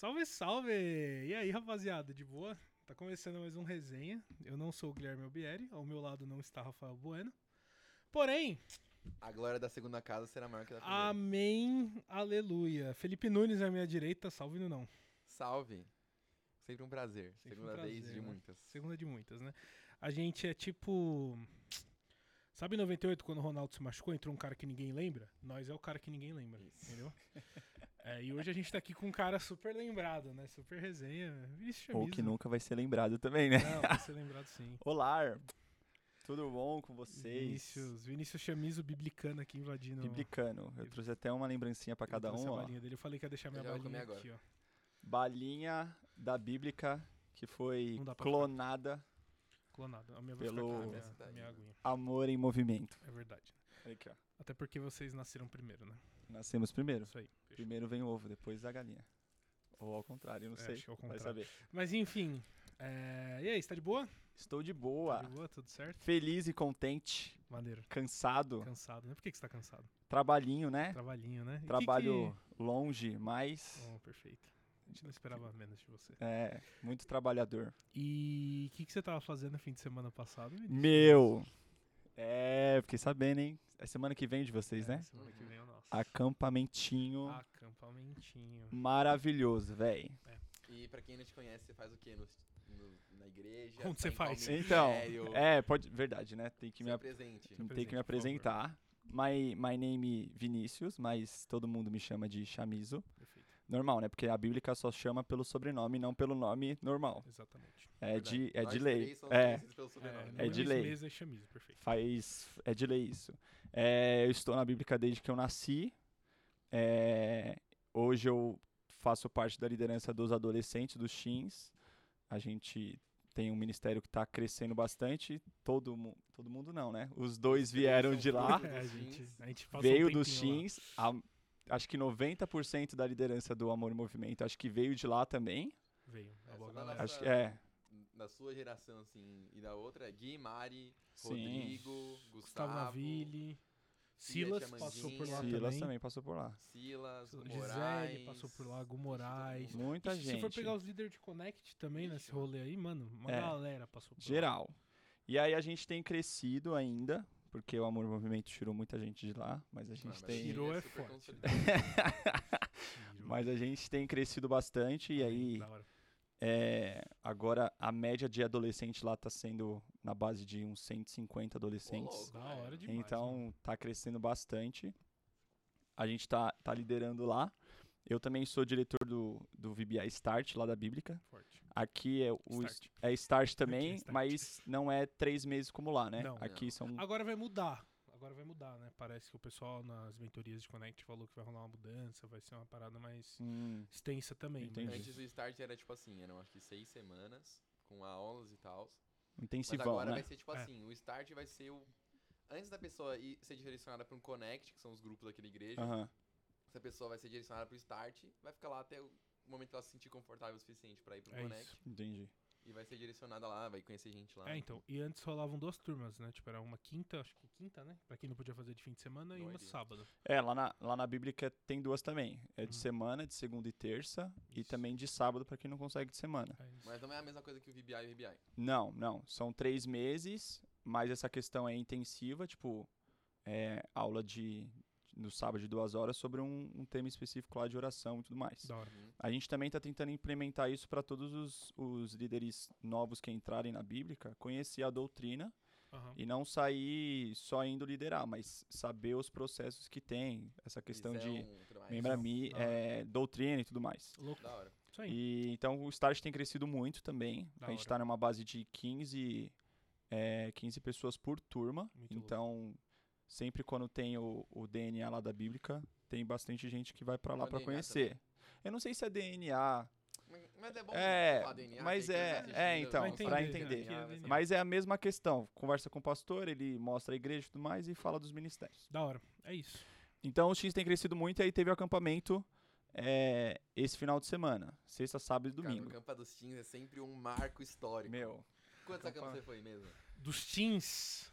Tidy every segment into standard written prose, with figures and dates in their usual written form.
Salve, salve! E aí, rapaziada, de boa? Tá começando mais um resenha. Eu não sou o Guilherme Albieri, ao meu lado não está Rafael Bueno. Porém, A glória da segunda casa será maior que a da primeira. amém, aleluia. Felipe Nunes à minha direita, salve no não. Salve. Sempre um prazer. Sempre Segunda um prazer, vez de né? muitas. Segunda de muitas, né? A gente é tipo... Sabe em 98, quando o Ronaldo se machucou, entrou um cara que ninguém lembra? Nós é o cara que ninguém lembra, Isso. entendeu? E hoje a gente tá aqui com um cara super lembrado, né? Super resenha. Vinícius Chamizo. Ou que nunca vai ser lembrado também, né? Não, vai ser lembrado sim. Olá, tudo bom com vocês? Vinícius Chamizo biblicano aqui invadindo. Biblicano. Eu trouxe até uma lembrancinha pra cada trouxe um, a ó. balinha dele. Eu falei que ia deixar minha Eu já vou balinha comer aqui, ó. Balinha da Bíblica que foi Não dá pra clonada. Clonado. A minha vai Pelo- ficar com a Essa daí, minha né? aguinha. Amor em movimento. É verdade. Olha aqui, ó. Até porque vocês nasceram primeiro, né? Nascemos primeiro. Isso aí. Fechou. Primeiro vem o ovo, depois a galinha. Ou ao contrário, eu não sei. Acho que é o Vai contrário. saber. Mas enfim. E aí, você tá de boa? Estou de boa. Tá de boa? Tudo certo? Feliz e contente. Maneiro. Cansado. Cansado, né? Por que você tá cansado? Trabalhinho, né? Trabalhinho, né? E Trabalho longe, mas... Oh, perfeito. A gente não esperava menos de você. É, muito trabalhador. E o que você tava fazendo no fim de semana passado, Vinícius? Meu! Fiquei sabendo, hein? É semana que vem de vocês, né? Semana que vem é o nosso. Acampamentinho Acampamentinho. maravilhoso, véi. E pra quem não te conhece, você faz o quê na igreja? Onde Tá você em qual faz? Então, ministério? pode, verdade, né? Tem que Se me, apresente. tem que me por apresentar. My name Vinícius, mas todo mundo me chama de Chamizo. Perfeito. Normal, né? Porque a Bíblica só chama pelo sobrenome, não pelo nome normal. Exatamente. É de Nós lei. três somos É, conhecidos pelo sobrenome. É de lei. Mesa e Chamizo, perfeito. é de lei isso. Eu estou na Bíblica desde que eu nasci. Hoje eu faço parte da liderança dos adolescentes, dos teens. A gente tem um ministério que está crescendo bastante. Todo mundo não, né? Os dois vieram de lá. A gente passou Veio um dos tempinho lá. teens. Acho que 90% da liderança do Amor e Movimento, acho que veio de lá também. Veio. A Essa boa da galera. Acho que Da sua geração, assim, e da outra é Gui, Mari, Sim. Rodrigo, Gustavo Gustavo, Naville. Cia Silas Tia passou por Mandinha. lá Silas também. também passou por lá. Silas, Gu Gisele Moraes. passou por lá, Gu Moraes. Muita Se gente. for pegar os líderes de Connect também Ixi, nesse rolê aí, mano, uma É. galera passou por lá. Geral. E aí a gente tem crescido ainda, porque o Amor e Movimento tirou muita gente de lá, mas a gente tem... Tirou é super forte. consolidado. Tirou. Mas a gente tem crescido bastante e aí Da hora. agora a média de adolescente lá tá sendo na base de uns 150 adolescentes. Ô, louco. Da hora demais. Então mano. tá crescendo bastante. A gente tá liderando lá. Eu também sou diretor do VBI Start, lá da Bíblica. Forte. Aqui é Start. Start também, Aqui é Start. mas não é 3 meses como lá, né? Não. Aqui Não. são... Agora vai mudar. Né? Parece que o pessoal nas mentorias de Connect falou que vai rolar uma mudança, vai ser uma parada mais extensa também. Entendi. Mas... Antes o start era tipo assim, eram acho que 6 semanas, com aulas e tal. Mas Intensivão, agora né? vai ser tipo É. assim, o start vai ser o... Antes da pessoa ser direcionada para um connect, que são os grupos daquela igreja, Aham. essa pessoa vai ser direcionada pro start, vai ficar lá até o momento que ela se sentir confortável o suficiente para ir pro É connect. isso. Entendi. E vai ser direcionada lá, vai conhecer gente lá. Então, e antes rolavam 2 turmas, né? Tipo, era uma quinta, acho que quinta, né? Pra quem não podia fazer de fim de semana, e uma Doideira. sábado. Lá na Bíblica tem 2 também. É de semana, de segunda e terça, e Isso. também de sábado pra quem não consegue de semana. É isso. Mas não é a mesma coisa que o VBI e o VBI. Não. São 3 meses, mas essa questão é intensiva, tipo, aula no sábado de 2 horas sobre um tema específico lá de oração e tudo mais. Da hora. A gente também está tentando implementar isso para todos os líderes novos que entrarem na Bíblica, conhecer a doutrina Aham. e não sair só indo liderar, mas saber os processos que tem, essa questão de Visão, tudo mais. membro-me, Da hora. doutrina e tudo mais. Louco. Da hora. Isso aí. E então o Start tem crescido muito também. Da A gente hora. está numa base de 15 pessoas por turma. Muito Então, sempre quando tem o DNA lá da Bíblica, tem bastante gente que vai para lá O para DNA conhecer. Eu não sei se é DNA, Mas é bom falar DNA, mas que quem tá assistindo então, Vai não entender, pra sabe entender. aqui é vai DNA. saber. mas é a mesma questão. Conversa com o pastor, ele mostra a igreja e tudo mais e fala dos ministérios. Da hora. É isso. Então, os times têm crescido muito e aí teve o acampamento esse final de semana, sexta, sábado e Cara, domingo. o Campa dos Teens é sempre um marco histórico. Meu, Quantos acampamentos você foi mesmo? Dos teens,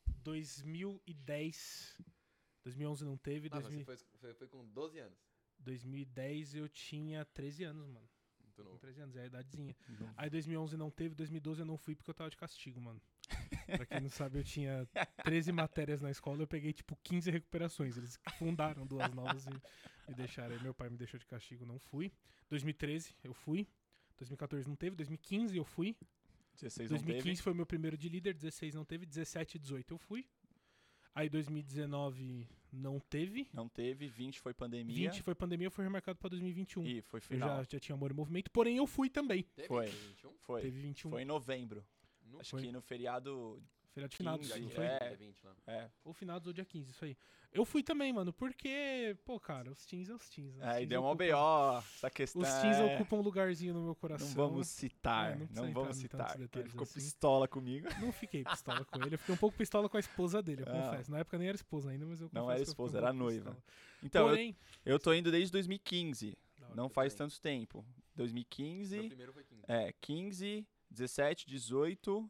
2010. 2011 não teve. Nossa, você foi com 12 anos. 2010 eu tinha 13 anos, mano. Muito novo. 13 anos, é a idadezinha. Não. Aí 2011 não teve, 2012 eu não fui porque eu tava de castigo, mano. Pra quem não sabe, eu tinha 13 matérias na escola, eu peguei tipo 15 recuperações. Eles fundaram 2 novas e me deixaram. Aí meu pai me deixou de castigo, não fui. 2013 eu fui. 2014 não teve, 2015 eu fui. 16 não 2015 teve. foi o meu primeiro de líder, 16 não teve, 17 e 18 eu fui. Aí 2019 não teve. Não teve, 20 foi pandemia. 20 foi pandemia, foi remarcado pra 2021. E foi Eu final. já tinha Amor em Movimento, porém eu fui também. Teve Foi. 21? Foi. Teve 21. Foi em novembro. No Acho Foi. que no feriado. Feira de finados, 15, não dia foi? é. dia 20 lá. É. Ou finados ou dia 15, isso aí. Eu fui também, mano, porque, pô, cara, os teens é os teens. Né? Os Aí teens deu uma ocupam- BO, essa questão. Os teens é, ocupam um lugarzinho no meu coração. Não vamos citar, É, não precisa não entrar vamos em citar. tantos Porque ele detalhes ficou assim. pistola comigo. Não fiquei pistola com ele, eu fiquei um pouco pistola com a esposa dele, eu Ah. confesso. Na época nem era esposa ainda, mas eu confesso Não era que eu fiquei esposa, um era pouco noiva. pistola. Então, Porém, eu tô indo desde 2015. Da hora. Não Eu faz também. tanto tempo. Meu 2015, primeiro foi 15. 15, 17, 18,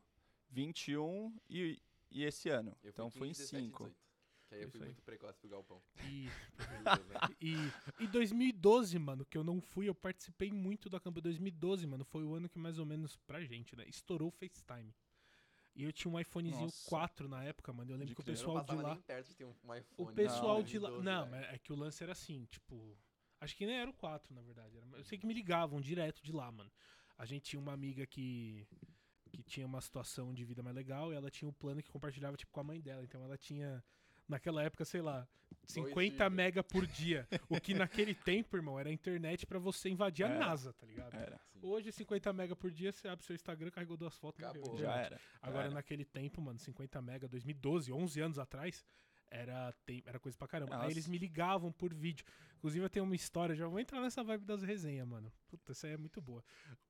21 e esse ano. Eu fui Então foi em 15, 17 e 5. 18. Que aí eu Isso fui aí. muito precoce pro galpão. e, Meu Deus, né? e 2012, mano, que eu não fui, eu participei muito da campanha. 2012, mano, foi o ano que mais ou menos pra gente, né, estourou o FaceTime. E eu tinha um iPhonezinho Nossa. 4 na época, mano. Eu lembro De que o crer. Eu não pessoal de passava lá. nem perto de ter um iPhone. O pessoal Não, de lá. 2012, Não, velho. mas é que o lance era assim, tipo. Acho que nem era o 4, na verdade. Eu sei que me ligavam direto de lá, mano. A gente tinha uma amiga que tinha uma situação de vida mais legal e ela tinha um plano que compartilhava, tipo, com a mãe dela. Então ela tinha, naquela época, sei lá, 50 gigas. mega por dia. O que naquele tempo, irmão, era a internet pra você invadir a Era. NASA, tá ligado? Era. Sim. Hoje, 50 mega por dia, você abre seu Instagram, carregou 2 fotos, morreu, Acabou. Já internet. era. Agora, era. naquele tempo, mano, 50 mega, 2012, 11 anos atrás, era coisa pra caramba. Aí Nossa. eles me ligavam por vídeo. Inclusive, eu tenho uma história, já vou entrar nessa vibe das resenhas, mano. Puta, essa aí é muito boa.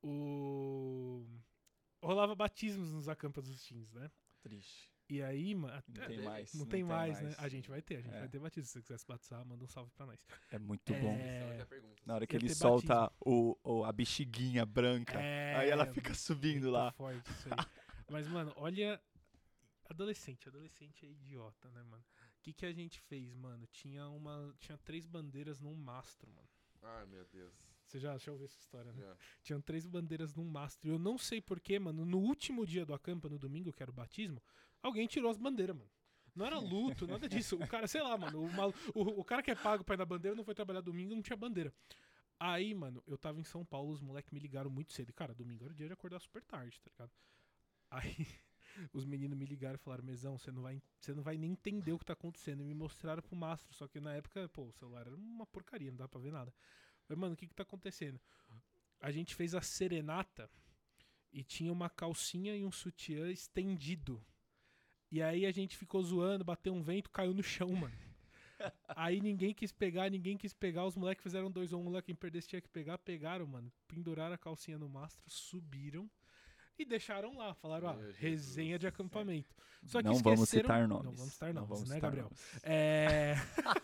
Rolava batismos nos acampas dos teens, né? Triste. E aí, mano... Não tem mais. Não tem mais, né? A gente vai ter É. vai ter batismo. Se você quiser se batizar, manda um salve pra nós. É muito É, bom. Essa é a pergunta. Na hora que ia ele ter solta a bexiguinha branca, aí ela fica subindo muito lá. forte isso aí. Mas, mano, olha... Adolescente é idiota, né, mano? O que a gente fez, mano? Tinha 3 bandeiras num mastro, mano. Ai, meu Deus. Você já ouviu essa história, né? Já. Tinham 3 bandeiras num mastro. E eu não sei porquê, mano. No último dia do acampa, no domingo, que era o batismo, alguém tirou as bandeiras, mano. Não era luto, nada disso. O cara, sei lá, mano. O cara que é pago pra ir na bandeira não foi trabalhar domingo, não tinha bandeira. Aí, mano, eu tava em São Paulo, os moleques me ligaram muito cedo. E, cara, domingo era o dia de acordar super tarde, tá ligado? Aí, os meninos me ligaram e falaram: Mesão, você não vai nem entender o que tá acontecendo. E me mostraram pro mastro. Só que na época, pô, o celular era uma porcaria, não dá pra ver nada. Falei, mano, o que tá acontecendo? A gente fez a serenata e tinha uma calcinha e um sutiã estendido. E aí a gente ficou zoando, bateu um vento, caiu no chão, mano. Aí ninguém quis pegar, os moleques fizeram 2 ou 1 lá, quem perdesse tinha que pegar, pegaram, mano. Penduraram a calcinha no mastro, subiram e deixaram lá. Falaram, Meu Jesus. resenha de acampamento. Só que Não vamos esqueceram- citar nomes. Não vamos citar Não nomes, vamos né, citar Gabriel? nomes. É...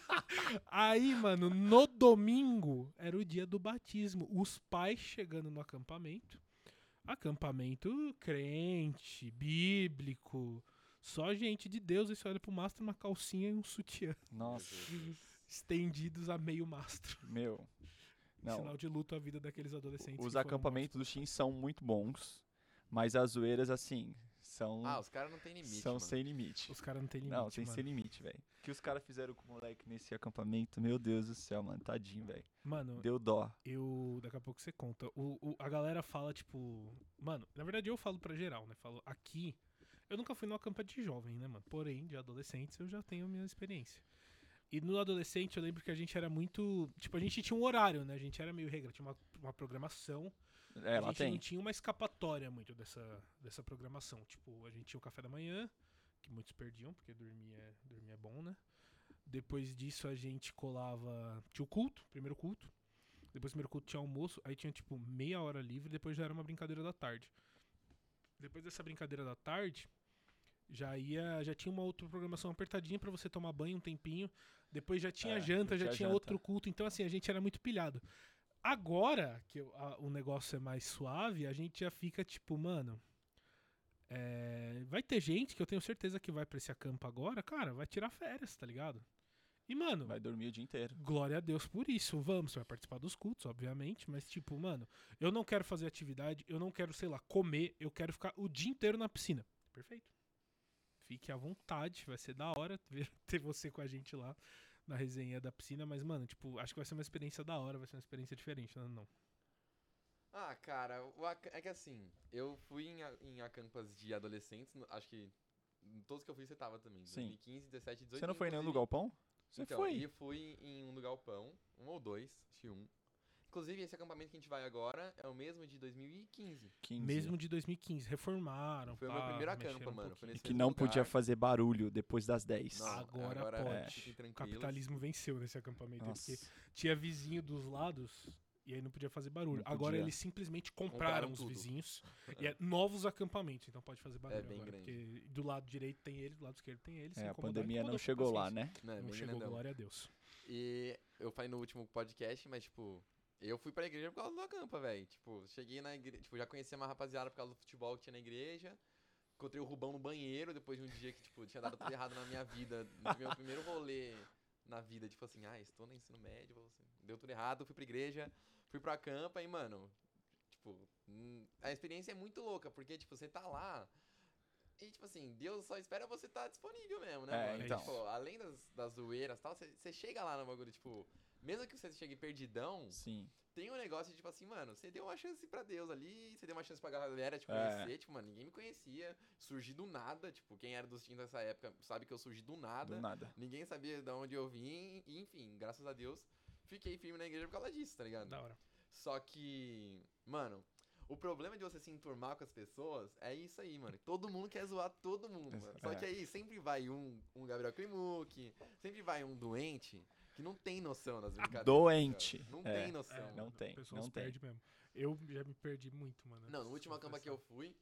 Aí, mano, no domingo era o dia do batismo. Os pais chegando no acampamento. Acampamento crente, bíblico. Só gente de Deus. E você olha pro mastro, uma calcinha e um sutiã. Nossa, Estendidos a meio mastro. meu. Não, Sinal de luto à vida daqueles adolescentes. os que foram acampamentos do Shin são muito bons, mas as zoeiras, assim, são, Ah, os caras não tem limite, são mano. sem limite. mortos. Os caras não tem limite, Não, sem mano. sem limite, velho. O que os caras fizeram com o moleque nesse acampamento, meu Deus do céu, mano. Tadinho, velho. Mano, Deu dó. daqui a pouco você conta. A galera fala, tipo... Mano, na verdade eu falo pra geral, né? Falo, aqui... Eu nunca fui numa campa de jovem, né, mano? Porém, de adolescentes eu já tenho a minha experiência. E no adolescente eu lembro que a gente era muito... Tipo, a gente tinha um horário, né? A gente era meio regra. Tinha uma programação. É, A lá gente tem. não tinha uma escapatória muito dessa programação. Tipo, a gente tinha o café da manhã, que muitos perdiam, porque dormir é bom, né? Depois disso a gente colava... Tinha o culto, primeiro culto. Depois do primeiro culto tinha almoço. Aí tinha, tipo, meia hora livre. Depois já era uma brincadeira da tarde. Depois dessa brincadeira da tarde, já tinha uma outra programação apertadinha pra você tomar banho um tempinho. Depois já tinha janta, já tinha janta. outro culto. Então, assim, a gente era muito pilhado. Agora que o negócio é mais suave, a gente já fica tipo, mano. Vai ter gente que eu tenho certeza que vai pra esse acampo agora, cara, vai tirar férias, tá ligado? E, mano, Vai dormir o dia inteiro. glória a Deus por isso. Vamos, você vai participar dos cultos, obviamente. Mas, tipo, mano, eu não quero fazer atividade, eu não quero, sei lá, comer, eu quero ficar o dia inteiro na piscina. Perfeito. Fique à vontade, vai ser da hora ter você com a gente lá na resenha da piscina. Mas, mano, tipo, acho que vai ser uma experiência da hora, vai ser uma experiência diferente, não. Ah, cara, é que assim, eu fui em acampas de adolescentes, acho que em todos que eu fui você tava também. Sim. 2015, 17, 18. Você não foi em nenhum do inclusive. galpão? Você Então, foi. E fui em um do galpão, um ou dois, acho que um. Inclusive, esse acampamento que a gente vai agora é o mesmo de 2015. 15. Mesmo de 2015, reformaram. Foi o pá, meu primeiro mexeram acampa, mano. Foi pouquinho. E nesse que mesmo não lugar. podia fazer barulho depois das 10. Não, Agora agora pode. fiquem O tranquilos. capitalismo venceu nesse acampamento aí, Nossa. porque tinha vizinho dos lados e aí não podia fazer barulho. Não Agora podia. eles simplesmente compraram Compraram os tudo. vizinhos e é novos acampamentos, então pode fazer barulho bem agora. grande. Porque do lado direito tem eles, do lado esquerdo tem eles. se A incomodar, pandemia não incomodou, chegou lá, paciência. né? Não, é Não bem chegou, grandão. glória a Deus. E eu falei no último podcast, mas, tipo, eu fui pra igreja por causa do acampa, velho. Tipo, cheguei na igreja, tipo, já conhecia uma rapaziada por causa do futebol que tinha na igreja. Encontrei o Rubão no banheiro depois de um dia que, tipo, tinha dado tudo errado na minha vida. No meu primeiro rolê na vida, tipo assim, estou no ensino médio, deu tudo errado, fui pra igreja, fui pro acampa e, mano, tipo, a experiência é muito louca, porque, tipo, você tá lá e, tipo assim, Deus só espera você estar disponível mesmo, né, É, mano? então. Tipo, além das zoeiras e tal, você chega lá no bagulho, tipo, mesmo que você chegue perdidão, Sim. tem um negócio de, tipo assim, mano, você deu uma chance pra Deus ali, você deu uma chance pra galera te É. conhecer, tipo, mano, ninguém me conhecia, surgi do nada, tipo, quem era dos teens nessa época sabe que eu surgi do nada, Do nada. ninguém sabia de onde eu vim, e enfim, graças a Deus, fiquei firme na igreja por causa disso, tá ligado? Da hora. Só que, mano, o problema de você se enturmar com as pessoas é isso aí, mano. Todo mundo quer zoar todo mundo, mano. Só que aí sempre vai um Gabriel Klimuck, sempre vai um doente que não tem noção das brincadeiras. Doente. cara. Não É. tem noção. não mano. tem, O pessoal não se tem. perde mesmo. Eu já me perdi muito, mano. Não, no último Vou acampa que eu confessar. fui,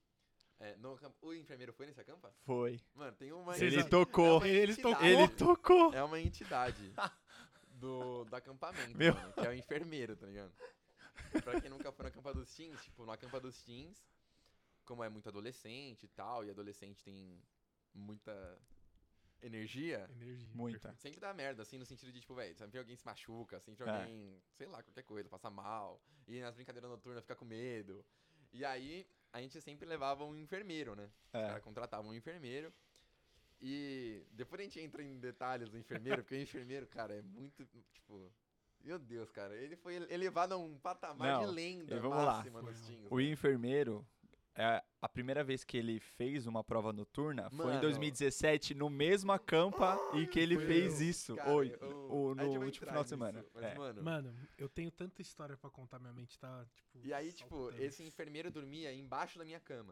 o enfermeiro foi nesse acampa? Foi. Mano, tem uma... Vocês Ele a- tocou. Ele tocou. Ele tocou. É uma entidade do acampamento, Meu. mano, que é o enfermeiro, tá ligado? Pra quem nunca foi no acampa dos teens, tipo, no acampa dos teens, como é muito adolescente e tal, e adolescente tem muita energia, Energia. Muita. perfeito. sempre dá merda, assim, no sentido de, tipo, velho, sempre alguém se machuca, sempre É. alguém, sei lá, qualquer coisa, passa mal, e nas brincadeiras noturnas fica com medo. E aí, a gente sempre levava um enfermeiro, né? Os É. caras contratavam um enfermeiro. E depois a gente entra em detalhes do enfermeiro, porque o enfermeiro, cara, é muito, tipo... Meu Deus, cara, ele foi elevado a um patamar Não, de lenda e vamos lá. máxima nos Foi, teens. O enfermeiro, a primeira vez que ele fez uma prova noturna foi em Mano. 2017, no mesmo acampa em que ele Foi fez eu. isso. Cara, no a gente vai último entrar final de nisso, semana. Mas, É. mano, Mano, eu tenho tanta história pra contar, minha mente tá, tipo... e aí, tipo, saltando. esse enfermeiro dormia embaixo da minha cama.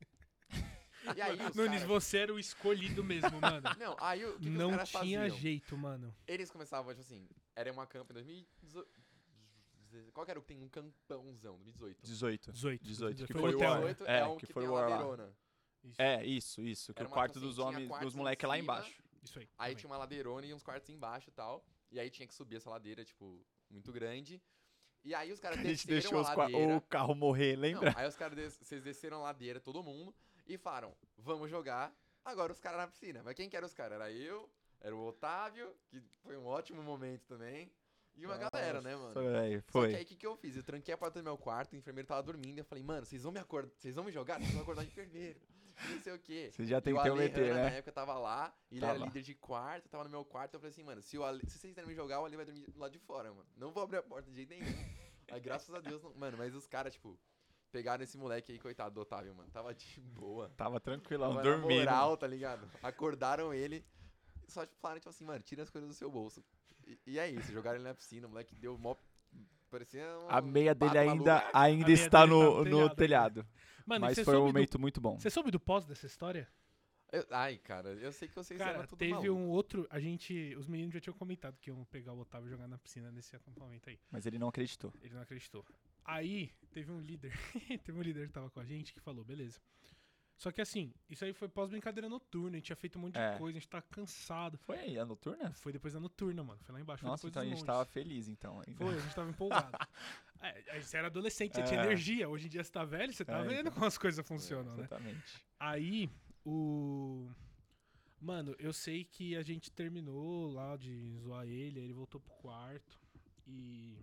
E aí, os Nunes, caras... você era o escolhido mesmo, mano. Não, aí o que os Não caras tinha faziam? jeito, mano. Eles começavam, tipo assim, era uma campa em 2018. Qual que era o que tem um campãozão? 2018. 18. 18. que Foi foi o o hotel, War. né? 2018 É, é um que que foi tem o a War lá. ladeirona. Isso, É, isso. Que Era o uma quarto tipo dos assim, tinha homens, quartos dos em moleques é lá cima, embaixo. isso aí. Aí também. tinha uma ladeirona e uns quartos embaixo e tal. E aí tinha que subir essa ladeira, tipo, muito grande. E aí os caras A gente desceram deixou a ladeira. o carro morrer, lembra? Não, aí os caras vocês desceram a ladeira, todo mundo, e falaram, vamos jogar. Agora os caras na piscina. Mas quem que era os caras? Era eu, era o Otávio, que foi um ótimo momento também. E uma galera, né, mano? Véio, Só que foi. aí o que eu fiz? Eu tranquei a porta do meu quarto, o enfermeiro tava dormindo, e eu falei, mano, vocês vão me acordar, vocês vão me jogar? Vocês vão acordar o enfermeiro. E não sei o quê. Você já E o tentou Ale meter, Hanna, né? na época, tava lá, ele Tava. era líder de quarto, tava no meu quarto, eu falei assim, mano, se vocês quiserem me jogar, o Ale vai dormir do lado de fora, mano. Não vou abrir a porta de jeito nenhum. Aí, graças a Deus, não... Mano, mas os caras, tipo, pegaram esse moleque aí, coitado do Otávio, mano. Tava de boa. Tava tranquilão, Tava na dormindo. moral, tá ligado? Acordaram ele, só tipo, falaram, tipo assim, mano, tira as coisas do seu bolso. E é isso, jogaram ele na piscina, o moleque deu mó... Parecia um A meia dele pato maluco. ainda A meia está dele tá no no telhado. Mano, e Mas você foi um soube momento muito bom. Você soube do pós dessa história? Ai, cara, eu sei que vocês Cara, eram tudo teve maluco. um outro... Os meninos já tinham comentado que iam pegar o Otávio e jogar na piscina nesse acampamento aí. Mas ele não acreditou. Ele não acreditou. Aí, teve um líder... teve um líder que tava com a gente que falou, beleza. Só que assim, isso aí foi pós-brincadeira noturna. A gente tinha feito um monte É. de coisa, a gente tá cansado. Foi aí, a noturna? Foi depois da noturna, mano. Foi lá embaixo. foi Nossa, depois então a dos gente monges. tava feliz, então. Ainda. Foi, a gente tava empolgado. A gente era adolescente, você tinha É. energia. Hoje em dia você tá velho, você tá É, vendo então. como as coisas funcionam, né? Exatamente. Aí, Mano, eu sei que a gente terminou lá de zoar ele, aí ele voltou pro quarto e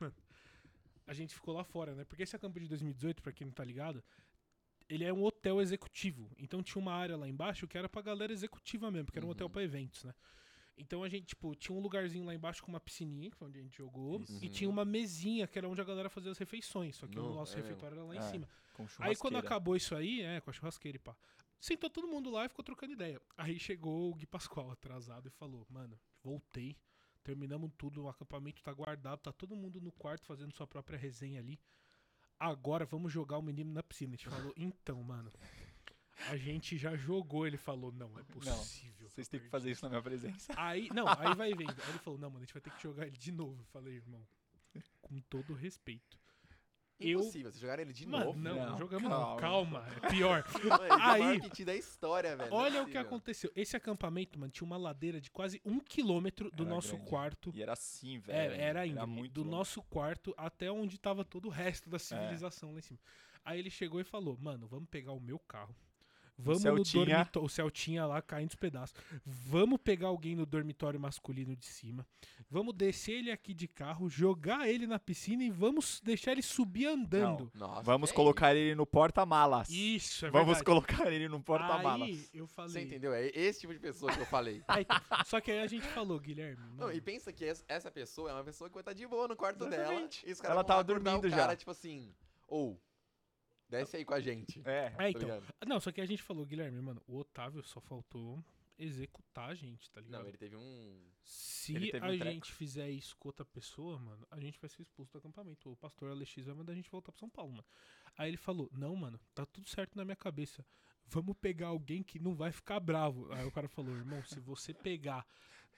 a gente ficou lá fora, né? Porque esse acampo de 2018, pra quem não tá ligado, ele é um hotel executivo. Então tinha uma área lá embaixo que era pra galera executiva mesmo, porque era um hotel pra eventos, né? Então a gente, tipo, tinha um lugarzinho lá embaixo com uma piscininha, que foi onde a gente jogou, Isso. e tinha uma mesinha, que era onde a galera fazia as refeições, só que o No, nosso é mesmo. refeitório era lá em É. cima. Com Aí quando churrasqueira. acabou isso aí, com a churrasqueira e pá, sentou todo mundo lá e ficou trocando ideia. Aí chegou o Gui Pascoal atrasado e falou, mano, voltei, terminamos tudo, o acampamento tá guardado, tá todo mundo no quarto fazendo sua própria resenha ali. Agora vamos jogar o menino na piscina. A gente falou, então, mano, a gente já jogou. Ele falou, não é possível. Vocês têm que fazer isso na minha presença. Aí, não, aí vai vendo. Aí ele falou, não, mano, a gente vai ter que jogar ele de novo. Eu falei, irmão, com todo respeito. Impossível, vocês jogaram ele de Mano, novo. não, Não, não jogamos calma. não. Calma, é pior. Mano, ele é o Aí, maior piti da história, velho. não é olha o que possível. aconteceu. Esse acampamento, mano, tinha uma ladeira de quase 1 quilômetro do Era nosso grande. quarto. E era assim, velho. Era íngreme. muito Do longe. nosso quarto até onde tava todo o resto da civilização lá em cima. Aí ele chegou e falou, mano, vamos pegar o meu carro. Vamos no Celtinha. dormitório. O Celtinha lá caindo os pedaços. Vamos pegar alguém no dormitório masculino de cima. Vamos descer ele aqui de carro, jogar ele na piscina e vamos deixar ele subir andando. Nossa, Vamos que colocar ele no porta-malas. Isso, é Vamos verdade. colocar ele no porta-malas. Aí eu falei. Você entendeu? É esse tipo de pessoa que eu falei. Aí, só que aí a gente falou, Guilherme. Não, mano, e pensa que essa pessoa é uma pessoa que vai estar de boa no quarto Exatamente. dela. E os caras Ela vão tava lá acordar dormindo o cara, já. tipo assim, ou, desce aí com a gente. É. Tá então. ligado? Não, só que a gente falou, Guilherme, mano, o Otávio só faltou executar a gente, tá ligado? Não, ele teve um... Se Ele teve a um treco. gente fizer isso com outra pessoa, mano, a gente vai ser expulso do acampamento. O pastor Alex vai mandar a gente voltar pra São Paulo, mano. Aí ele falou, não, mano, tá tudo certo na minha cabeça. Vamos pegar alguém que não vai ficar bravo. Aí o cara falou, irmão, se você pegar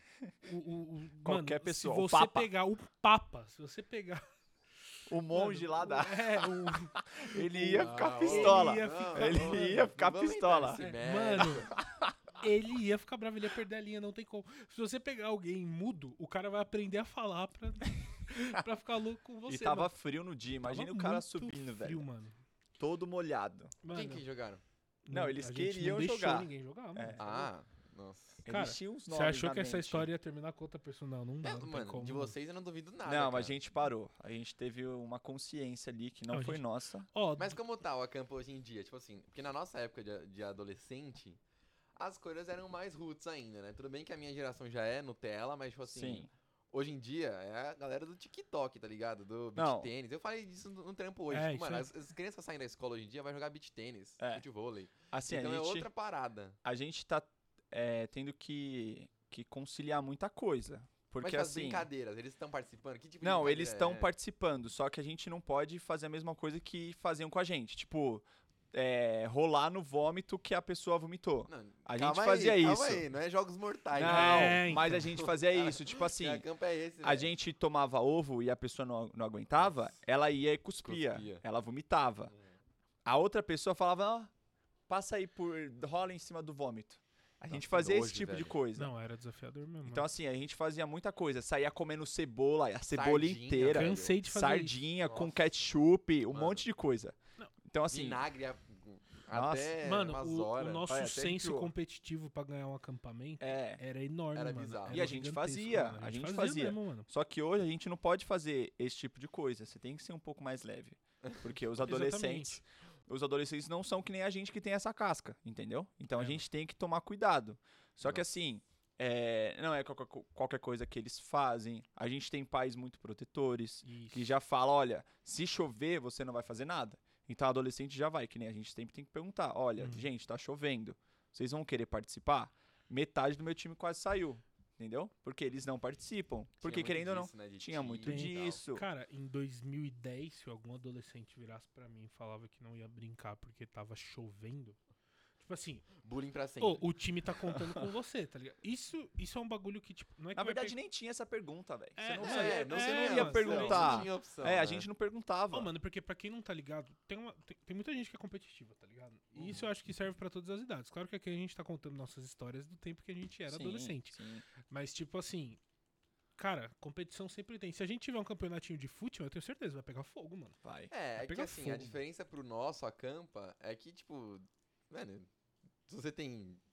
Qualquer mano, pessoa, se o você Papa. pegar o Papa, se você pegar... O monge Mano, lá da. Ele ia Uau, ficar ô, pistola. Ele ia ficar- Ele ia ficar Vamos pistola. entrar nesse É, mérito. mano, ele ia ficar bravo, ele ia perder a linha, não tem como. Se você pegar alguém mudo, o cara vai aprender a falar pra, pra ficar louco com você. E tava mano. frio no dia. Tava Imagina o cara muito subindo, frio, velho. mano. Todo molhado. Mano, Quem que jogaram? Não, eles a gente queriam não deixou jogar. ninguém jogar, mano. É. Ah, nossa. Cara, Eles tinham uns Você nomes achou na que essa mente. história ia terminar com outra pessoa? Não, não dá, não tem Mano, como. de vocês eu não duvido nada, Não, cara. mas a gente parou. A gente teve uma consciência ali que não Não, a foi gente- nossa. Ó, Mas como tá o acampo hoje em dia? Tipo assim, porque na nossa época de adolescente, as coisas eram mais roots ainda, né? Tudo bem que a minha geração já é Nutella, mas tipo assim, Sim. hoje em dia é a galera do TikTok, tá ligado? Do Não. beach tênis. Eu falei disso no trampo hoje. É, Tipo, isso mano, aí. as crianças saem da escola hoje em dia vai jogar beach tênis, É. futevôlei. Assim, Então a é gente, outra parada. a gente tá tendo que conciliar muita coisa. Porque Mas as assim. brincadeiras, eles estão participando? Que tipo de Não, brincadeira eles estão é? participando, só que a gente não pode fazer a mesma coisa que faziam com a gente. Tipo, rolar no vômito que a pessoa vomitou. Não, A calma gente fazia aí, isso. Calma aí, não é jogos mortais. Não, né? mas a então. gente fazia isso. Tipo assim, Que acampo é esse, a velho? gente tomava ovo e a pessoa não aguentava, Nossa. ela ia e cuspia. Cuspia. Ela vomitava. A outra pessoa falava, ó, passa aí rola em cima do vômito. A gente Nossa, fazia nojo, esse tipo de velho. coisa. Não, era desafiador mesmo. Então, assim, a gente fazia muita coisa. Saía comendo cebola, a cebola Sardinha, inteira. velho. Cansei de fazer Sardinha com Nossa. ketchup, um Mano. monte de coisa. Não. Então, assim, Vinagre Nossa. até Mano, umas o horas. nosso Vai, até senso enjoou. competitivo pra ganhar um acampamento é. era enorme, Era mano. bizarro. E a gente gigantesco, fazia, mano. a gente fazia. mesmo, mano. Só que hoje a gente não pode fazer esse tipo de coisa. Você tem que ser um pouco mais leve. Porque os adolescentes. Os adolescentes não são que nem a gente que tem essa casca, entendeu? Então a É. gente tem que tomar cuidado. Só que Nossa. assim, não é qualquer coisa que eles fazem. A gente tem pais muito protetores Isso. que já falam, olha, se chover, você não vai fazer nada. Então, adolescente já vai, que nem a gente sempre tem que perguntar. Olha, Uhum. gente, tá chovendo. Vocês vão querer participar? Metade do meu time quase saiu, entendeu? Porque eles não participam. Porque, Tinha muito querendo ou não, disso, né, de tinha muito time e tal. disso. Cara, em 2010, se algum adolescente virasse pra mim e falava que não ia brincar porque tava chovendo, tipo assim, Bullying pra sempre. ô, o time tá contando com você, tá ligado? Isso é um bagulho que, tipo, não é que Na vai verdade, nem tinha essa pergunta, velho. É, Você não é, sabia. não, é, você não mano, ia ia perguntar. Não tinha opção, A né? gente não perguntava. Ô, mano, porque pra quem não tá ligado, tem muita gente que é competitiva, tá ligado? E isso eu acho que serve pra todas as idades. Claro que aqui a gente tá contando nossas histórias do tempo que a gente era Sim, adolescente. sim. Mas, tipo assim, cara, competição sempre tem. Se a gente tiver um campeonatinho de futebol, eu tenho certeza, vai pegar fogo, mano. Vai. É que pegar assim, a fogo. diferença pro nosso acampa é que, tipo, mano, se você tem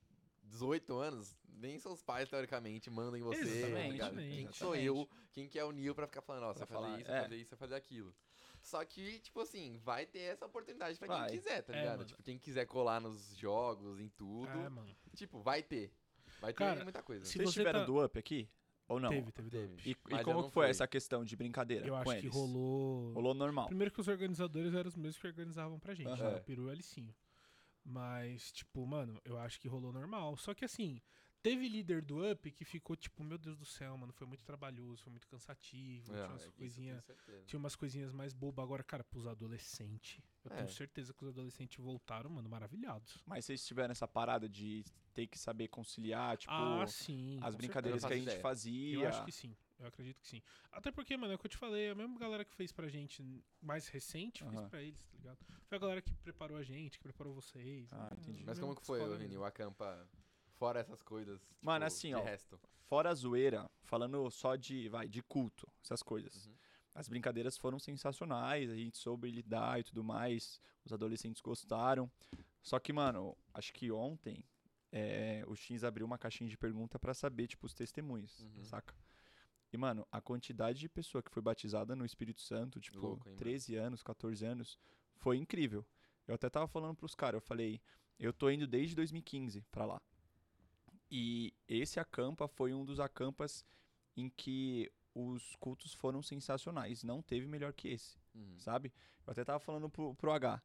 18 anos, nem seus pais, teoricamente, mandam em você. Exatamente, tá ligado? exatamente. Quem sou eu? Quem que é o Nil pra ficar falando, ó, você vai Pra falar, fazer isso, vai fazer isso, vai fazer aquilo. Só que, tipo assim, vai ter essa oportunidade pra Vai. quem quiser, tá É, ligado? mano. Tipo, quem quiser colar nos jogos, em tudo, Mano. tipo, vai ter. Vai ter Cara, muita coisa. se Vocês você tiveram tá- do Up aqui? Ou não? Teve. Teve. E Mas eu como não que foi fui. essa questão de brincadeira Eu com acho que eles? rolou... Rolou normal. Primeiro que os organizadores eram os mesmos que organizavam pra gente, Aham. né? O Peru e o Alicinho. Mas, tipo, mano, eu acho que rolou normal. Só que assim, teve líder do Up que ficou, tipo, meu Deus do céu, mano, foi muito trabalhoso, foi muito cansativo, tinha umas isso eu coisinhas. tenho certeza. Tinha umas coisinhas mais bobas. Agora, cara, pros adolescentes, eu É. tenho certeza que os adolescentes voltaram, mano, maravilhados. Mas vocês tiveram essa parada de ter que saber conciliar, tipo, Sim. as com brincadeiras Eu que a não gente faço ideia. fazia. Eu acho que sim. Eu acredito que sim. Até porque, mano, é o que eu te falei, a mesma galera que fez pra gente mais recente, fez Aham. pra eles, tá ligado? Foi a galera que preparou a gente, que preparou vocês. Ah, entendi. Mas como que foi, Escola Vini, mesmo. o acampa, fora essas coisas, tipo, Mano, assim, de ó, resto? Fora a zoeira, falando só de culto, essas coisas. Uhum. As brincadeiras foram sensacionais, a gente soube lidar e tudo mais, os adolescentes gostaram. Só que, mano, acho que ontem o X abriu uma caixinha de pergunta pra saber, tipo, os testemunhos, Uhum. saca? E, mano, a quantidade de pessoa que foi batizada no Espírito Santo, tipo, Louco, hein, mano? 13 anos, 14 anos, foi incrível. Eu até tava falando pros caras, eu falei, eu tô indo desde 2015 pra lá. E esse acampa foi um dos acampas em que os cultos foram sensacionais. Não teve melhor que esse, Uhum. sabe? Eu até tava falando pro H.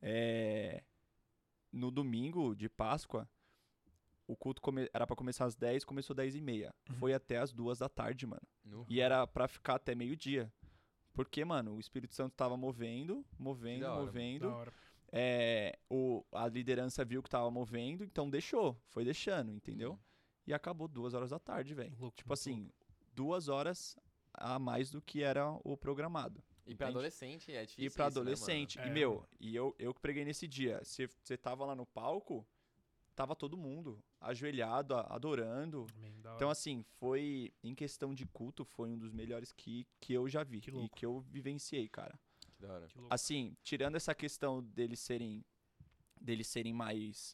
No domingo de Páscoa, o culto era pra começar às 10, começou 10h30. Uhum. Foi até às 2 da tarde, mano. Nu. E era pra ficar até meio-dia. Porque, mano, o Espírito Santo tava movendo, Que da hora, movendo. Da hora. A liderança viu que tava movendo, então foi deixando, entendeu? Uhum. E acabou 2 horas da tarde, velho. Louco, Tipo muito assim, louco. 2 horas a mais do que era o programado. E pra entende? adolescente é difícil E pra isso, né, adolescente. mano? E, É, meu, mano. e eu que preguei nesse dia. Você tava lá no palco, tava todo mundo ajoelhado, adorando. Amém, da hora. Então, assim, em questão de culto, foi um dos melhores que eu já vi. Que E louco. que eu vivenciei, cara. Que da hora. Que louco. Assim, tirando essa questão deles serem mais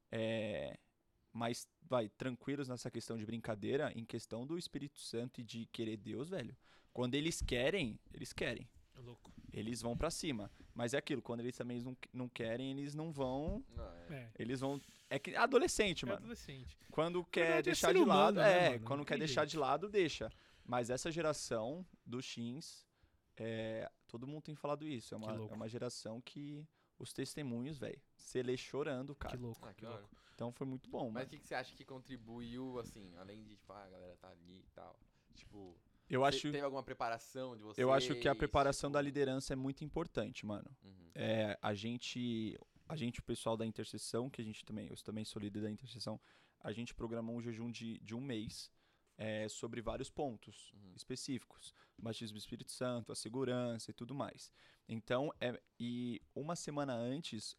tranquilos nessa questão de brincadeira, em questão do Espírito Santo e de querer Deus, velho. Quando eles querem, É louco. eles vão pra cima. Mas é aquilo, quando eles também não querem, eles não vão, Não, eles vão... É que adolescente, É mano. adolescente. Quando quer verdade, é deixar ser de humano, lado, né, mano? quando Não quer tem deixar jeito. de lado, deixa. Mas essa geração dos teens, todo mundo tem falado isso. louco. É uma geração que os testemunhos, velho, você lê chorando, cara. Que louco, Ah, que que da hora. louco. Então foi muito bom, Mas mano. o que você acha que contribuiu, assim, além de, tipo, a galera tá ali e tal? Tipo, Eu acho, teve alguma preparação de vocês? eu acho que a preparação tipo... da liderança é muito importante, mano. Uhum. A gente, o pessoal da intercessão, que eu também sou líder da intercessão, a gente programou um jejum de um mês sobre vários pontos Uhum. específicos. O batismo do Espírito Santo, a segurança e tudo mais. Então, e uma semana antes,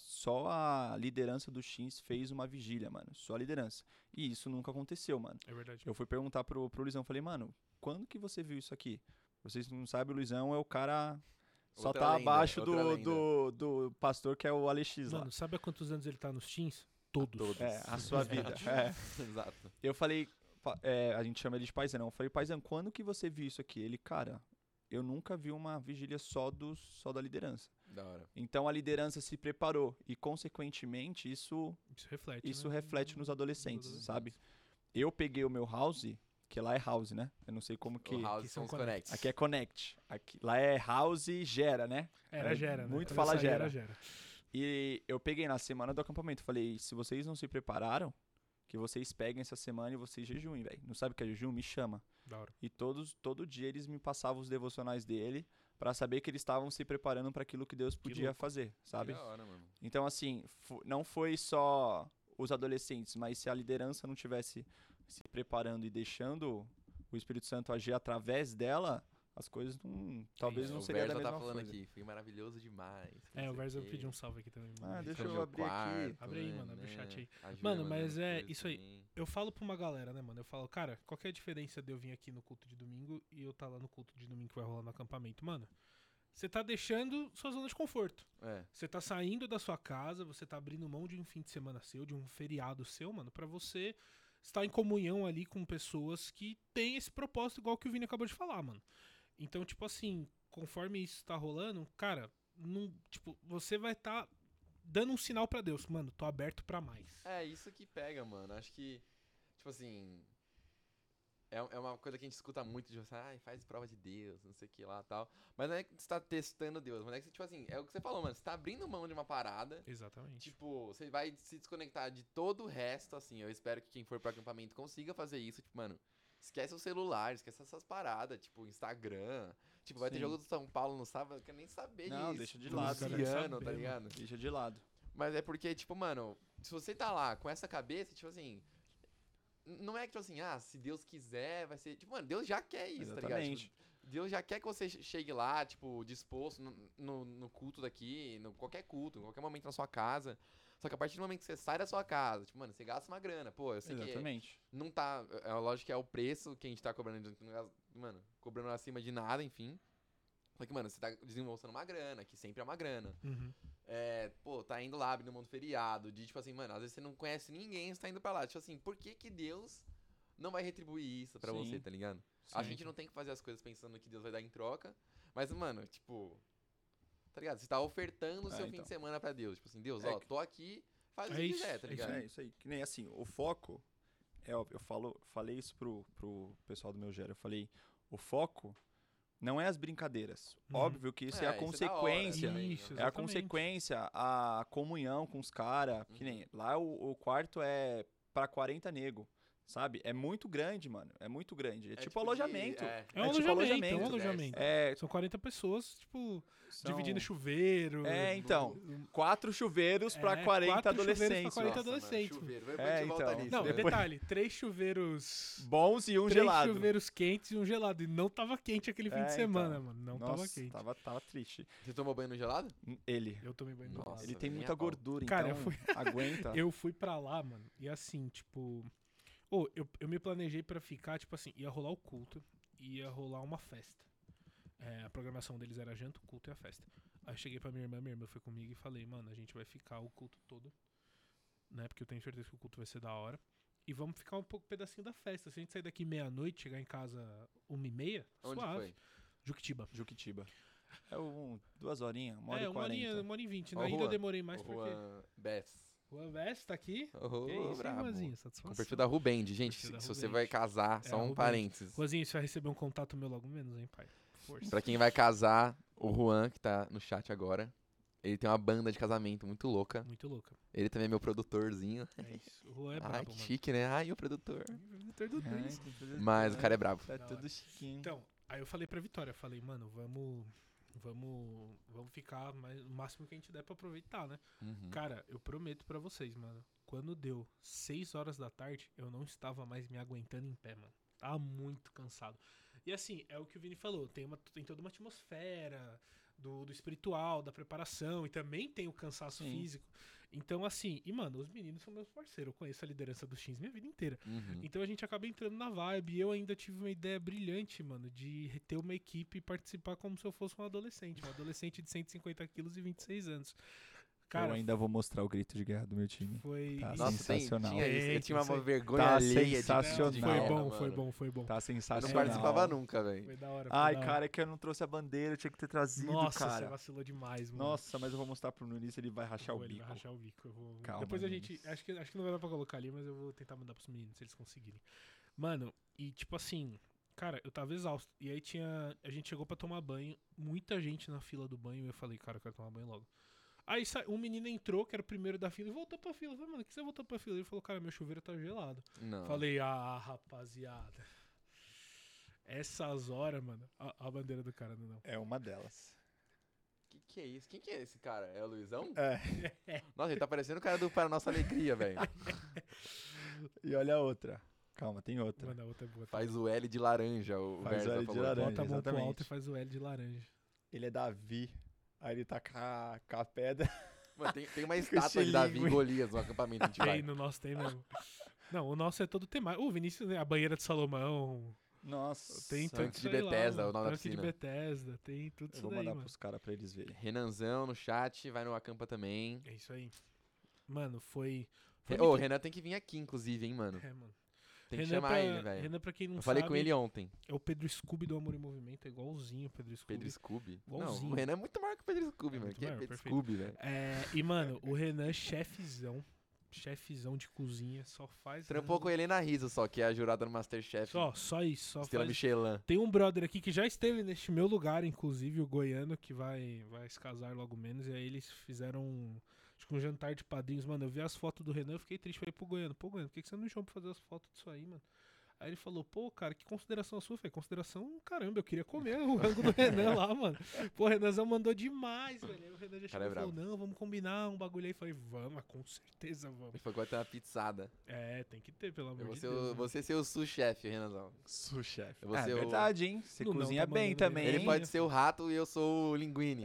só a liderança do X fez uma vigília, mano. Só a liderança. E isso nunca aconteceu, mano. É verdade. Eu fui perguntar pro Luizão, falei, mano, quando que você viu isso aqui? Vocês não sabem, o Luizão é o cara... Só Outra tá lenda, abaixo outra lenda. do pastor que é o Alex lá. Mano, sabe há quantos anos ele tá nos teens? Todos. A sua vida. Exato. Eu falei, a gente chama ele de paizão. Eu falei, paizão, quando que você viu isso aqui? Ele, cara, eu nunca vi uma vigília só da liderança. Da hora. Então a liderança se preparou e, consequentemente, isso Isso reflete. né? reflete nos adolescentes, sabe? Eu peguei o meu house, que lá é house, né? Eu não sei como que... O House que são são os Connects. Aqui é connect. Lá é house e gera, né? Era gera, né? Muito Quando fala eu saí, gera. era gera. E eu peguei na semana do acampamento. Falei, se vocês não se prepararam, que vocês peguem essa semana e vocês jejuem, velho. Não sabe o que é jejum? Me chama. Da hora. E todo dia eles me passavam os devocionais dele pra saber que eles estavam se preparando pra aquilo que Deus podia louco. fazer, sabe? Que da hora, mano. Então, assim, não foi só os adolescentes, mas se a liderança não tivesse se preparando e deixando o Espírito Santo agir através dela, as coisas talvez não O seria da Verso mesma tá falando coisa. aqui, foi maravilhoso demais. O Verso pediu um salve aqui também. Ah, deixa Ficou no eu meu abrir aqui. quarto, Abre aí, né, mano, abre o chat aí. ajuda Mano, mandando mas coisa isso aí. também. Eu falo pra uma galera, né, mano? Eu falo, cara, qual que é a diferença de eu vir aqui no culto de domingo e eu tá lá no culto de domingo que vai rolar no acampamento? Mano, você tá deixando sua zona de conforto. É. Você tá saindo da sua casa, você tá abrindo mão de um fim de semana seu, de um feriado seu, mano, pra você estar em comunhão ali com pessoas que têm esse propósito, igual que o Vini acabou de falar, mano. Então, tipo assim, conforme isso tá rolando, cara, não, tipo, você vai tá dando um sinal pra Deus. Mano, tô aberto pra mais. É, isso que pega, mano. Acho que, tipo assim, é uma coisa que a gente escuta muito de você, faz prova de Deus, não sei o que lá e tal. Mas não é que você tá testando Deus, mas é que, tipo assim, é o que você falou, mano. Você tá abrindo mão de uma parada. Exatamente. Tipo, você vai se desconectar de todo o resto, assim. Eu espero que quem for pro acampamento consiga fazer isso. Tipo, mano, esquece o celular, esquece essas paradas, tipo, Instagram. Tipo, vai ter Sim. jogo do São Paulo no sábado, eu quero nem saber Não, disso. deixa de Do lado, cara, Luciano, saber, tá mano. ligado? Deixa de lado. Mas é porque, tipo, mano, se você tá lá com essa cabeça, tipo assim. Não é que, tipo assim, se Deus quiser, vai ser. Tipo, mano, Deus já quer isso, tá ligado? Exatamente. Tipo, Deus já quer que você chegue lá, tipo, disposto no culto daqui, no qualquer culto, em qualquer momento na sua casa. Só que a partir do momento que você sai da sua casa, tipo, mano, você gasta uma grana. Pô, eu sei Exatamente. que não tá. É lógico que é o preço que a gente tá cobrando, mano, cobrando acima de nada, enfim. Só que, mano, você tá desembolsando uma grana, que sempre é uma grana. Uhum. Pô, tá indo lá abrindo mundo feriado, de tipo assim, mano, às vezes você não conhece ninguém, você tá indo pra lá. Tipo assim, por que Deus não vai retribuir isso pra Sim. você, tá ligado? A gente não tem que fazer as coisas pensando que Deus vai dar em troca, mas, mano, tipo, tá ligado? Você tá ofertando o seu fim então. de semana pra Deus. Tipo assim, Deus, É ó, que- tô aqui, faz o É que isso, quiser, tá é isso ligado? É isso aí. Que nem assim, o foco. É óbvio, falei isso pro pessoal do meu Gera. Eu falei, o foco não é as brincadeiras. Uhum. Óbvio que isso é a isso da hora consequência. também, Isso, né? É a exatamente. consequência, a comunhão com os caras. Que nem lá o quarto é pra 40 nego. Sabe? É muito grande, mano. É muito grande. É, tipo alojamento. É um tipo alojamento, é um alojamento. alojamento. É, São 40 pessoas, tipo, são- dividindo chuveiro. então, 4 chuveiros pra 40 4 chuveiros pra adolescentes. 40 mano. adolescentes. Chuveiro. Depois É, a gente volta então. nisso, Não, né? depois- detalhe, 3 chuveiros. Bons e um 3 gelado. chuveiros quentes e um gelado. E não tava quente aquele fim de semana, então. mano. Não Nossa, tava quente. Tava triste. Você tomou banho no gelado? Ele. Eu tomei banho no Nossa. gelado. Ele tem nem muita a pau. gordura, Cara, então aguenta. Eu fui pra lá, mano, e assim, tipo. Eu me planejei pra ficar, tipo assim, ia rolar o culto, ia rolar uma festa. A programação deles era a janta, o culto e a festa. Aí eu cheguei pra minha irmã foi comigo e falei, mano, a gente vai ficar o culto todo, né? Porque eu tenho certeza que o culto vai ser da hora. E vamos ficar um pouco pedacinho da festa. Se a gente sair daqui meia-noite, chegar em casa 1h30, Onde suave. foi? Juquitiba. Juquitiba. É 2 horinhas, 1 hora e 1 40. hora e 20. Ó, Ainda eu Juan. demorei mais O porque. Juan Bess. Juan Vest tá aqui. Ô, Que isso, hein, brabo. Juanzinho? Com Satisfação. o perfil da Rubend, gente. Perfil da Se você Rubend. vai casar, É, só a um Rubend. parênteses. Juanzinho, você vai receber um contato meu logo menos, hein, pai? Força. Pra quem vai casar, o Juan, que tá no chat agora, ele tem uma banda de casamento muito louca. Muito louca. Ele também é meu produtorzinho. É isso. O Juan é Ai, brabo, que mano. chique, né? Ai, o produtor. Produtor do Ai, Dance. tem que fazer Mas o tudo. cara é brabo. Tá Da tudo hora. chiquinho. Então, aí eu falei pra Vitória, falei, mano, vamos ficar o máximo que a gente der pra aproveitar, né? Uhum. Cara, eu prometo pra vocês, mano, quando deu 6 horas da tarde, eu não estava mais me aguentando em pé, mano. Tava muito cansado. E assim, é o que o Vini falou, tem toda uma atmosfera do espiritual, da preparação, e também tem o cansaço Sim. físico. Então, assim, e mano, os meninos são meus parceiros, eu conheço a liderança dos Teams minha vida inteira. Uhum. Então a gente acaba entrando na vibe. E eu ainda tive uma ideia brilhante, mano, de ter uma equipe e participar como se eu fosse um adolescente. Um adolescente de 150 quilos e 26 anos. Cara, eu ainda vou mostrar o grito de guerra do meu time. foi. Tá Nossa, sensacional. tinha isso. Eu Tem, tinha tem uma isso aí. vergonha Tá alheia de sensacional. de Foi guerra, bom, mano. foi bom, foi bom. Tá Eu não sensacional. participava nunca, velho. Foi da hora. Ai, foi da hora. cara, é que eu não trouxe a bandeira, eu tinha que ter trazido, Nossa, cara. você vacilou demais, mano. Nossa, mas eu vou mostrar pro Nunes, ele vai rachar o Ele bico. vai rachar o bico. Calma, Depois a Nunes. gente. Acho que não vai dar pra colocar ali, mas eu vou tentar mandar pros meninos se eles conseguirem. Mano, e tipo assim. Cara, eu tava exausto. E aí a gente chegou pra tomar banho. Muita gente na fila do banho. E eu falei, cara, eu quero tomar banho logo. Aí um menino entrou, que era o primeiro da fila, e voltou pra fila. Eu falei, mano, por que você voltou pra fila? Ele falou, cara, meu chuveiro tá gelado. Não. Falei, rapaziada. Essas horas, mano. A bandeira do cara, não. É uma delas. Que é isso? Quem que é esse cara? É o Luizão? É. Nossa, ele tá parecendo o cara do Para Nossa Alegria, velho. E olha a outra. Calma, tem outra. Mano, a outra é boa. Faz o L de laranja, o Faz Versa o L de falou. laranja. Bota a mão pro exatamente. alto e faz o L de laranja. Ele é Davi. Aí ele tá com a pedra. Mano, tem uma Com estátua de esse Davi língua. em Golias no acampamento, a gente vai. Tem, no nosso tem mesmo. Não, o nosso é todo temático. O Vinícius, né, a banheira de Salomão. Nossa. Tem Tanque tudo de isso aí lá, Bethesda, mano. o nome da Tanque de piscina. Bethesda, tem tudo Eu isso vou daí, mandar mano. pros caras pra eles verem. Renanzão no chat, vai no Acampa também. É isso aí. Mano, foi Ô, o muito- Renan tem que vir aqui, inclusive, hein, mano. É, mano. Tem que Renan, chamar pra, ele, velho. Renan, pra quem não Eu falei sabe, com ele ontem. é o Pedro Scooby do Amor em Movimento, é igualzinho o Pedro Scooby. Pedro Scooby. Não, Igualzinho. o Renan é muito maior que o Pedro Scooby, É mano. muito Que é maior, Pedro perfeito. Scooby, velho. E, mano, o Renan, chefezão de cozinha, só faz... Trampou com a Helena Rizzo só, que é a jurada no Masterchef. Só isso, só Estrela faz... Michelin. Tem um brother aqui que já esteve neste meu lugar, inclusive, o Goiano, que vai se casar logo menos, e aí eles fizeram acho que um jantar de padrinhos. Mano, eu vi as fotos do Renan, eu fiquei triste, falei pro Goiano, por que você não me chamou pra fazer as fotos disso aí, mano? Aí ele falou, pô, cara, que consideração sua? Eu falei, consideração, caramba, eu queria comer o rango do Renan lá, mano. Pô, o Renanzão mandou demais, velho. Aí o Renan já Cara, chegou é e falou, não, vamos combinar um bagulho aí. Eu falei, vamos, com certeza vamos. Ele falou que vai ter uma pizzada. É, tem que ter, pelo Eu amor vou de ser, Deus. o, você ser o sous-chefe, Renanzão. Sous-chefe. Eu vou É ser o- verdade, hein? Você Não, cozinha tá bem mandando também. Ele Sim. pode ser o rato e eu sou o linguine.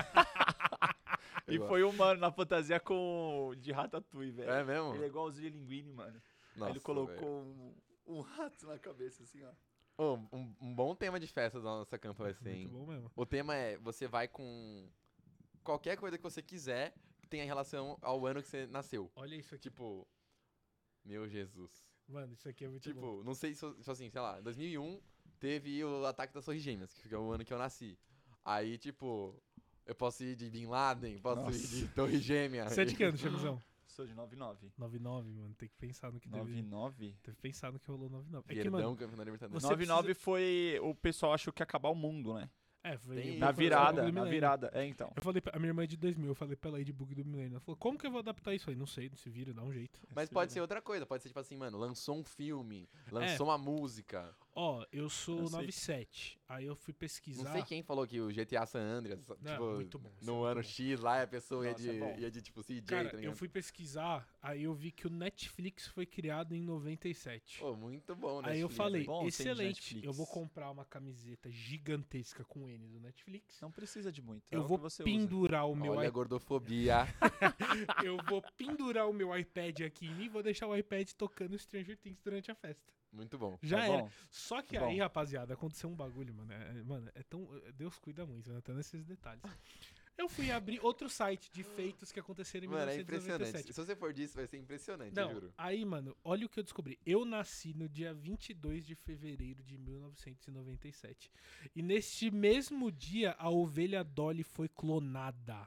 E foi o mano na fantasia de Ratatouille, velho. É mesmo? Ele é igualzinho a Linguini, mano. Aí Nossa, ele colocou velho. um rato na cabeça, assim, ó. Ô, um bom tema de festa da nossa campa vai ser, hein? Muito bom mesmo. O tema é, você vai com qualquer coisa que você quiser que tenha relação ao ano que você nasceu. Olha isso aqui. Tipo, meu Jesus. Mano, isso aqui é muito bom. Tipo, não sei se, assim, sei lá, 2001 teve o ataque das Torres Gêmeas, que é o ano que eu nasci. Aí, tipo, eu posso ir de Bin Laden, posso ir de Torre Gêmea. Você é de que ano, Chamizão? Sou de 99. 99, mano. Tem que pensar no que teve. 99? Tem que pensar no que rolou 99. É que, Verdão, mano, campeão da Libertadores. Você 99 foi. O pessoal achou que ia acabar o mundo, né? foi Tem bug isso, Na né? virada, do na milênio. virada. É, então. Eu falei a minha irmã é de 2000, eu falei pra ela aí de bug do milênio. Ela falou, como que eu vou adaptar isso aí? Não sei, se vira, dá um jeito. Mas pode ser outra coisa, pode ser tipo assim, mano, lançou um filme, É. lançou uma música. Ó, eu sou Eu sei. 97. Aí eu fui pesquisar. Não sei quem falou que o GTA San Andreas, Não, tipo, muito bom, isso é no muito ano bom. X lá a pessoa Nossa, é bom. ia de tipo CJ, Cara, tá eu ligado? fui pesquisar, aí eu vi que o Netflix foi criado em 97. Pô, muito bom, né? Aí eu falei, Bom, tem excelente, Netflix. eu vou comprar uma camiseta gigantesca com N do Netflix. Não precisa de muito. é Eu o vou que você pendurar o meu Olha a iPad. gordofobia. Eu vou pendurar o meu iPad aqui em mim e vou deixar o iPad tocando Stranger Things durante a festa. Muito bom. Já Tá era. bom. Só que Tá aí, bom. rapaziada, aconteceu um bagulho, mano. Mano, é tão. Deus cuida muito, né? Até nesses detalhes. Eu fui abrir outro site de feitos que aconteceram em Mano, é 1997. impressionante. Se você for disso, vai ser impressionante, Não, eu juro. aí, mano, olha o que eu descobri. Eu nasci no dia 22 de fevereiro de 1997. E neste mesmo dia, a ovelha Dolly foi clonada.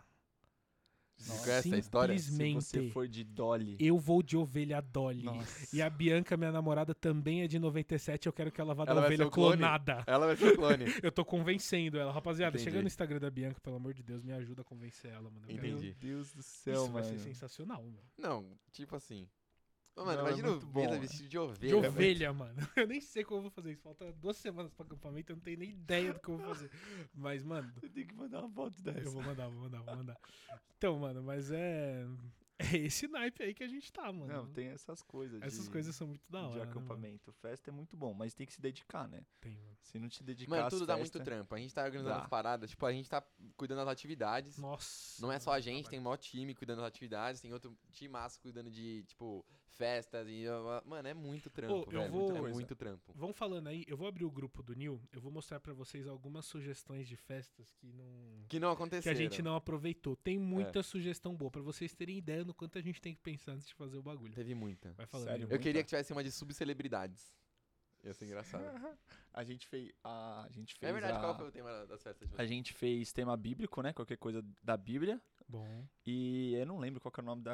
Você conhece essa história? Se Simplesmente. você for de Dolly. Eu vou de ovelha Dolly. Nossa. E a Bianca, minha namorada, também é de 97. Eu quero que ela vá da Ela vai ser ovelha o clone? clonada. Ela vai ser o clone. Eu tô convencendo ela. Rapaziada, Entendi. chega no Instagram da Bianca, pelo amor de Deus, me ajuda a convencer ela, mano. Eu quero- Entendi. Meu Deus do céu, Isso vai mano. ser sensacional, mano. Não, tipo assim. Ô, mano, Não, é imagina muito o bom, Beza né? vestido de ovelha. De velho. ovelha, mano. Eu nem sei como eu vou fazer isso. Falta 2 semanas pro acampamento, eu não tenho nem ideia do que eu vou fazer. Mas, mano, Você tem que mandar uma foto dessa. eu vou mandar. Então, mano, mas é esse naipe aí que a gente tá, mano. Não, tem essas coisas. Essas de, coisas são muito da hora. de né, mano? acampamento. Festa é muito bom, mas tem que se dedicar, né? Tem, mano. Se não te dedicar Mano, às tudo dá festas- muito trampo. A gente tá organizando Dá. as paradas. Tipo, a gente tá cuidando das atividades. Nossa. Não é só a gente, trabalho. tem um maior time cuidando das atividades, tem outro timaço cuidando de, tipo, festas e... Mano, é muito trampo, eu velho. vou- É muito trampo. Vão falando aí, eu vou abrir o grupo do Nil, eu vou mostrar pra vocês algumas sugestões de festas que não... Que não Que aconteceu. a gente não aproveitou. Tem muita sugestão boa, pra vocês terem ideia no quanto a gente tem que pensar antes de fazer o bagulho. Teve muita. Vai falando. Sério? Nil. Eu queria que tivesse uma de subcelebridades. Ia ser engraçado. A gente fez. A gente fez. É verdade, a... qual foi o tema das festas de A vocês? gente fez tema bíblico, né? Qualquer coisa da Bíblia. Bom. E eu não lembro qual que é o nome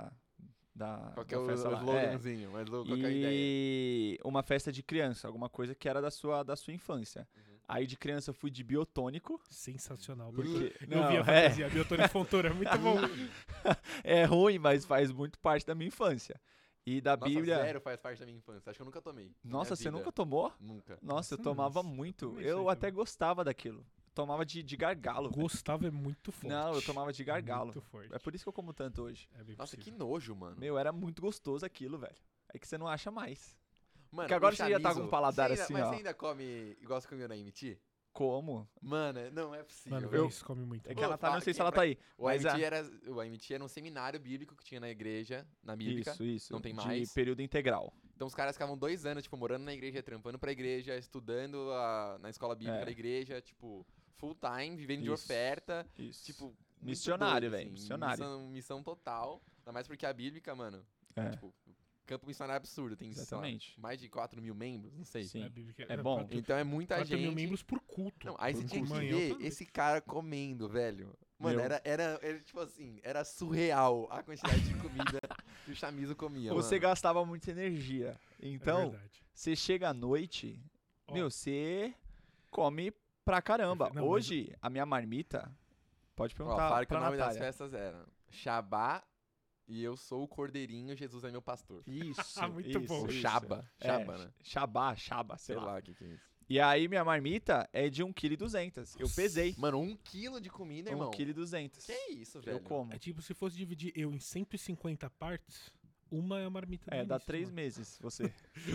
da Qual que é da o festa lá. sloganzinho? Mas qual que é a ideia? E uma festa de criança, alguma coisa que era da sua infância. Uhum. Aí de criança eu fui de biotônico. Sensacional. Porque, Eu não, vi a fantasia, Biotônico Fontoura, muito bom. é ruim, mas faz muito parte da minha infância. E da Nossa, Bíblia. zero faz parte da minha infância. Acho que eu nunca tomei. na Nossa, minha você vida. nunca tomou? Nunca. Nossa, eu Nossa, tomava mas muito. tomei isso aí Eu até também. gostava daquilo. Tomava de gargalo. velho. Gustavo é muito forte. Não, eu tomava de gargalo. Muito forte. É por isso que eu como tanto hoje. É bem Nossa, que possível. nojo, mano. Meu, era muito gostoso aquilo, velho. É que você não acha mais. Mano, Porque agora o você já tá com chamizo- um paladar você ainda- assim, mas ó. você ainda come igual você comeu na MT? Como? Mano, não é possível. Mano, velho. isso come muito. É que Pô, ela tá, não fala sei que se ela tá aí. O Mas AMT era um seminário bíblico que tinha na igreja, na bíblica. Isso. Não tem de mais. período integral. Então os caras ficavam 2 anos, tipo, morando na igreja, trampando pra igreja, estudando na escola bíblica da igreja, tipo, full time, vivendo de Isso. oferta. Isso. Tipo, muito Missionário, doido, velho. assim, Missionário. Missão total. Ainda mais porque a bíblica, mano, É. tipo, campo missionário absurdo. Tem, sei lá, Exatamente. mais de 4 mil membros, não sei. Sim. A Bíblia É bom. Então é muita 4 gente. mil membros por culto. Não, aí Por você tinha que manhã ver ou pra esse cara comendo, velho. Mano, Meu. era tipo assim, era surreal a quantidade de comida que o Chamizo comia, Você mano. gastava muita energia. É Então, verdade. você chega à noite, Ó. meu, você come pra caramba. Perfeito. Não, mas Hoje, a minha marmita, pode Ó, perguntar falaram que pra o nome das Natália. festas era Shabá e eu sou o Cordeirinho, Jesus é meu pastor. Isso, Muito isso, bom. Ou isso. Shaba, É, né? Shabá, sei Sei lá. lá o que é isso. E aí, minha marmita é de 1,2 kg. Eu pesei. Mano, 1 quilo de comida, irmão. 1,2 kg. Que isso, velho? Eu como. É tipo se fosse dividir eu em 150 partes, uma é a marmita do É, dá Vinícius, 3 mano. meses, você.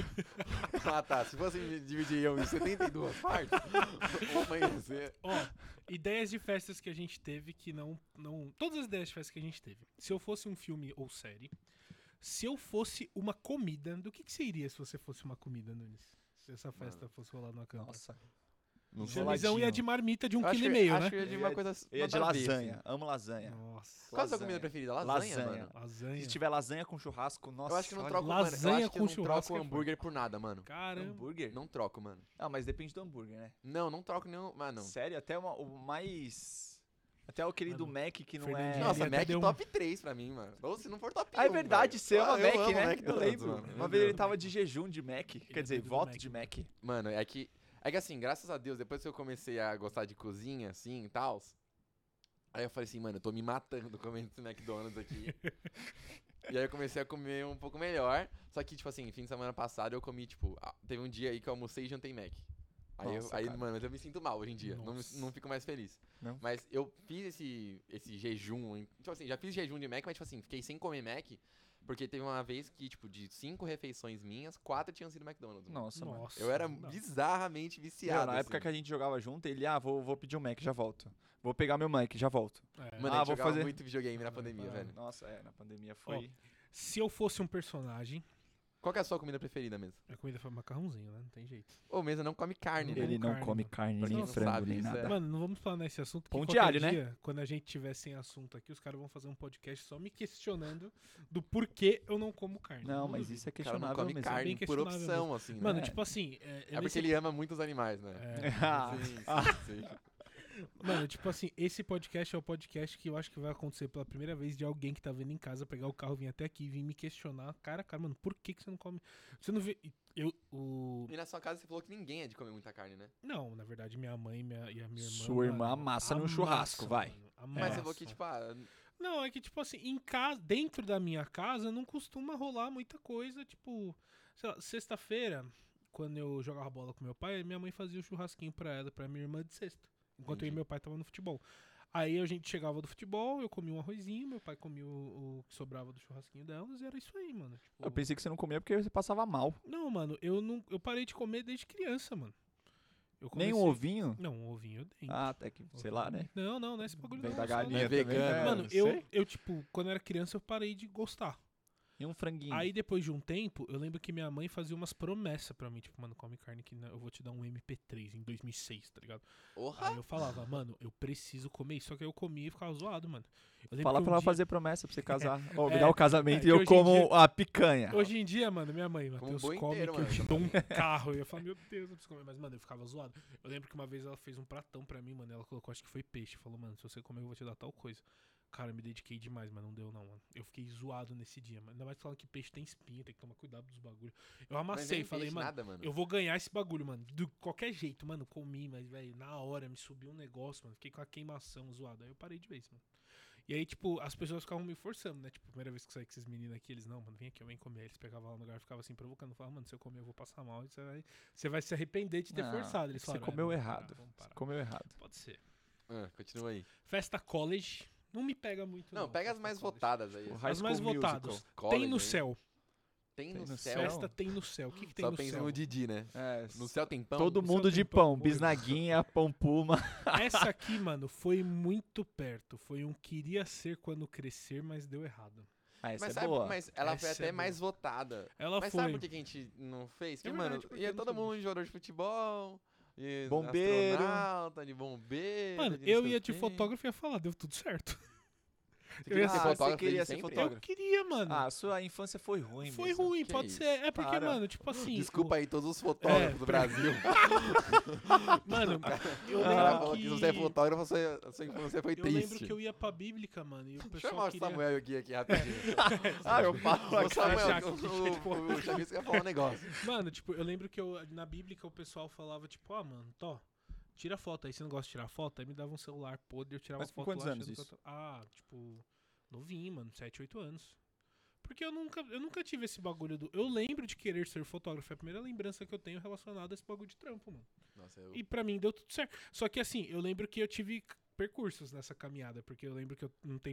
Ah, tá. Se fosse dividir eu em 72 partes, vou amanhecer. Ó, ideias de festas que a gente teve que não... Todas as ideias de festas que a gente teve. Se eu fosse um filme ou série, se eu fosse uma comida, do que você iria se você fosse uma comida, Nunes? Se essa festa fosse rolar no acampa. Nossa. Não Seu Lisão ia de marmita de 1,5 kg, acho né? que eu ia de uma coisa Eu ia de nada a ver, lasanha. assim. Amo lasanha. Nossa. Qual a sua Lasanha. comida preferida? Lasanha, Lasanha. mano. Lasanha. Se tiver lasanha com churrasco, nossa. Eu acho que não olha, troco, Lasanha mano. Eu acho que com eu não churrasco troco é hambúrguer por nada, mano. Caramba. hambúrguer? Não troco, mano. Ah, mas depende do hambúrguer, né? Não troco nenhum. Mano. Sério, até o mais... Até aquele do Mano, Mac que não Fernandinho, é... ele Nossa, até Mac deu um- top 3 pra mim, mano. Ou se não for top 1. Ah, é verdade, você ama eu Mac, amo né? Eu McDonald's, lembro. mano. Uma vez ele tava de jejum de Mac. Quer dizer, doido do voto Mac, de mano. Mac. Mano, é que assim, graças a Deus, depois que eu comecei a gostar de cozinha, assim, e tal, aí eu falei assim, mano, eu tô me matando comendo esse McDonald's aqui. E aí eu comecei a comer um pouco melhor, só que, tipo assim, fim de semana passado eu comi, tipo, teve um dia aí que eu almocei e jantei Mac. Nossa, cara. Mano, mas eu me sinto mal hoje em dia, Nossa. não fico mais feliz. Não? Mas eu fiz esse jejum, tipo assim, já fiz jejum de Mac, mas, tipo assim, fiquei sem comer Mac, porque teve uma vez que, tipo, de 5 refeições minhas, 4 tinham sido McDonald's. mano. Nossa, mano. Nossa. Eu era não dá. bizarramente Meu, viciado. na época assim. que a gente jogava junto, ele, vou pedir um Mac, já volto. Vou pegar meu Mac, já volto. É. Mano, Ah, a gente vou jogava fazer- muito videogame na pandemia, Ah, velho. Nossa, na pandemia foi... Se eu fosse um personagem, Qual que é a sua comida preferida mesmo? a comida foi macarrãozinho, né? Não tem jeito. Ô, Mesa não come carne, né? Ele não carne, come mano. carne, Pra quem nem não frango, sabe, nem isso nada. é- Mano, não vamos falar nesse assunto. Pão que de qualquer alho, né? dia, quando a gente tiver sem assunto aqui, os caras vão fazer um podcast só me questionando do porquê eu não como carne. Não, mas isso é O cara não questionável come mesmo. carne bem por questionável opção, assim, né? Mano, É. tipo assim... É porque ele ama muito os animais, né? Ah, Sim. Mano, tipo assim, esse podcast é o podcast que eu acho que vai acontecer pela primeira vez de alguém que tá vendo em casa pegar o carro, vir até aqui e vir me questionar. Cara, mano, por que você não come... Você não vê... E na sua casa você falou que ninguém é de comer muita carne, né? Não, na verdade, minha mãe e a minha irmã... Sua irmã mano, amassa no churrasco, vai. mano, Mas amassa. você falou que, tipo, Não, é que, tipo assim, em casa, dentro da minha casa, não costuma rolar muita coisa, tipo... Sei lá, sexta-feira, quando eu jogava bola com meu pai, minha mãe fazia o churrasquinho pra ela, pra minha irmã de sexta. Enquanto eu e Entendi. meu pai tava no futebol. Aí a gente chegava do futebol, eu comia um arrozinho, meu pai comia o que sobrava do churrasquinho delas, e era isso aí, mano. Tipo, Eu pensei que você não comia porque você passava mal. Não, mano, eu parei de comer desde criança, mano. Eu Nem um comecei- ovinho? Não, um ovinho eu dei. Ah, até que, sei lá, né? Não é esse bagulho Vem não. da só galinha é também. vegano. né? Mano, Sei. eu, tipo, quando eu era criança, eu parei de gostar. E um franguinho. Aí depois de um tempo, eu lembro que minha mãe fazia umas promessas pra mim, tipo, mano, come carne que eu vou te dar um MP3 em 2006, tá ligado? Porra! Aí eu falava, mano, eu preciso comer isso, só que aí eu comia e ficava zoado, mano. Eu lembro Fala que pra um ela dia- fazer promessa pra você casar. Ó, me É, dá o casamento que e eu hoje em como dia- a picanha. Hoje em dia, mano, minha mãe, Como um Matheus, boi come inteiro, que eu mano. te dou um carro. Eu ia falar, meu Deus, eu preciso comer. Mas, mano, eu ficava zoado. Eu lembro que uma vez ela fez um pratão pra mim, mano. Ela colocou, acho que foi peixe. Falou, mano, se você comer, eu vou te dar tal coisa. Cara, eu me dediquei demais, mas não deu não, mano. Eu fiquei zoado nesse dia, mano. Ainda mais falando que peixe tem espinha, tem que tomar cuidado dos bagulhos. Eu Mas amassei, nem falei, peixe, mano, nada, mano. eu vou ganhar esse bagulho, mano. De qualquer jeito, mano. Comi, mas, velho, na hora me subiu um negócio, mano. Fiquei com a queimação zoada. Aí eu parei de vez, mano. E aí, tipo, as pessoas ficavam me forçando, né? Tipo, a primeira vez que eu saí com esses meninos aqui, eles, não, mano, vem aqui, eu venho comer. Aí eles pegavam lá no lugar e ficavam assim, provocando. Falavam, mano, se eu comer, eu vou passar mal. E você vai se arrepender de ter Não, forçado. Eles você falaram, comeu vamos errado. parar, vamos parar. Comeu errado. Pode ser. Continua aí. Festa college. Não me pega muito. Não, pega as festa mais college. votadas aí. O assim. High As mais School votadas. Musical. College Tem no aí. céu. Tem no no céu. céu? Festa tem no céu. O que tem Só no pensa céu? no Didi, né? É, No céu tem pão? todo No céu mundo tem de pão, pão. pô. Bisnaguinha, pão puma. Essa aqui, mano, foi muito perto. Foi um queria ser quando crescer, mas deu errado. Ah, essa Mas, é sabe, boa. mas ela foi Essa até é mais votada. Ela Mas foi. sabe por que a gente não fez? Porque, verdade, mano, por que ia não todo sabia? mundo de jogador de futebol, de Bombeiro. astronauta, de bombeiro. Mano, de não eu sei ia o de quê. fotógrafo e ia falar, deu tudo certo. Você eu ia queria ser ser- fotógrafo você queria desde ser sempre? fotógrafo? Eu queria, mano. Ah, sua infância foi ruim Foi mesmo. ruim, Que pode isso? ser. É porque, Para. mano, tipo assim. Desculpa aí todos os fotógrafos do pra- Brasil. Mano, eu O cara lembro falou que se você é fotógrafo, a sua infância foi Eu triste. lembro que eu ia pra Bíblica, mano, e o Deixa eu pessoal chamar o queria... Samuel aqui rapidinho. Ah, eu falo Ô, aqui. já Samuel, que- o Chavisco ia falar um negócio. Mano, tipo, eu lembro que na Bíblica o pessoal falava, tipo, mano, tira foto aí, você não gosta de tirar foto? Aí me dava um celular podre, eu tirava Mas com foto quantos lá, anos achando isso? que tipo, novinho, mano, 7, 8 anos. Porque eu nunca tive esse bagulho do... Eu lembro de querer ser fotógrafo, é a primeira lembrança que eu tenho relacionada a esse bagulho de trampo, mano. Nossa, eu... E pra mim deu tudo certo. Só que assim, eu lembro que eu tive percursos nessa caminhada, porque eu lembro que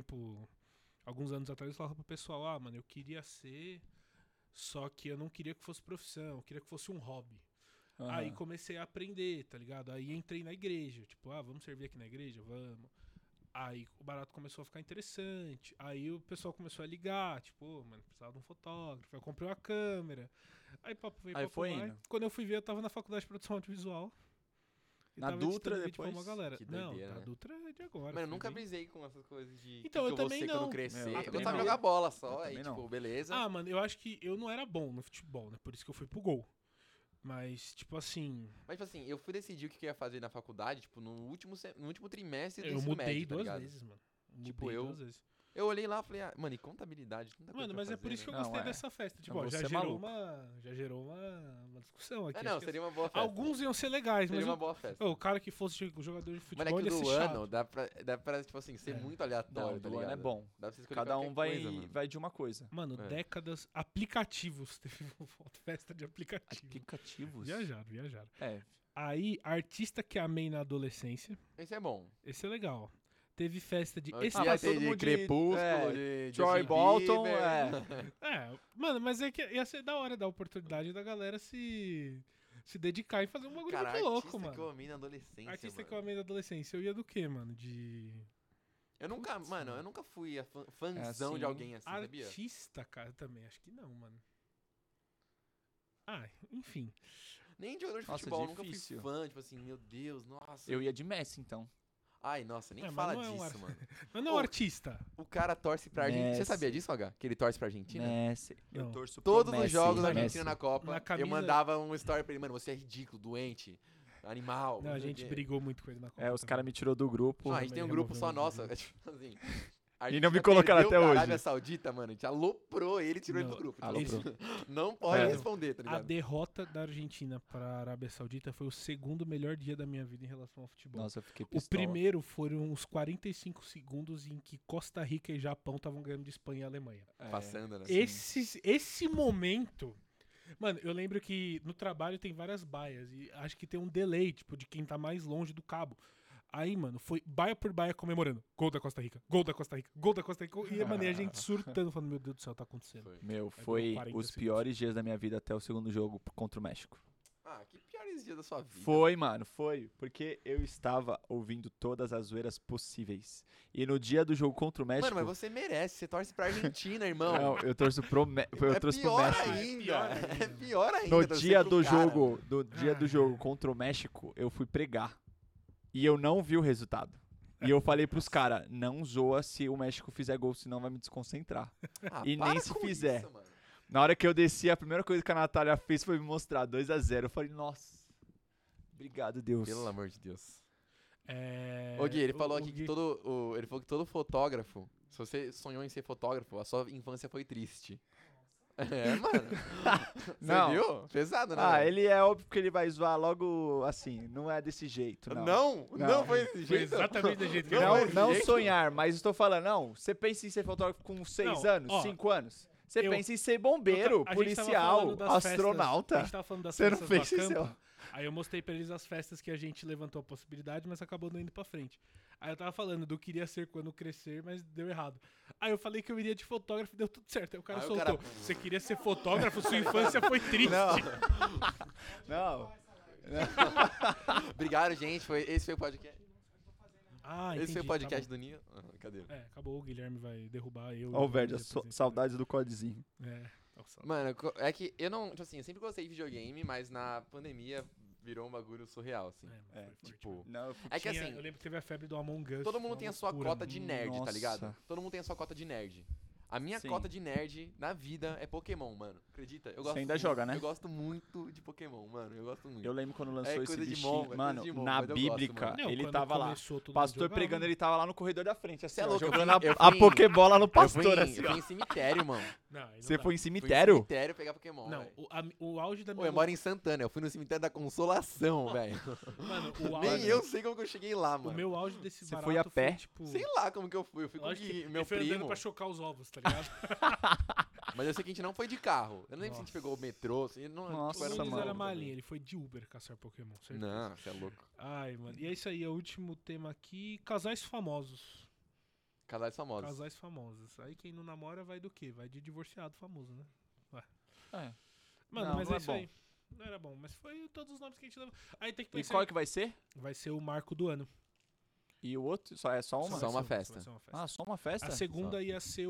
alguns anos atrás eu falava pro pessoal, mano, eu queria ser, só que eu não queria que fosse profissão, eu queria que fosse um hobby. Aham. Aí comecei a aprender, tá ligado? Aí entrei na igreja, tipo, vamos servir aqui na igreja? Vamos. Aí o barato começou a ficar interessante. Aí o pessoal começou a ligar, tipo, mano, precisava de um fotógrafo. Eu comprei uma câmera. Aí papo veio, Aí papo foi vai. indo. Quando eu fui ver, eu tava na faculdade de produção audiovisual. E Na tava Dutra editando vídeo pra depois? uma galera. Que Não, doideira, a né? Dutra é de agora. Mano, eu foi nunca bem- brisei com essas coisas de Então, que eu eu vou também ser não. quando crescer. Meu, eu Eu também gostava de não. jogar bola só, Eu aí também tipo, não. beleza. Ah, mano, eu acho que eu não era bom no futebol, né? Por isso que eu fui pro gol. Mas, tipo assim, Mas, tipo assim, eu fui decidir o que eu ia fazer na faculdade, tipo, no último trimestre do eu ensino mudei médio, tá duas ligado? vezes, mano. Tipo, Mudei eu- duas vezes. Eu olhei lá e falei, mano, e contabilidade? Tanta coisa Mano, pra mas é fazer, por isso que eu né? Não, gostei é. dessa festa. Tipo, Eu ó, vou já ser gerou, maluco. já gerou uma discussão aqui. É, acho não, que seria uma boa festa. alguns iam ser legais, Seria mas uma boa festa. o cara que fosse jogador de Mas futebol é que ia o ser do chato. ano dá pra, tipo assim, ser É. muito aleatório, Não, tá do ano ligado? é bom. Dá pra você escolher Cada qualquer um vai, coisa, mano. vai de uma coisa. Mano, É. décadas. Aplicativos. Teve uma festa de aplicativo. Aplicativos. Viajaram. É. Aí, artista que amei na adolescência. Esse é bom. Esse é legal. Teve festa de. Antes Esse ia mas ter todo de mundo de- Crepúsculo, de Troy Justin Bolton, Bieber. mano, mas é que ia ser da hora dar a oportunidade da galera se dedicar e fazer um bagulho Cara, muito louco, artista mano. que eu amei na adolescência, Artista que eu mano. amei na adolescência. Eu ia do quê, mano? Eu nunca, Putz, mano, mano. eu nunca fui fãzão assim, de alguém assim, sabia? Artista, cara, também. Acho que não, mano. Enfim. Nem de jogador de Nossa, futebol, eu nunca fui difícil. fã, tipo assim, meu Deus, nossa. Eu ia de Messi, então. Ai, nossa, nem É, mas fala não é um disso, ar- mano. Mas não Ô, artista. O cara torce pra Argentina. Você Messi. sabia disso, H? Que ele torce pra Argentina? Messi. Não. Eu torço pro Todos Messi. os jogos da Messi. Argentina na Copa, Na eu camisa- mandava um story pra ele, mano, você é ridículo, doente, animal. Não, a sei o gente quê. brigou muito com ele na Copa. É, os também. caras me tirou do grupo. Não, a gente tem um grupo só removeu nosso, ele. é tipo assim. a E não Argentina me colocaram perdeu até pra hoje. Arábia Saudita, mano, a gente aloprou ele e tirou ele Não, do grupo. aloprou. Não pode É. responder, tá A ligado? derrota da Argentina pra Arábia Saudita foi o segundo melhor dia da minha vida em relação ao futebol. Nossa, eu fiquei O pistola. primeiro foram os 45 segundos em que Costa Rica e Japão estavam ganhando de Espanha e Alemanha. É. Passando, né? Esse momento. Mano, eu lembro que no trabalho tem várias baias e acho que tem um delay, tipo, de quem tá mais longe do cabo. Aí, mano, foi baia por baia comemorando. Gol da Costa Rica, gol da Costa Rica, gol da Costa Rica. E, mano, e a gente surtando, falando, meu Deus do céu, tá acontecendo. Foi. Meu, Aí foi durou 40 os segundos. piores dias da minha vida até o segundo jogo contra o México. Ah, que piores dias da sua vida. Foi, mano, foi. Porque eu estava ouvindo todas as zoeiras possíveis. E no dia do jogo contra o México... Mano, mas você merece, você torce pra Argentina, irmão. Não, eu torço pro, eu torço pro pior México. ainda. É pior ainda. É pior ainda. No torcer dia pro do cara. jogo, no dia do Ai, jogo contra o México, eu fui pregar. E eu não vi o resultado. E eu falei pros caras, não zoa se o México fizer gol, senão vai me desconcentrar. Ah, E para nem se com fizer. isso, mano. Na hora que eu desci, a primeira coisa que a Natália fez foi me mostrar 2-0. Eu falei, nossa, obrigado, Deus. Pelo amor de Deus. É, Ô Gui, ele falou o aqui Gui- que ele falou que todo fotógrafo, se você sonhou em ser fotógrafo, a sua infância foi triste. É, mano. Você Não. viu? Pesado, né? Ah, mano? ele é óbvio que ele vai zoar logo assim, não é desse jeito, não. Não foi desse Foi jeito. exatamente do jeito que Não, ele Não, é desse não jeito. sonhar, mas estou falando, não, você pensa em ser fotógrafo com 6 Não, anos, ó, 5 anos. Você eu- pensa em ser bombeiro, A gente tava policial, falando das festas- astronauta. a gente tava falando das Você não festas fez do isso, Acampa. ó. Aí eu mostrei pra eles as festas que a gente levantou a possibilidade, mas acabou não indo pra frente. Aí eu tava falando do queria ser quando crescer, mas deu errado. Aí eu falei que eu iria de fotógrafo e deu tudo certo. Aí o cara Aí o soltou. cara- Você queria ser fotógrafo? Sua infância foi triste. Não. Obrigado, gente. Esse foi o podcast. Ah, Esse foi o entendi, podcast tá do Ninho. Cadê? bom. Acabou, o Guilherme vai derrubar eu. Ó, o e Verdi, vamos apresentar. saudades do codezinho. Nossa. Mano, é que eu não. Tipo assim, eu sempre gostei de videogame, mas na pandemia virou um bagulho surreal, assim. Foi forte, Tipo. mano. Não, É que Tinha- assim, eu lembro que teve a febre do Among Us. todo mundo foi tem uma a sua loucura, cota de mano. nerd, tá Nossa. ligado? Todo mundo tem a sua cota de nerd. A minha Sim. cota de nerd na vida é Pokémon, mano. Acredita? Eu gosto ainda muito- joga, né? Eu gosto muito de Pokémon, mano. Eu gosto muito. Eu lembro quando lançou esse coisa de bichinho. mongo, é coisa Mano, de mongo, na mas eu gosto, bíblica, mano. Não, ele quando tava lá. começou, todo mundo Pastor jogava, pregando, né? ele tava lá no corredor da frente, assim, Cê é ó, louco, eu jogando fui- eu a fui- Pokébola no Eu pastor, fui, assim, eu ó. fui em cemitério, mano. Não, aí não Você dá. foi em Fui em cemitério? cemitério pegar Pokémon, Não, velho. o auge da Pô, minha eu moro em Santana, eu fui no cemitério da Consolação, velho. Mano, o Nem auge, eu sei como que eu cheguei lá, o mano. meu auge desse Você barato foi a pé? tipo... Sei lá como que eu fui. Eu fui com o Lógico Gui, que meu ele foi andando primo. pra chocar os ovos, tá ligado? Mas eu sei que a gente não foi de carro. Eu não lembro se a gente Nossa. pegou o metrô. Assim, não, Nossa, tipo, O Nunes mano. era malinha, ele foi de Uber caçar Pokémon, certeza. Não, você é louco. Ai, mano. E é isso aí, é o último tema aqui. Casais famosos. Casais famosos. Casais famosos. Aí quem não namora vai do quê? Vai de divorciado famoso, né? É. Mano, Não, mas não é é isso bom. aí. Não era bom, mas foi todos os nomes que a gente levou. Aí tem que E pensar. qual que vai ser? Vai ser o marco do ano. E o outro? Só é só uma? Só vai uma ser festa. vai ser uma festa. Ah, só uma festa? A segunda ia ser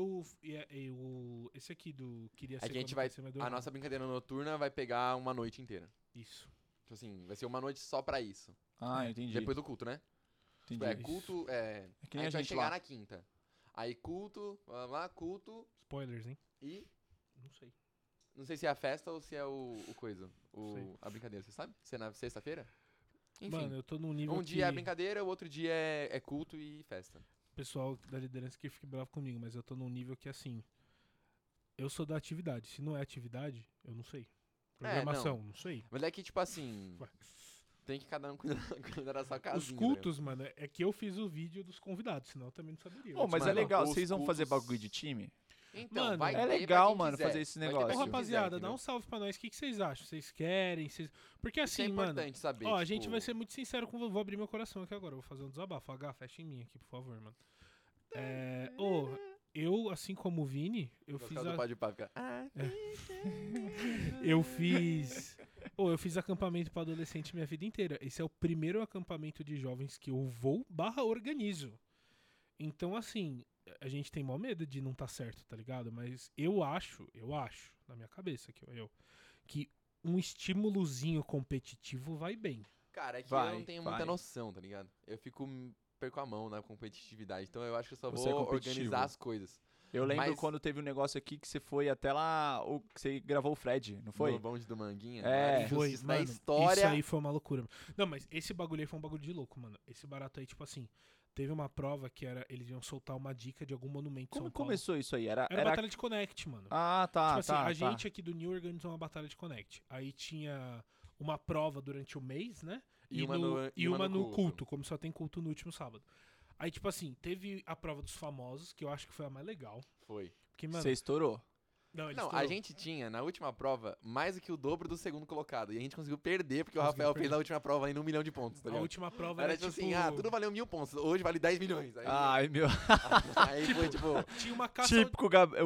esse aqui do queria ser É que a gente quando vai. crescer, mas deu A errado. nossa brincadeira noturna vai pegar uma noite inteira. Isso. Tipo assim, vai ser uma noite só pra isso. Ah, entendi. Depois do culto, né? entendi. Tipo, é Isso. culto. É que a nem gente vai a gente chegar lá. na quinta. Aí culto, vamos lá, culto Spoilers, hein? e. Não sei. Não sei se é a festa ou se é o coisa. Sei. A brincadeira, você sabe? Se é na sexta-feira? Enfim. Mano, eu tô num nível Um que dia é brincadeira, o outro dia é culto e festa. o pessoal da liderança que fique bravo comigo, mas eu tô num nível que assim, eu sou da atividade. Se não é atividade, eu não sei. Programação, não sei. Mas é que, tipo assim, Ué. tem que cada um cuidar da sua casinha. Os cultos, mano, é que eu fiz o vídeo dos convidados, senão eu também não saberia. Pô, mas é Mano, legal. os Vocês vão fazer cultos- bagulho de time? Então, Mano, vai é ter pra legal, quem mano, quiser. fazer esse Vai ter negócio. pra Ô, quem rapaziada, quiser, dá um entendeu? salve pra nós. O que vocês acham? Vocês querem? Porque Isso assim, é mano. importante saber. Ó, a tipo, gente vai ser muito sincero com. Vou abrir meu coração aqui agora. Vou fazer um desabafo. H, fecha em mim aqui, por favor, mano. Eu, assim como o Vini, eu Os fiz caras do Pode Pá ficam, Eu fiz. Eu fiz acampamento pra adolescente minha vida inteira. Esse é o primeiro acampamento de jovens que eu vou organizo. Então, assim, a gente tem maior medo de não tá certo, tá ligado? Mas eu acho, na minha cabeça, que um estímulozinho competitivo vai bem. Cara, é que Vai, eu não tenho vai. muita noção, tá ligado? Eu perco a mão na competitividade. Então eu acho que eu só Você é vou competitivo. organizar as coisas. Eu lembro Mas- quando teve um negócio aqui que você foi até lá, que você gravou o Fred, não foi? No bonde do Manguinha. É. a Foi, injustiça da mano, história. isso aí foi uma loucura. Não, mas esse bagulho aí foi um bagulho de louco, mano. Esse barato aí, tipo assim, teve uma prova que era, eles iam soltar uma dica de algum monumento em Como São Paulo. começou isso aí? Era, Era batalha de Connect, mano. Ah, tá, tipo assim, tá, a tá. gente aqui do New organizou uma batalha de Connect. Aí tinha uma prova durante o mês, né? E uma no no culto, como só tem culto no último sábado. Aí, tipo assim, teve a prova dos famosos, que eu acho que foi a mais legal. Foi. Porque, mano. Você estourou. Não, ele Não, a estourou. gente tinha, na última prova, mais do que o dobro do segundo colocado. E a gente conseguiu perder, porque o Conseguiu Rafael fez perder. na última prova ainda 1 milhão de pontos, tá A ligado? última prova Era era tipo assim, tudo valeu 1000 pontos. Hoje vale 10 milhões. Aí, Ai, meu. aí foi tipo... Tinha uma caça. Típico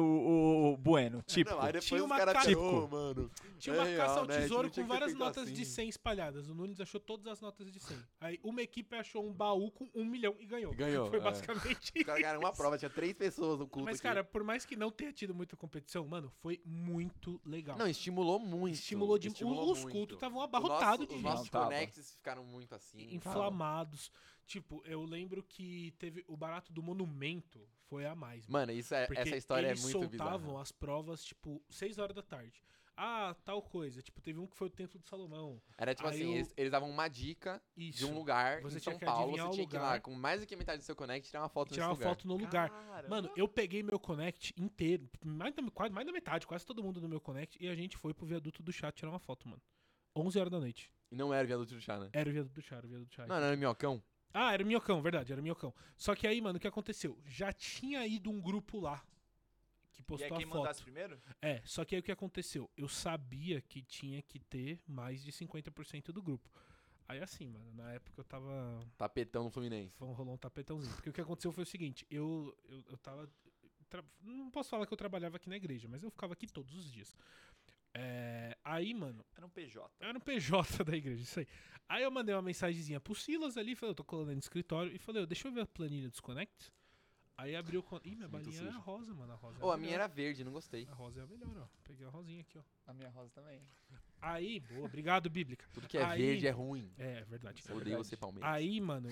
o Bueno, típico. Não, aí depois Tinha os uma caras ca- ficam, mano. Tinha uma É caça real, ao né? A gente tesouro não tinha com que ter várias feito notas de assim. 100 espalhadas. O Nunes achou todas as notas de 100. Aí uma equipe achou um baú com 1 milhão e ganhou. Ganhou, Foi é. basicamente Os caras ganharam uma prova, tinha 3 pessoas no culto Mas, aqui. cara, por mais que não tenha tido muita competição, mano, foi muito legal. Não, estimulou muito. Estimulou de Os muito. cultos estavam abarrotados de Os gente. nossos Não, tava. connects ficaram muito assim. Inflamados. Tipo, eu lembro que teve o barato do monumento foi a mais. Mano, Porque essa história é eles muito soltavam bizarra. as provas, tipo, 6 horas da tarde. Ah, tal coisa. Tipo, teve um que foi o Templo de Salomão. Era tipo Aí assim, eu- eles davam uma dica Isso. de um lugar Você em tinha São que Paulo, adivinhar você o tinha que ir lá lugar. com mais do que metade do seu connect e tirar uma foto Tirar uma nesse lugar. foto no lugar. Mano, eu peguei meu connect inteiro, mais da metade, quase todo mundo no meu connect, e a gente foi pro viaduto do chá tirar uma foto, mano. 11 horas da noite. E não era o viaduto do chá, né? Era o viaduto do chá, era o viaduto do chá. Não, não era minhocão. Ah, era o Minhocão, verdade, era o Minhocão. Só que aí, mano, o que aconteceu? Já tinha ido um grupo lá que E postou é quem a foto. mandasse primeiro? Só que aí o que aconteceu? Eu sabia que tinha que ter mais de 50% do grupo. Aí assim, mano, na época eu tava... Tapetão no Fluminense. Rolou um tapetãozinho. Porque o que aconteceu foi o seguinte, eu tava... Não posso falar que eu trabalhava aqui na igreja, mas eu ficava aqui todos os dias. Aí, mano, Era um PJ. era um PJ da igreja, isso aí. Aí eu mandei uma mensagenzinha pro Silas ali, falei, eu tô colando aí no escritório, e falei, deixa eu ver a planilha dos Connect. Aí abriu o... Ih, minha Muito balinha sujo. era rosa, mano, a rosa Ô, é a minha melhor. era verde, não gostei. A rosa é a melhor, ó. Peguei a rosinha aqui, ó. A minha rosa também. Aí, boa, obrigado, Bíblica. Tudo que é Aí- verde é ruim. É, verdade. Eu odeio você, Palmeiras. Aí, mano,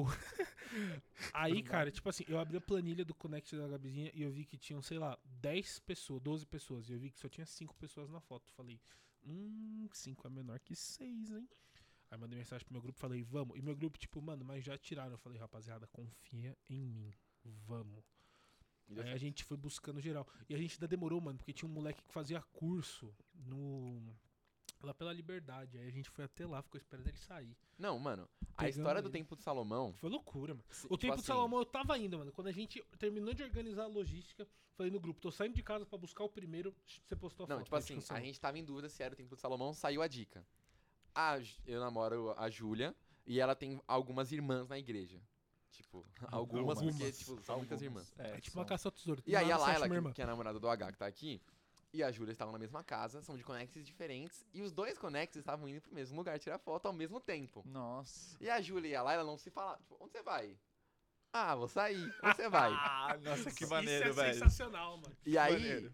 Aí, cara, tipo assim, eu abri a planilha do Connect da Gabizinha e eu vi que tinham, sei lá, 10 pessoas, 12 pessoas. E eu vi que só tinha 5 pessoas na foto. Falei, 5 é menor que 6, hein? Aí mandei mensagem pro meu grupo, falei, vamos. E meu grupo, tipo, mano, mas já tiraram. Eu falei, rapaziada, confia em mim. Vamos. E deu Aí a certo. gente foi buscando geral. E a gente ainda demorou, mano, porque tinha um moleque que fazia curso lá pela Liberdade. Aí a gente foi até lá, ficou esperando ele sair. Não, mano, a Pegamos história do ele. Templo de Salomão... Foi loucura, mano. se- O tipo Templo de assim, Salomão eu tava indo, mano. Quando a gente terminou de organizar a logística, falei no grupo, tô saindo de casa pra buscar o primeiro, você postou a Não, foto. tipo aí assim, a cancelou. gente tava em dúvida se era o Templo de Salomão, saiu a dica. Eu namoro a Júlia e ela tem algumas irmãs na igreja. Tipo, algumas, porque, Algumas. tipo, são muitas irmãs. É tipo uma caça ao tesouro. E aí Nada a se acha Laila, uma irmã. que é a namorada do H, que tá aqui, e a Júlia estavam na mesma casa, são de Connects diferentes, e os dois Connects estavam indo pro mesmo lugar tirar foto ao mesmo tempo. Nossa. E a Júlia e a Laila não se falavam. Tipo, onde você vai? Ah, vou sair. Onde você vai? Ah, nossa, que Isso maneiro, é velho. sensacional, mano. E aí... maneiro.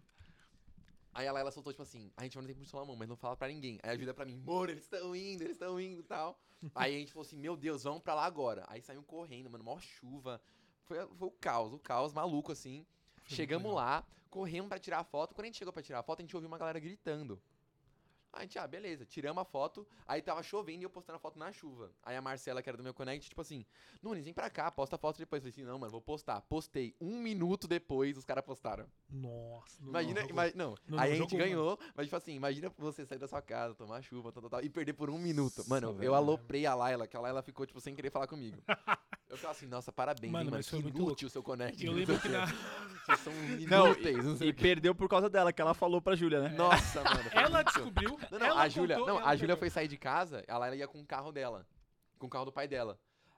Aí a Laila soltou, tipo assim, a gente vai no Templo de Salomão, mas não fala pra ninguém. Aí a Júlia pra mim, amor, eles estão indo e tal. Aí a gente falou assim, meu Deus, vamos pra lá agora. Aí saímos correndo, mano, maior chuva. Foi o caos maluco, assim. Foi Chegamos muito lá, corremos pra tirar a foto. Quando a gente chegou pra tirar a foto, a gente ouviu uma galera gritando. Aí a gente, beleza, tiramos a foto. Aí tava chovendo e eu postando a foto na chuva. Aí a Marcela, que era do meu Connect, tipo assim, Nunes, vem pra cá, posta a foto depois. Eu falei assim, não, mano, vou postar. Postei. 1 minuto depois, os caras postaram. Nossa. Imagina, não. Não, Aí não a gente jogou, ganhou, mas tipo assim, imagina você sair da sua casa, tomar chuva, tal, e perder por 1 minuto. Mano, Nossa, eu velho. aloprei a Laila, que a Laila ficou, tipo, sem querer falar comigo. Eu falei assim, nossa, parabéns, Mano, hein, mano, mas que foi muito inútil o seu Connect. Eu não lembro sei que o na... quê. Vocês são Não, inúteis, não sei E o quê. perdeu por causa dela, que ela falou pra Júlia, né? Nossa, mano. foi Ela muito- descobriu. Não, ela a Júlia, contou, não, ela a Júlia pegou. foi sair de casa, a Laila ia com o carro dela, com o carro do pai dela.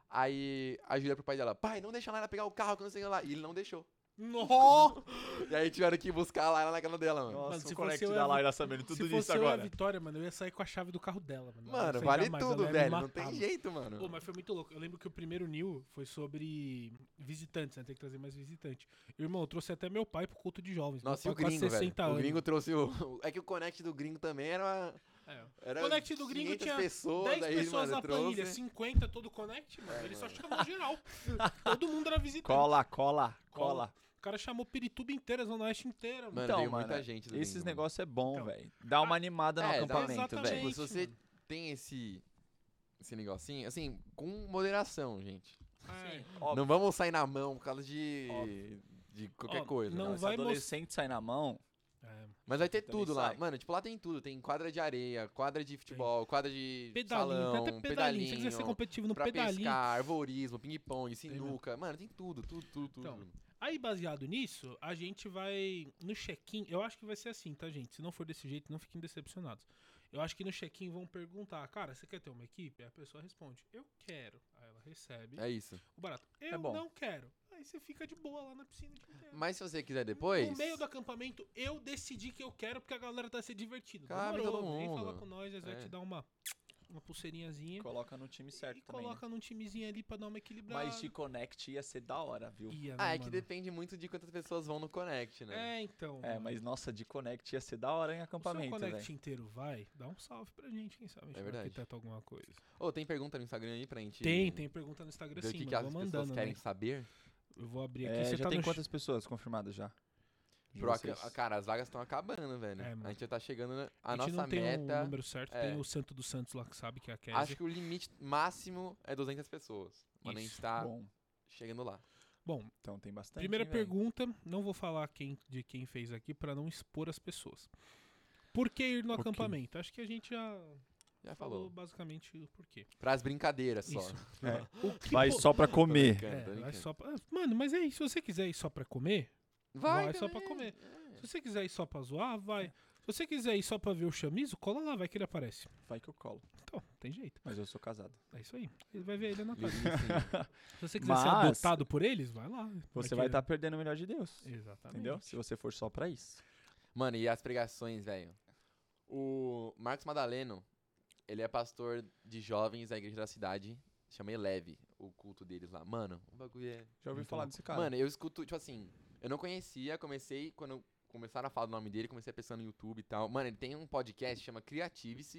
Aí a Júlia pro pai dela, pai, não deixa a Laila pegar o carro que eu não sei o que lá. E ele não deixou. Nossa! E aí tiveram que buscar a Laila na casa dela, mano. Nossa, Mano, se o fosse Connect eu, da ia- Laila sabendo Se tudo fosse disso eu e a agora. Vitória, mano, eu ia sair com a chave do carro dela, mano. Ela Mano, não saía vale jamais, ela tudo, ia me velho. Não matar, tem mano. jeito, mano. Pô, mas foi muito louco. Eu lembro que o primeiro New foi sobre visitantes, né? Tem que trazer mais visitante. Irmão, eu trouxe até meu pai pro culto de jovens. Nossa, e meu o pai quase gringo, velho. 60 O anos. gringo trouxe o... É que o Connect do gringo também era... É. O Connect do gringo 500 tinha pessoas, 10 aí, pessoas mano, na planilha, trouxe. 50 todo Connect, mano. Ele só chamou geral. Todo mundo era visitante. Cola. O cara chamou Pirituba inteira, Zona Oeste inteira, mano. Mano, Então, veio mano, muita gente do esses gringo, negócios é bom, Então, velho. Dá uma animada no dá- acampamento, exatamente. velho. Tipo, se você mano. tem esse negocinho, assim, com moderação, gente. É. Óbvio. Não vamos sair na mão por causa Óbvio. de qualquer Ó, coisa. não né? Se vai mos- adolescente sai na mão, É. Mas vai ter Também tudo lá. sai. Mano, tipo, lá tem tudo. Tem quadra de areia, quadra de futebol, quadra de Pedalinho, salão, tem até pedalinho. Se você quiser ser competitivo no pra pedalinho. pescar, arvorismo, ping-pong, mesmo. sinuca. Mano, tem tudo. Então, Aí, baseado nisso, a gente vai no check-in. Eu acho que vai ser assim, tá, gente? Se não for desse jeito, não fiquem decepcionados. Eu acho que no check-in vão perguntar, cara, você quer ter uma equipe? Aí a pessoa responde, eu quero. Aí ela recebe É isso. o barato. Eu bom. não quero. Aí você fica de boa lá na piscina. o dia inteiro. Mas se você quiser depois... No meio do acampamento, eu decidi que eu quero porque a galera tá se divertindo. Cabe Demorou, todo vem mundo. falar com nós, nós vai É. te dar uma pulseirinhazinha. coloca no time certo E também. né? coloca num timezinho ali pra dar uma equilibrada. Mas de Connect ia ser da hora, viu? Ia, Ah, né, é que mano? depende muito de quantas pessoas vão no Connect, né? É, então. É, mas nossa, de Connect ia ser da hora em o seu acampamento, Connect velho. inteiro vai, dá um salve pra gente, quem sabe a gente É vai verdade. arquiteta alguma coisa. Ô, tem pergunta no Instagram aí pra gente... Tem pergunta no Instagram ver o sim, que, mano. que as Vou pessoas mandando, querem né? saber. Eu vou abrir aqui, É, você já tá tem no quantas pessoas confirmadas já? De Pro vocês? Cara, as vagas estão acabando, velho. É, mano. A gente já tá chegando... A A gente nossa não tem meta... o número certo, é. tem o Santo dos Santos lá que sabe, que é a Kézia. Acho que o limite máximo é 200 pessoas. Mas a gente Isso. tá Bom, chegando lá. Bom, então tem bastante. primeira hein, velho? pergunta, não vou falar de quem fez aqui pra não expor as pessoas. Por que ir no Ok. acampamento? Acho que a gente já Já falou falou. basicamente o porquê. Pras brincadeiras só. Isso. É. O que Vai po- só pra comer. brincando, tô vai brincando. só pra... Mano, mas é isso. Se você quiser ir só pra comer, vai só pra comer. Se você quiser ir só pra zoar, vai. Se você quiser ir só pra ver o chamizo, cola lá, vai que ele aparece. Vai que eu colo. Então, tem jeito. Mas eu sou casado. É isso aí. Ele vai ver ele na Natália. Lisinho. Se você quiser ser Mas- adotado por eles, vai lá. Você vai estar perdendo o melhor de Deus. Exatamente. Entendeu? Se você for só pra isso. Mano, e as pregações, velho? O Marcos Madaleno, ele é pastor de jovens da igreja da cidade, chama Eleve, o culto deles lá. Mano, o bagulho é... Já ouvi Muito falar louco. desse cara. Mano, eu escuto, tipo assim, eu não conhecia, quando começaram a falar do nome dele, comecei a pensar no YouTube e tal. Mano, ele tem um podcast que chama Creative-se.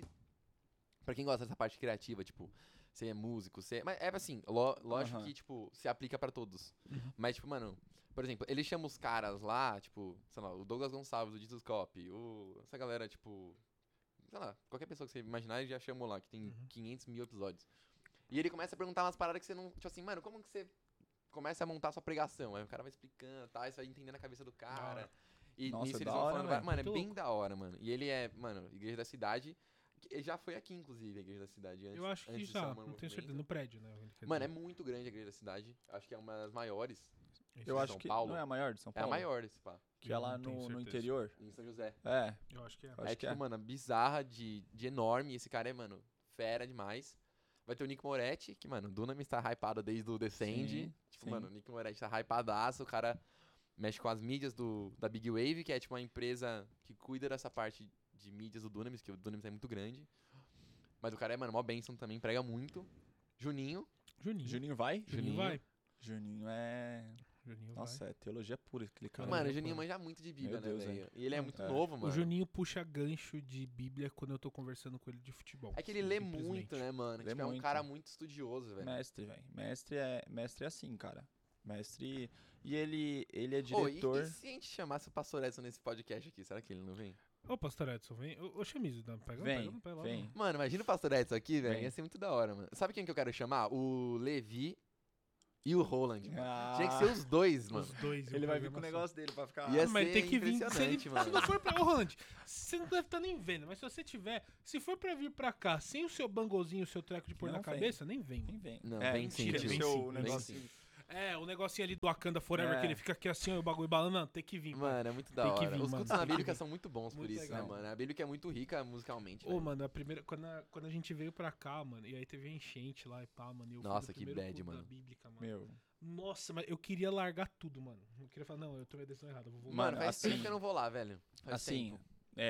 Pra quem gosta dessa parte criativa, tipo, você é músico, você... Mas é assim, lógico Aham. que, tipo, se aplica pra todos. Uhum. Mas, tipo, mano, por exemplo, ele chama os caras lá, tipo, sei lá, o Douglas Gonçalves, o Jesus Cop, essa galera, tipo... Sei lá, qualquer pessoa que você imaginar, ele já chamou lá, que tem 500 mil episódios. E ele começa a perguntar umas paradas que você não... Tipo assim, mano, como que você começa a montar sua pregação? Aí o cara vai explicando, tá? Aí você vai entendendo a cabeça do cara. hora. E Nossa, nisso da eles vão hora, falando... velho. Mano, é Muito bem louco. da hora, mano. E ele é, mano, Igreja da Cidade... que já foi aqui, inclusive, a Igreja da Cidade. Antes, Eu acho que antes de ser já, um não tenho movimento. certeza. No prédio, né? ele quer Mano, é dizer. muito grande a Igreja da Cidade. Acho que é uma das maiores. Isso. Eu de acho São que Paulo. não é a maior de São É a Paulo? maior esse pá. Que é Eu lá não tenho no certeza. interior. Em São José. É. Eu acho que é. Acho É que tipo, é. mano, bizarra de enorme. Esse cara é, mano, fera demais. Vai ter o Nick Moretti, que, mano, o Dunamis tá hypado desde o Descend. Sim, Tipo, sim. mano, o Nick Moretti tá hypadaço. O cara mexe com as mídias da Big Wave, que é, tipo, uma empresa que cuida dessa parte de mídias do Dunamis, que o Dunamis é muito grande. Mas o cara é, mano, mó bênção também, prega muito. Juninho. Juninho. Juninho vai? Juninho vai. Juninho é... Juninho Nossa, é teologia pura aquele cara. Caramba, Mano, o pô. Juninho manja muito de Bíblia, Meu Deus, né, velho? velho. E ele é muito É. novo, vai. mano. O Juninho puxa gancho de Bíblia quando eu tô conversando com ele de futebol. É que ele lê simplesmente. muito, né, mano? Lê Tipo, é um muito. cara muito estudioso, velho. Mestre, velho. Mestre é assim, cara. Mestre... E ele é Ô, diretor... e se a gente chamasse o Pastor Edson nesse podcast aqui, será que ele não vem? Ô, Pastor Edson, vem. Ô, Chamizo, pega Vem, não pega lá. vem. Mano, imagina o Pastor Edson aqui, velho. Vem. Ia ser muito da hora, mano. Sabe quem que eu quero chamar? O Levi e o Roland, mano. Tinha que ser os dois, mano. Os dois. Ele vai vir com o negócio dele pra ficar... Ia Mas ser tem que vir. Se, impressionante, se mano. não for pra. Ô, Roland, você não deve estar nem vendo, mas se você tiver. Se for pra vir pra cá sem o seu bangozinho, o seu treco de pôr Não na vem. cabeça, nem vem. Nem vem. Não, é, vem sim, mentira, tio. aquele Vem seu sim, vem negocinho. sim. É, o negocinho ali do Wakanda Forever, É. que ele fica aqui assim, ó, o bagulho balando. Não, tem que vir. Mano, é muito da Tem que hora. vir, Os mano, cultos tem na que Bíblia vir. são muito bons por Muito isso, legal. né, mano? A Bíblia é muito rica musicalmente, Ô, velho. mano, quando a gente veio pra cá, mano, e aí teve a enchente lá e pá, mano. E eu fui Nossa, no que primeiro bad, culto da mano. Bíblica, mano. Meu... Nossa, mas eu queria largar tudo, mano. Eu queria falar, não, eu tomei a decisão errada, eu vou voltar. Mano, Mano, faz assim- tempo que eu não vou lá, velho. Faz Assim, tempo.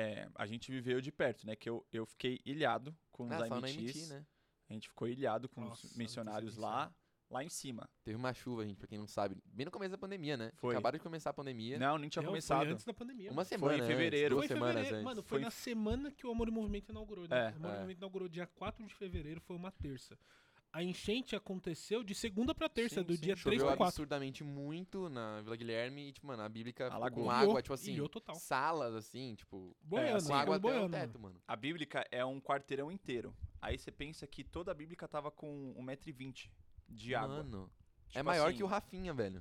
a gente viveu de perto, né? Que eu fiquei ilhado com os Ah, só na IMTs. MT, né? A gente ficou ilhado com Nossa, os missionários muito lá em cima. Teve uma chuva, gente, pra quem não sabe. Bem no começo da pandemia, né? Foi. Acabaram de começar a pandemia. Não, nem tinha Não, começado. Foi antes da pandemia. Uma mano. semana em antes, fevereiro. duas Foi em semanas fevereiro, antes. mano, foi Foi- na semana que o Amor e Movimento inaugurou, né? É, O Amor e é. Movimento inaugurou dia 4 de fevereiro, foi uma terça. A enchente aconteceu de segunda pra terça, Sim, do sim. dia 3 Choveu pra 4. absurdamente muito na Vila Guilherme e, tipo, mano, a Bíblica ficou Alagou. com Ilhou, água, tipo assim, ilhou total. salas, assim, tipo, Boiando, assim, com água ficou até o boiando, teto, mano. A Bíblica é um quarteirão inteiro. Aí você pensa que toda a Bíblica tava com 1,20 m de água. Mano, é Tipo maior assim, que o Rafinha, velho.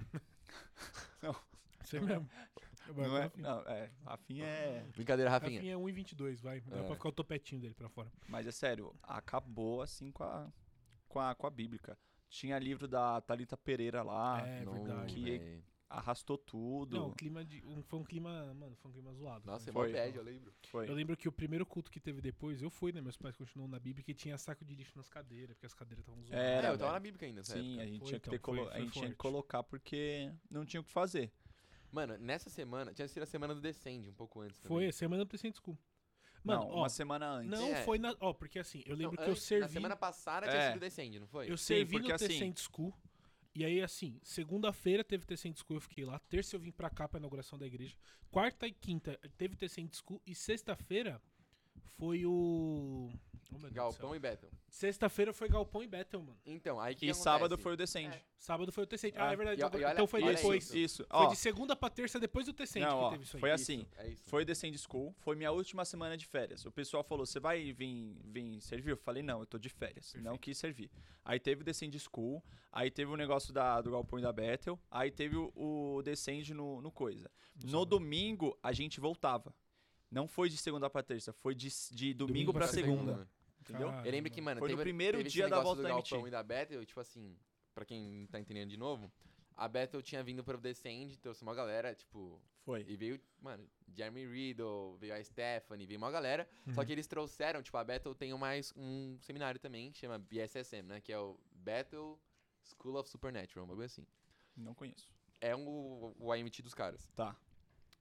Você mesmo. Não é? Não, Rafinha é... Brincadeira, Rafinha. Rafinha é 1,22, vai. Dá É. pra ficar o topetinho dele pra fora. Mas é sério, acabou assim com a Bíblica. Tinha livro da Thalita Pereira lá, É Não, verdade. que- velho. arrastou tudo. Não, o clima foi um clima, mano, foi um clima zoado. Nossa, é foi. mó bad, eu lembro. Foi. Eu lembro que o primeiro culto que teve depois, eu fui, né? Meus pais continuam na Bíblia, que tinha saco de lixo nas cadeiras, porque as cadeiras estavam zoadas. Era, É, eu tava velho. na Bíblica ainda, nessa Sim, época. a gente Foi, tinha que então, ter foi a gente tinha que forte. colocar porque não tinha o que fazer. Mano, nessa semana, tinha sido a semana do Descend, um pouco antes Foi, também. a semana do Present School. Mano, não, ó, uma semana antes. não É. foi na. Ó, porque assim, eu lembro Não, que eu antes, servi. Na semana passada tinha É. sido o Descend, não foi? Eu Sim, servi porque no assim- Descent School. E aí, assim, segunda-feira teve Descent School, eu fiquei lá. Terça eu vim pra cá pra inauguração da igreja. Quarta e quinta teve Descent School. E sexta-feira foi o. Oh, meu Deus do céu. Galpão e Bethel. Sexta-feira foi Galpão e Bethel, mano. Então, aí que E sábado foi o Descend. Sábado foi o Descent. Ah, Ah, é verdade. e olha- então foi olha depois. isso. Isso. Foi Ó, de segunda pra terça, depois do Descent Não, que ó, teve isso aí. foi Isso, assim. É isso. Foi Descend School, foi minha última semana de férias. O pessoal falou: você vai vir servir? Eu falei: não, eu tô de férias. Não Perfeito. quis servir. Aí teve o Descend School, aí teve o negócio do Galpão e da Bethel, aí teve o Descend no coisa. No sábado. domingo, a gente voltava. Não foi de segunda pra terça, foi de domingo pra pra segunda. Entendeu? Caramba. Eu lembro que, mano, Foi no teve, primeiro teve esse dia da negócio volta do da Galpão MT. e da Bethel, tipo assim, pra quem tá entendendo de novo, a Bethel tinha vindo pro Descend, trouxe uma galera, tipo, Foi. e veio, mano, Jeremy Riddle, veio a Stephanie, veio uma galera, só Uhum. que eles trouxeram, tipo, a Bethel tem um seminário também, que chama BSSM, né, que é o Bethel School of Supernatural, um bagulho assim. Não conheço. É o IMT dos caras. Tá.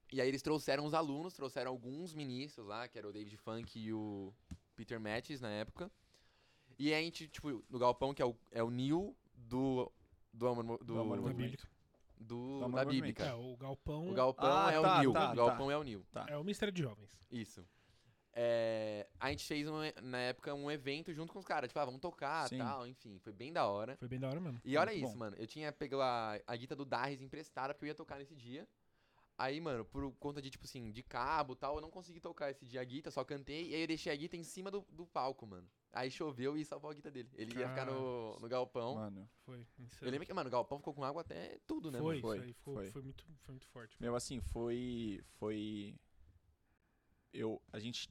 E aí eles trouxeram os alunos, trouxeram alguns ministros lá, que era o David Funk e o Peter Mattis na época. E aí a gente, tipo, no galpão, que é o Neil do Amor Da Movimento. Bíblica. Do Amor da Movimento. Bíblica. O galpão O galpão Ah, é tá, o Neil. tá, O galpão é o Neil. Tá. é o Ministério de Jovens. Isso. A gente fez, na época, um evento junto com os caras. Tipo, vamos tocar e Sim. tal, enfim. Foi bem da hora. Foi bem da hora mesmo. E olha Muito isso, bom. mano. Eu tinha pego a guitarra do Darris emprestada porque eu ia tocar nesse dia. Aí, mano, por conta de, tipo assim, de cabo e tal, eu não consegui tocar esse dia a guitarra, só cantei. E aí eu deixei a guitarra em cima do palco, mano. Aí choveu e salvou a guitarra dele. Ele ia ficar no galpão. Mano, Foi. Eu lembro que, mano, o galpão ficou com água até tudo, né, Foi, mano? Foi, isso aí ficou, foi. foi muito forte. meu, assim, a gente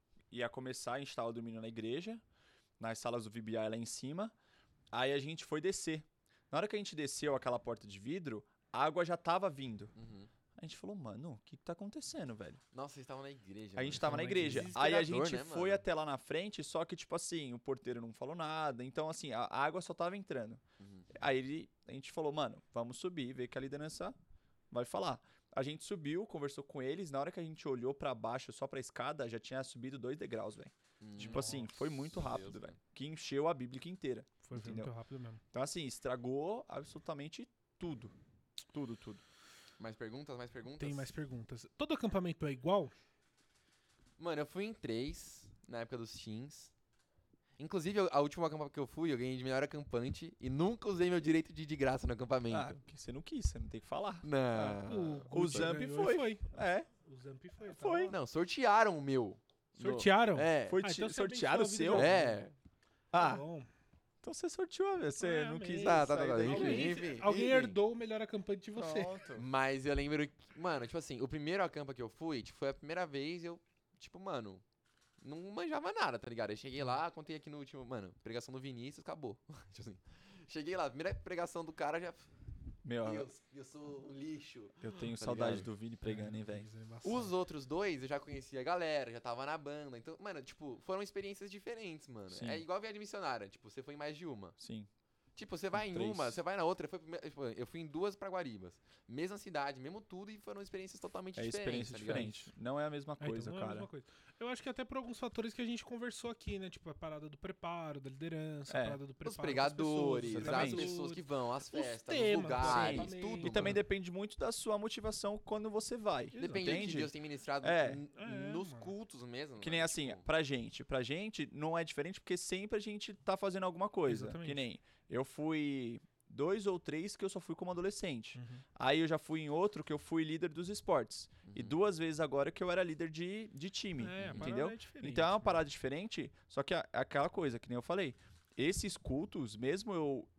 ia começar, a gente tava dormindo na igreja, nas salas do VBI lá em cima, aí a gente foi descer. Na hora que a gente desceu aquela porta de vidro, a água já tava vindo. Uhum. A gente falou, mano, o que tá acontecendo, velho? Nossa, vocês estavam na igreja. A gente mano. tava na Foi igreja. Aí a desesperador, gente né, foi mano? até lá na frente, só que, tipo assim, o porteiro não falou nada. Então, assim, a água só tava entrando. Uhum. Aí a gente falou, mano, vamos subir, ver que a liderança vai falar. A gente subiu, conversou com eles. Na hora que a gente olhou pra baixo, só pra escada, já tinha subido 2 degraus, velho. Tipo assim, foi muito Nossa, rápido, Deus, velho. Que encheu a Bíblia inteira. Foi Entendeu? muito rápido mesmo. Então, assim, estragou absolutamente tudo. Tudo, tudo. Mais perguntas? Mais perguntas? Tem mais perguntas. Todo acampamento é igual? Mano, eu fui em 3, na época dos teens. Inclusive, a última acampamento que eu fui, eu ganhei de melhor acampante e nunca usei meu direito de ir de graça no acampamento. Ah, porque você não quis, você não tem que falar. Não. O Guto Zamp ganhou e foi. É, O Zamp foi. tava Foi. lá. Não, sortearam o meu. Sortearam? É. foi Ah, então você sorteado o abençoa a vida seu. de É. Tá Ah, bom. então você sorteou, velho. Você Ah, não amei. quis Tá, sair daí. enfim. Alguém enfim. herdou o melhor acampante de você. Pronto. Mas eu lembro que, mano, tipo assim, o primeiro acampa que eu fui, tipo, foi a primeira vez eu, tipo, mano, não manjava nada, tá ligado? Eu cheguei lá, contei aqui no último, mano, pregação do Vinícius, acabou. Tipo assim, cheguei lá, primeira pregação do cara já, Meu, eu sou um lixo. eu tenho Tá saudade ligado? do Vini pregando, hein, velho. Os outros dois eu já conhecia a galera, já tava na banda, então, mano, tipo, foram experiências diferentes, mano. Sim. É igual viagem missionária, tipo, você foi em mais de uma. Sim. Tipo, você vai em 3. uma, você vai na outra. Eu fui em 2 pra Guaribas. Mesma cidade, mesmo tudo, e foram experiências totalmente É diferentes. experiência tá ligado? diferente. Não é a mesma Então coisa, não é a cara. mesma coisa. Eu acho que até por alguns fatores que a gente conversou aqui, né? Tipo, a parada do preparo, da liderança, a É. parada do preparo Os das pregadores, pessoas, exatamente. as pessoas que vão, as festas, os temas, lugares, sim. tudo. E também mano. depende muito da sua motivação quando você vai. Exato. Depende do que Entende? Deus tem ministrado É. nos mano. cultos mesmo. Que nem mano, assim, tipo, pra gente não é diferente porque sempre a gente tá fazendo alguma coisa. Exatamente. Que nem eu fui 2 ou 3 que eu só fui como adolescente. Uhum. Aí eu já fui em outro que eu fui líder dos esportes. E uhum. 2 vezes agora que eu era líder de time, É, a parada entendeu? é diferente, Então é uma né? parada diferente, só que é aquela coisa, que nem eu falei. Esses cultos, mesmo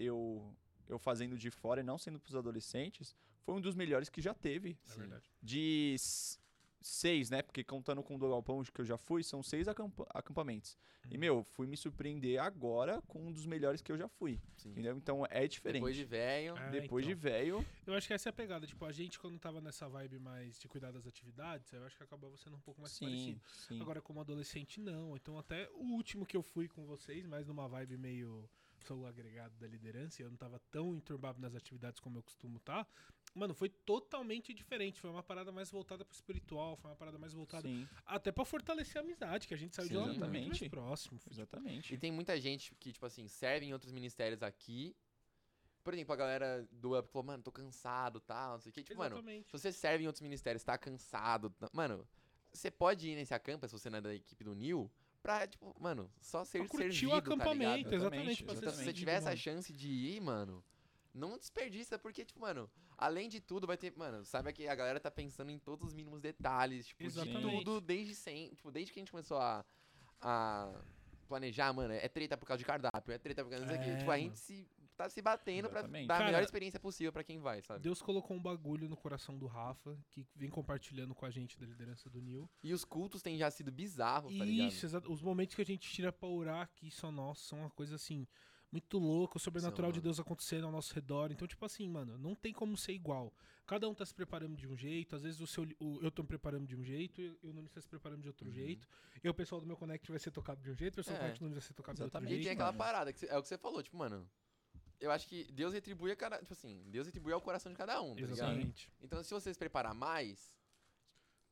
eu fazendo de fora e não sendo pros adolescentes, foi um dos melhores que já teve. É verdade. De 6, né? Porque contando com o do Galpão que eu já fui, são 6 acampamentos. E, meu, fui me surpreender agora com um dos melhores que eu já fui. Sim. Entendeu? Então é diferente. Depois de velho. É, Depois de então. velho, Eu acho que essa é a pegada. Tipo, a gente, quando tava nessa vibe mais de cuidar das atividades, eu acho que acabava sendo um pouco mais parecido. sim. Agora, como adolescente, não. Então, até o último que eu fui com vocês, mais numa vibe meio. Sou o agregado da liderança, e eu não tava tão enturbado nas atividades como eu costumo estar. Mano, foi totalmente diferente. Foi uma parada mais voltada pro espiritual, foi uma parada mais voltada Sim, até pra fortalecer a amizade, que a gente saiu Sim, de lá muito exatamente. mais próximo. Foi, tipo, exatamente. E tem muita gente que, tipo assim, serve em outros ministérios aqui. Por exemplo, a galera do Up falou, mano, tô cansado, tal, não sei o que. Tipo, mano, exatamente. se você serve em outros ministérios, tá cansado, mano, você pode ir nesse acampa, se você não é da equipe do Nil, pra, tipo, mano, só ser Pra curtir servido, o acampamento, tá ligado? exatamente. pra Então, ser se você servido, tiver essa mano. chance de ir, mano, não desperdiça, porque, tipo, mano, além de tudo, vai ter, mano, sabe que a galera tá pensando em todos os mínimos detalhes, tipo, de Exatamente. tudo, desde sempre, tipo, desde que a gente começou a planejar, mano, é treta por causa de cardápio, é treta por causa disso aqui. É, Tipo, a mano. gente tá se batendo pra Exatamente. dar a Cara, melhor experiência possível pra quem vai, sabe? Deus colocou um bagulho no coração do Rafa, que vem compartilhando com a gente da liderança do Nil. E os cultos têm já sido bizarros, tá ligado? Isso, exato. Os momentos que a gente tira pra orar aqui só nossos são uma coisa assim, muito louca, o sobrenatural São, de mano. Deus acontecendo ao nosso redor. Então, tipo assim, mano, não tem como ser igual. Cada um tá se preparando de um jeito, às vezes eu tô me preparando de um jeito, e o Nunes tá se preparando de outro jeito. E o pessoal do meu Connect vai ser tocado de um jeito, o pessoal do É. Connect Nunes vai ser tocado de outro Exatamente. E tem jeito. aquela mano. parada, que é o que você falou, tipo, mano, eu acho que Deus retribui a cada, tipo assim, Deus retribui ao coração de cada um, tá ligado? Exatamente. Então, se você se preparar mais,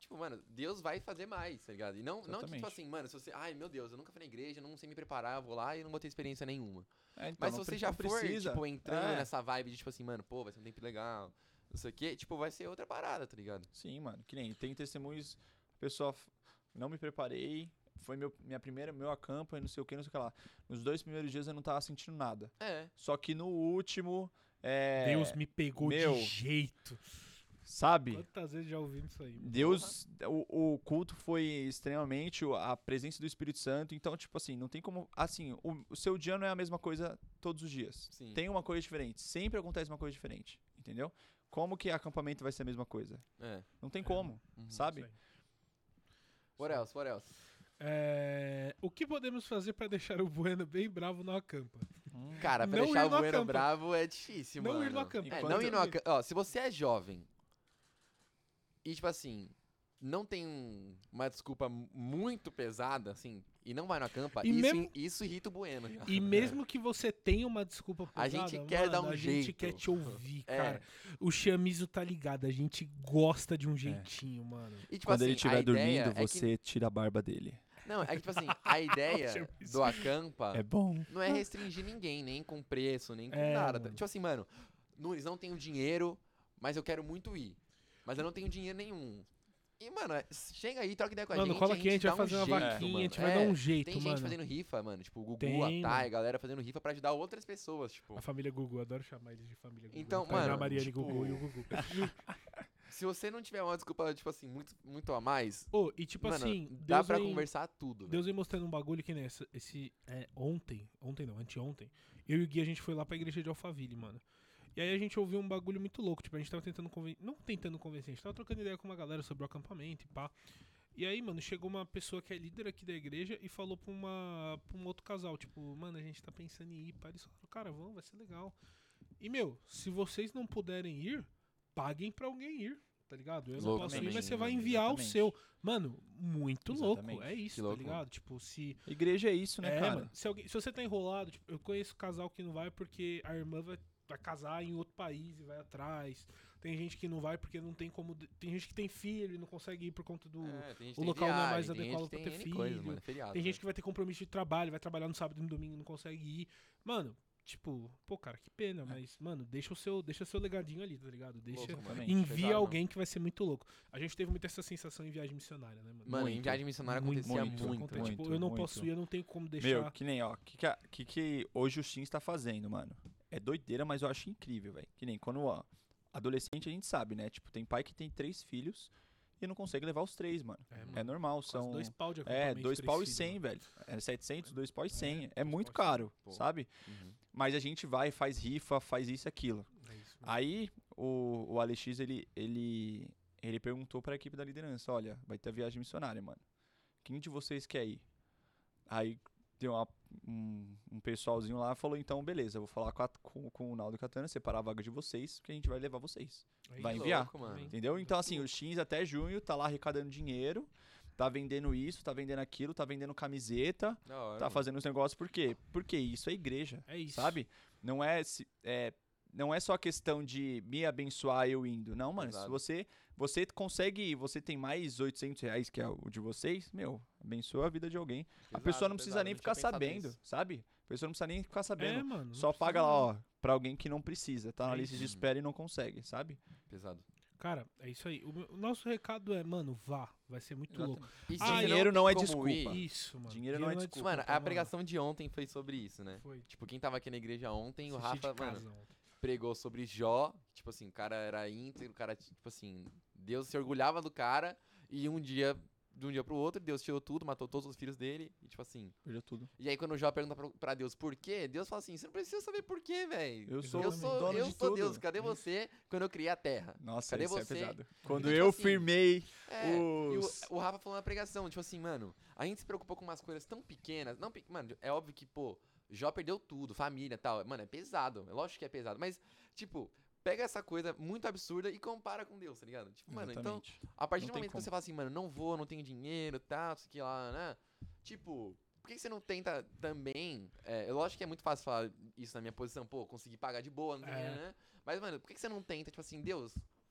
tipo, mano, Deus vai fazer mais, tá ligado? E não que, tipo Exatamente. assim, mano, se você, ai, meu Deus, eu nunca fui na igreja, não sei me preparar, eu vou lá e não vou ter experiência nenhuma. Então, Mas se não você já for, precisa. tipo, entrando É. nessa vibe de, tipo assim, mano, pô, vai ser um tempo legal, não sei o quê, tipo, vai ser outra parada, tá ligado? Sim, mano. Que nem tem testemunhos, a pessoa não me preparei, foi meu acampa e não sei o que, não sei o que lá. Nos 2 primeiros dias eu não tava sentindo nada. É. Só que no último, Deus me pegou meu, de jeito. sabe? Quantas vezes já ouvimos isso aí? Mano? Deus, o culto foi extremamente a presença do Espírito Santo, então, tipo assim, não tem como, assim, o seu dia não é a mesma coisa todos os dias. Sim. Tem uma coisa diferente, sempre acontece uma coisa diferente, entendeu? Como que acampamento vai ser a mesma coisa? É. Não tem como, Uhum. sabe? Isso aí. What else? O que podemos fazer pra deixar o Bueno bem bravo no acampa? Cara, pra Não deixar ir o no Bueno acampa. bravo é difícil, Não mano. ir no acampa. É, Enquanto- não ir no acampa. Ó, se você é jovem e, tipo assim, não tem uma desculpa muito pesada, assim, e não vai no acampa, E isso, mesmo- isso irrita o Bueno. já. E mesmo que você tenha uma desculpa pesada, A gente quer dar um a gente jeito. quer te ouvir, É. cara. O Chamizo tá ligado, a gente gosta de um jeitinho, mano. E, tipo Quando ele assim, estiver a ideia dormindo, é que- você tira a barba dele. Não, é que, tipo assim, a ideia Chama isso. do acampa É bom. não é restringir ninguém, nem com preço, nem com É, nada. mano. Tipo assim, mano, eles não têm o dinheiro, mas eu quero muito ir. Mas eu não tenho dinheiro nenhum. E, mano, chega aí, troca ideia com a Mano, gente. cola aqui, a gente vai dá um fazer uma jeito, vaquinha, mano. a gente vai É, dar um jeito, Tem mano. gente fazendo rifa, mano. Tipo, o Gugu, Tem, a Thay, mano. a galera fazendo rifa pra ajudar outras pessoas, tipo. A família Gugu, eu adoro chamar eles de família Gugu. Então, A Tainá, mano, a Mariane tipo- Gugu e o Gugu. Se você não tiver uma desculpa, tipo assim, muito a mais, Ô, e tipo mano, assim, dá Deus pra vem, conversar tudo, velho. Deus vem mostrando um bagulho que nem anteontem, eu e o Gui, a gente foi lá pra igreja de Alphaville, mano. E aí a gente ouviu um bagulho muito louco, tipo, a gente tava tentando convencer, não tentando convencer, a gente tava trocando ideia com uma galera sobre o acampamento e pá. E aí, mano, chegou uma pessoa que é líder aqui da igreja e falou pra um outro casal, tipo, mano, a gente tá pensando em ir, pá. Eles falaram, cara, vamos, vai ser legal. E, meu, se vocês não puderem ir, paguem pra alguém ir, tá ligado? Eu não Louco posso ir, também, mas você vai mano, enviar exatamente. o seu. Mano, muito louco, Exatamente. é isso, Que tá louco, ligado? Tipo, se... Igreja é isso, né, cara? mano, se você tá enrolado, tipo, eu conheço casal que não vai porque a irmã vai casar em outro país e vai atrás. Tem gente que não vai porque não tem como. Tem gente que tem filho e não consegue ir por conta do. É, tem gente que o tem local não é mais viagem, tem adequado gente pra que ter tem N filho. coisa, mano, feriado, Tem velho. gente que vai ter compromisso de trabalho, vai trabalhar no sábado e no domingo e não consegue ir. Mano, tipo, pô, cara, que pena, mas, mano, deixa o seu legadinho ali, tá ligado? Deixa. Louco, mano. Exatamente. Envia Pesado. alguém que vai ser muito louco. A gente teve muito essa sensação em viagem missionária, né, mano? Mano, em Muito. viagem missionária Muito, acontecia muito, muito. Acontece, mano. tipo, eu não muito. posso ir, eu não tenho como deixar. Meu, que nem, ó, que hoje o Sims tá fazendo, mano? É doideira, mas eu acho incrível, velho. Que nem quando, ó, adolescente a gente sabe, né? Tipo, tem pai que tem 3 filhos e não consegue levar os 3, mano. mano, É normal, quase são... 2 pau de É, acampamento, 2 três pau e filhos, 100, mano. velho. É 700, 2 pau e 100. É, 2 muito pau e 100. caro, Pô. sabe? Uhum. Mas a gente vai, faz rifa, faz isso e aquilo. É isso, mano. Aí, o Alex, ele perguntou pra equipe da liderança, olha, vai ter viagem missionária, mano. Quem de vocês quer ir? Aí, tem um pessoalzinho lá, falou, então, beleza, eu vou falar com o Naldo e Catana, separar a vaga de vocês, que a gente vai levar vocês. É vai isso. enviar. Louco, mano. Entendeu? Então, assim, o X até junho tá lá arrecadando dinheiro, tá vendendo isso, tá vendendo aquilo, tá vendendo camiseta, Da hora, tá mano. fazendo os negócios, por quê? Porque isso é igreja, É isso. sabe? Não é, não é só questão de me abençoar eu indo. Não, mano, Exato. se você consegue ir, você tem mais R$ 800, que é o de vocês, meu, abençoa a vida de alguém. A Pesado, pessoa não precisa pesado, nem não ficar tinha pensado sabendo, nisso. sabe? A pessoa não precisa nem ficar sabendo. É, mano. Só paga lá, ó, pra alguém que não precisa, tá na É lista de isso. espera e não consegue, sabe? Pesado. Cara, é isso aí. O nosso recado é, mano, vá. Vai ser muito Exatamente. louco. E se Ah, você dinheiro tem não é como desculpa. ir- Isso, mano. Dinheiro não é desculpa. Mano, a pregação de ontem foi sobre isso, né? Foi. Tipo, quem tava aqui na igreja ontem, o Assisti Rafa, de mano, casa ontem. pregou sobre Jó. Tipo assim, o cara era íntegro, o cara, tipo assim, Deus se orgulhava do cara. E de um dia pro outro, Deus tirou tudo, matou todos os filhos dele. E tipo assim. Perdeu tudo. E aí quando o Jó pergunta pra Deus por quê, Deus fala assim: você não precisa saber por quê, velho. Eu sou Eu o sou, dono eu de sou tudo. Deus, cadê você quando eu criei a terra? Nossa, Cadê isso é você? pesado. Quando Então, tipo eu assim, firmei É, e os... o Rafa falou na pregação, tipo assim, mano, a gente se preocupou com umas coisas tão pequenas. Não, mano, é óbvio que, pô, Jó perdeu tudo, família e tal. Mano, é pesado. É lógico que é pesado. Mas, tipo, pega essa coisa muito absurda e compara com Deus, tá ligado? Tipo, mano, então, Exatamente. a partir Não do tem momento que como. você fala assim, mano, não vou, não tenho dinheiro, tal, isso aqui lá, né? Tipo, por que você não tenta também? É lógico que é muito fácil falar isso na minha posição, pô, conseguir pagar de boa, não tem É. dinheiro, né? Mas, mano, por que você não tenta, tipo assim, Deus,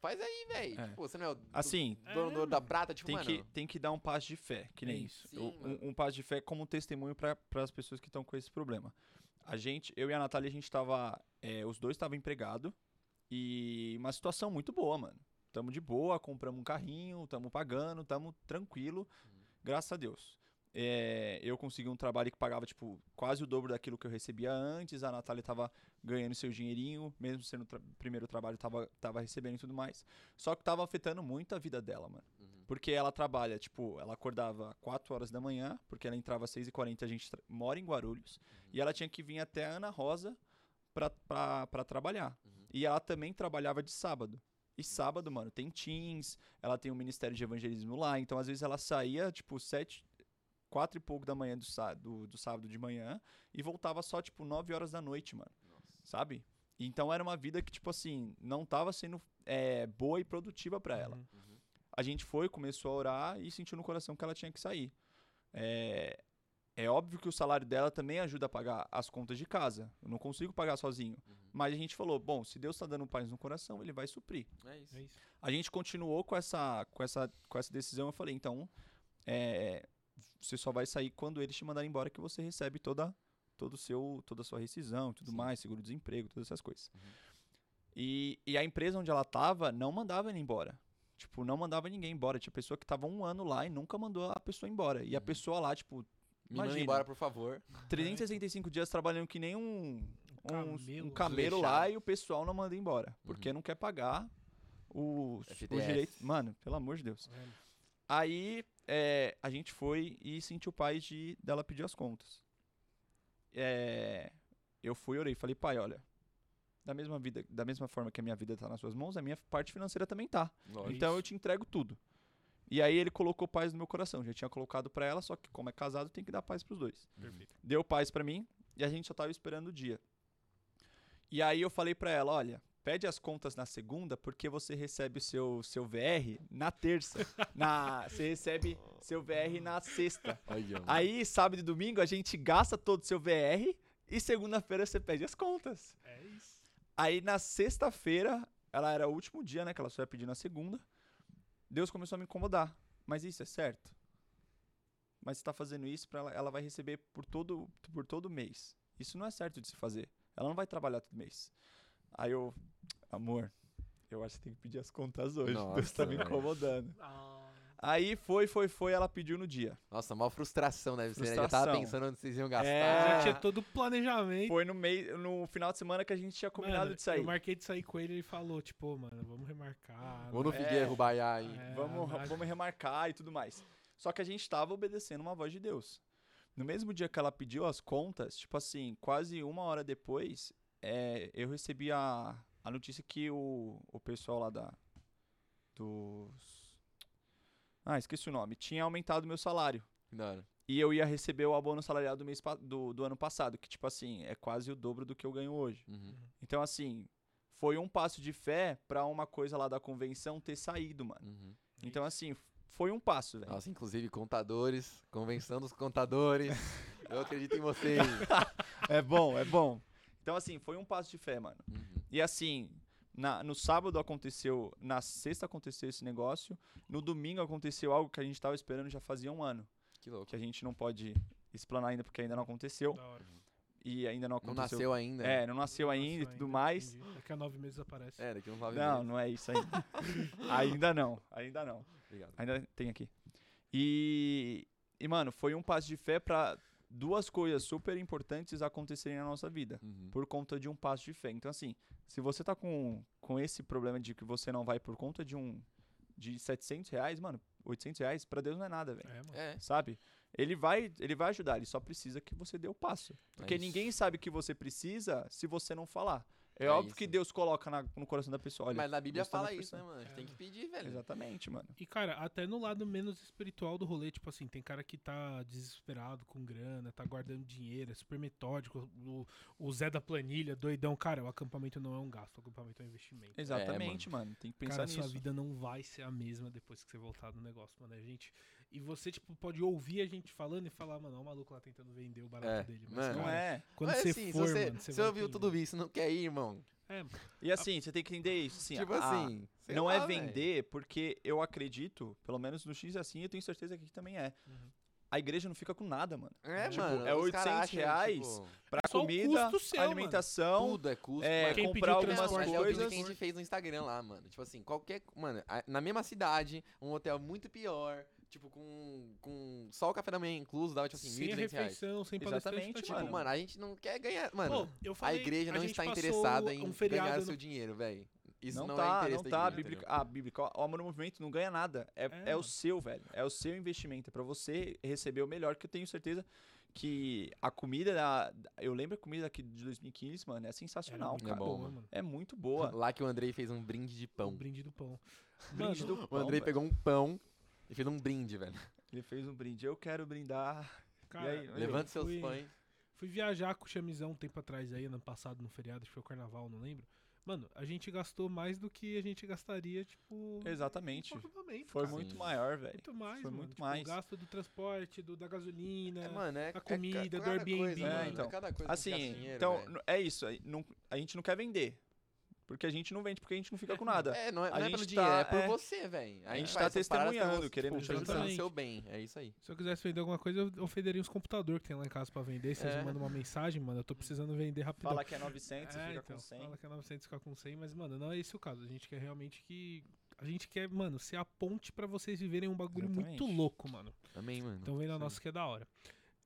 faz aí, velho. É. Tipo, você não é o Assim, dono da prata, tipo, mano. tem que dar um passo de fé, que nem isso. Sim, mano. Um passo de fé como testemunho para as pessoas que estão com esse problema. Eu e a Natália, a gente tava. Os dois estavam empregados e uma situação muito boa, mano. Tamo de boa, compramos um carrinho, tamo pagando, tamo tranquilo, graças a Deus. Eu consegui um trabalho que pagava, tipo, quase o dobro daquilo que eu recebia antes. A Natália tava ganhando seu dinheirinho, mesmo sendo o primeiro trabalho, tava recebendo e tudo mais. Só que tava afetando muito a vida dela, mano. Porque ela trabalha, tipo, ela acordava 4 horas da manhã, porque ela entrava às 6h40, a gente mora em Guarulhos, e ela tinha que vir até a Ana Rosa pra trabalhar. E ela também trabalhava de sábado. E sábado, mano, tem Teams, ela tem um ministério de evangelismo lá, então às vezes ela saía, tipo, 4 e pouco da manhã do sábado de manhã e voltava só, tipo, 9 horas da noite, mano. Sabe? Então era uma vida que, tipo assim, não tava sendo boa e produtiva pra ela. A gente começou a orar e sentiu no coração que ela tinha que sair. É óbvio que o salário dela também ajuda a pagar as contas de casa. Eu não consigo pagar sozinho. Mas a gente falou, bom, se Deus tá dando paz no coração, ele vai suprir. É isso. A gente continuou com essa decisão. Eu falei, então, você só vai sair quando eles te mandarem embora, que você recebe toda a sua rescisão, tudo mais, seguro-desemprego, todas essas coisas. E a empresa onde ela tava não mandava ele embora. Tipo, não mandava ninguém embora. Tinha pessoa que tava 1 ano lá e nunca mandou a pessoa embora. E a pessoa lá, tipo, Me manda imagina, embora, por favor. 365 dias trabalhando que nem um camelo Desleixado. lá e o pessoal não manda embora. Porque não quer pagar os FDS. direitos. Mano, pelo amor de Deus. Aí a gente foi e sentiu paz dela pedir as contas. Eu fui e orei. Falei, pai, olha, da mesma forma que a minha vida tá nas suas mãos, a minha parte financeira também tá. Lógico. Então eu te entrego tudo. E aí ele colocou paz no meu coração. Já tinha colocado pra ela, só que como é casado, tem que dar paz pros dois. Perfeito. Deu paz pra mim e a gente só tava esperando o dia. E aí eu falei pra ela, olha, pede as contas na segunda porque você recebe o seu VR na terça. Você recebe seu VR na sexta. Olha, mano. Aí, sábado e domingo, a gente gasta todo o seu VR e segunda-feira você pede as contas. É isso. Aí, na sexta-feira, ela era o último dia, né, que ela só ia pedir na segunda. Deus começou a me incomodar. Mas isso é certo? Mas você tá fazendo isso pra ela vai receber por todo mês. Isso não é certo de se fazer. Ela não vai trabalhar todo mês. Aí amor, eu acho que tem que pedir as contas hoje. Nossa, Deus tá me velho. incomodando. Aí foi, ela pediu no dia. Nossa, maior frustração deve ser, né? Já Frustração. tava pensando onde vocês iam gastar. Já tinha todo o planejamento. Foi no final de semana que a gente tinha combinado Mano, de sair. Eu marquei de sair com ele e ele falou, tipo, mano, vamos remarcar. Vou no Figueiro, Baiá aí. Vamos remarcar e tudo mais. Só que a gente tava obedecendo uma voz de Deus. No mesmo dia que ela pediu as contas, tipo assim, quase 1 hora depois, eu recebi a notícia que o pessoal lá esqueci o nome. Tinha aumentado meu salário. Não. E eu ia receber o abono salariado do ano passado, que, tipo assim, é quase o dobro do que eu ganho hoje. Então, assim, foi um passo de fé pra uma coisa lá da convenção ter saído, mano. Então, assim, foi um passo, velho. Nossa, inclusive, contadores, convenção dos contadores. Eu acredito em vocês. É bom. Então, assim, foi um passo de fé, mano. E, assim, no sábado aconteceu, na sexta aconteceu esse negócio, no domingo aconteceu algo que a gente tava esperando já fazia 1 ano. Que louco. Que a gente não pode explanar ainda porque ainda não aconteceu. Da hora. E ainda não Não aconteceu. nasceu ainda. Não nasceu ainda e tudo mais. Entendi. Daqui a 9 meses aparece. Daqui uns 9 Não, meses. não é isso ainda. Ainda não. Obrigado. Ainda tem aqui. E, mano, foi um passo de fé pra 2 coisas super importantes acontecerem na nossa vida. Por conta de um passo de fé. Então, assim, se você tá com esse problema de que você não vai por conta de R$700, mano, R$800, pra Deus não é nada, velho. Mano. Sabe? Ele vai ajudar, ele só precisa que você dê o passo. Porque isso. ninguém sabe que você precisa se você não falar. É É óbvio isso. que Deus coloca no coração da pessoa. Olha, Mas na Bíblia você tá fala na isso, né, pressão. mano? A gente tem que pedir, velho. Exatamente, mano. E, cara, até no lado menos espiritual do rolê, tipo assim, tem cara que tá desesperado com grana, tá guardando dinheiro, é super metódico, o Zé da planilha, doidão. Cara, o acampamento não é um gasto, o acampamento é um investimento. Exatamente, mano. Tem que pensar Cara, nisso. sua vida não vai ser a mesma depois que você voltar do negócio, mano. E você, tipo, pode ouvir a gente falando e falar, mano, ó, o maluco lá tentando vender o barato dele. Mas, Mano, Não cara, é. quando Mas você assim, for, se mano, você você vai ouviu entender. tudo isso e não quer ir, irmão, irmão. E assim, você tem que entender isso. Assim, Tipo assim, sei não lá, é velho. vender, porque eu acredito, pelo menos no X é assim, eu tenho certeza que aqui também é. Uhum. A igreja não fica com nada, mano. É, Tipo, mano. é os cara R$800 acham, reais tipo, pra É só o comida, custo seu, alimentação, tudo é custo, é, mano. Quem comprar pediu algumas Não, mas é o coisas. que a gente fez no Instagram lá, mano. Tipo assim, qualquer. Mano, na mesma cidade, um hotel muito pior, tipo, com só o café da manhã incluso, dava, tipo assim, sem a R$1.200 reais. refeição, sem Exatamente, palestrante, tá Tipo, tipo, mano, a gente não quer ganhar. Mano, Pô, eu a falei, igreja não gente está passou interessada em um feriado ganhar no- seu dinheiro, velho. Isso Não não, tá, é interesse não da tá. igreja, entendeu? A Bíblica, o Amor no Movimento não ganha nada. É o mano. seu, velho. É o seu investimento. É pra você receber o melhor, que eu tenho certeza que a comida eu lembro a comida aqui de 2015, mano, é Era sensacional, muito É cara. bom, boa, mano. mano. É muito boa. Lá que o Andrei fez um brinde de O pão. brinde do pão. Brinde Mano, do O pão, Andrei velho. pegou um pão e fez um brinde, velho. Ele fez um brinde. Eu quero brindar. cara, aí, eu Levante seus fui- pães. Fui viajar com o Chamizão um tempo atrás aí, ano passado, no feriado, acho que foi o carnaval, não lembro. Mano, a gente gastou mais do que a gente gastaria, tipo... Exatamente. no acampamento, Foi cara. muito Sim. maior, velho. Muito mais, Foi mano. muito Tipo, mais. O gasto do transporte, da gasolina. A comida, do cada Airbnb. coisa, É, mano, então. cada coisa Assim, que gasta dinheiro, então, velho. é isso. A gente não quer vender. Porque a gente não vende, porque a gente não fica com nada. É, não é a pelo gente dinheiro, tá- é por é. você, velho. A gente faz tá essas paradas testemunhando, pra você, querendo tipo, te ajudar. pensando no seu bem. É isso aí. Se eu quisesse vender alguma coisa, eu ofenderia uns computadores que tem lá em casa pra vender. Vocês É. me mandam uma mensagem, mano, eu tô precisando vender rapidão. Fala que é 900 e É, fica então, com 100. fala que é 900 ficar com 100, mas, mano, não é esse o caso. A gente quer realmente que... A gente quer, mano, ser a ponte pra vocês viverem um bagulho muito Exatamente. louco, mano. Amém, mano. Então vem na Isso aí. nossa que é da hora.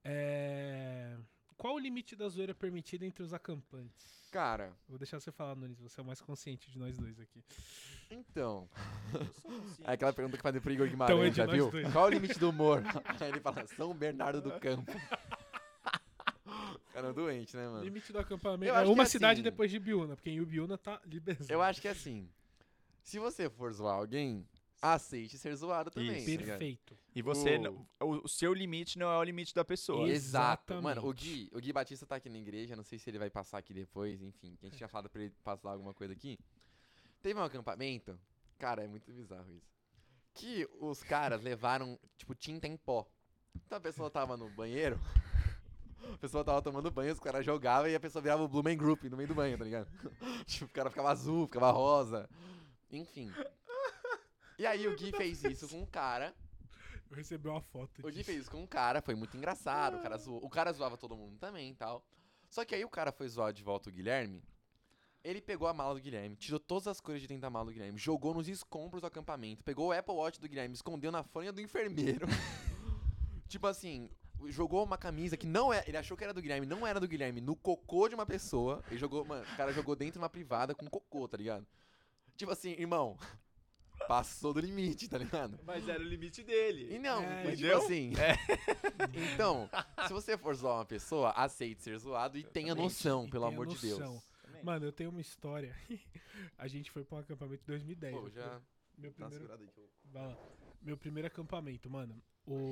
Qual o limite da zoeira permitida entre os acampantes? Cara, Vou deixar você falar, Nunes, você é o mais consciente de nós dois aqui. então. Eu sou consciente. É aquela pergunta que fazem pro Igor Então, Guimarães, é já de viu? nós dois. Qual o limite do humor? Aí ele fala, São Bernardo do Campo. Cara, é doente, né, mano? Limite do acampamento Eu é acho uma que cidade assim- depois de Ibiúna, porque em Ibiúna tá liberado. Eu acho que é assim. Se você for zoar alguém, aceite ser zoado também. Isso. tá ligado? Perfeito. E você, O- o seu limite não é o limite da pessoa. Exato. Exatamente. Mano, o Gui Batista tá aqui na igreja, não sei se ele vai passar aqui depois, enfim. A gente tinha falado pra ele passar alguma coisa aqui. Teve um acampamento, cara, é muito bizarro isso. Que os caras levaram, tipo, tinta em pó. Então a pessoa tava no banheiro, a pessoa tava tomando banho, os caras jogavam e a pessoa virava o Blue Man Group no meio do banho, tá ligado? Tipo, o cara ficava azul, ficava rosa. Enfim. E aí o Gui fez isso com um cara. Eu recebi uma foto O Gui disso. fez isso com um cara, foi muito engraçado. O cara zoava todo mundo também e tal. Só que aí o cara foi zoar de volta o Guilherme. Ele pegou a mala do Guilherme, tirou todas as coisas de dentro da mala do Guilherme, jogou nos escombros do acampamento, pegou o Apple Watch do Guilherme, escondeu na fronha do enfermeiro. Tipo assim, jogou uma camisa que não é. Ele achou que era do Guilherme, não era do Guilherme, no cocô de uma pessoa. Ele jogou, mano, o cara jogou dentro de uma privada com cocô, tá ligado? Tipo assim, irmão, passou do limite, tá ligado? Mas era o limite dele. E não, É, tipo entendeu? assim. Então, se você for zoar uma pessoa, aceite ser zoado e tenha Exatamente. noção, E pelo tenha amor de Deus. noção. Mano, eu tenho uma história. A gente foi pra um acampamento em 2010. Pô, né? já. Meu Dá uma primeiro, segurada aí que eu. vai lá. Meu primeiro acampamento, mano.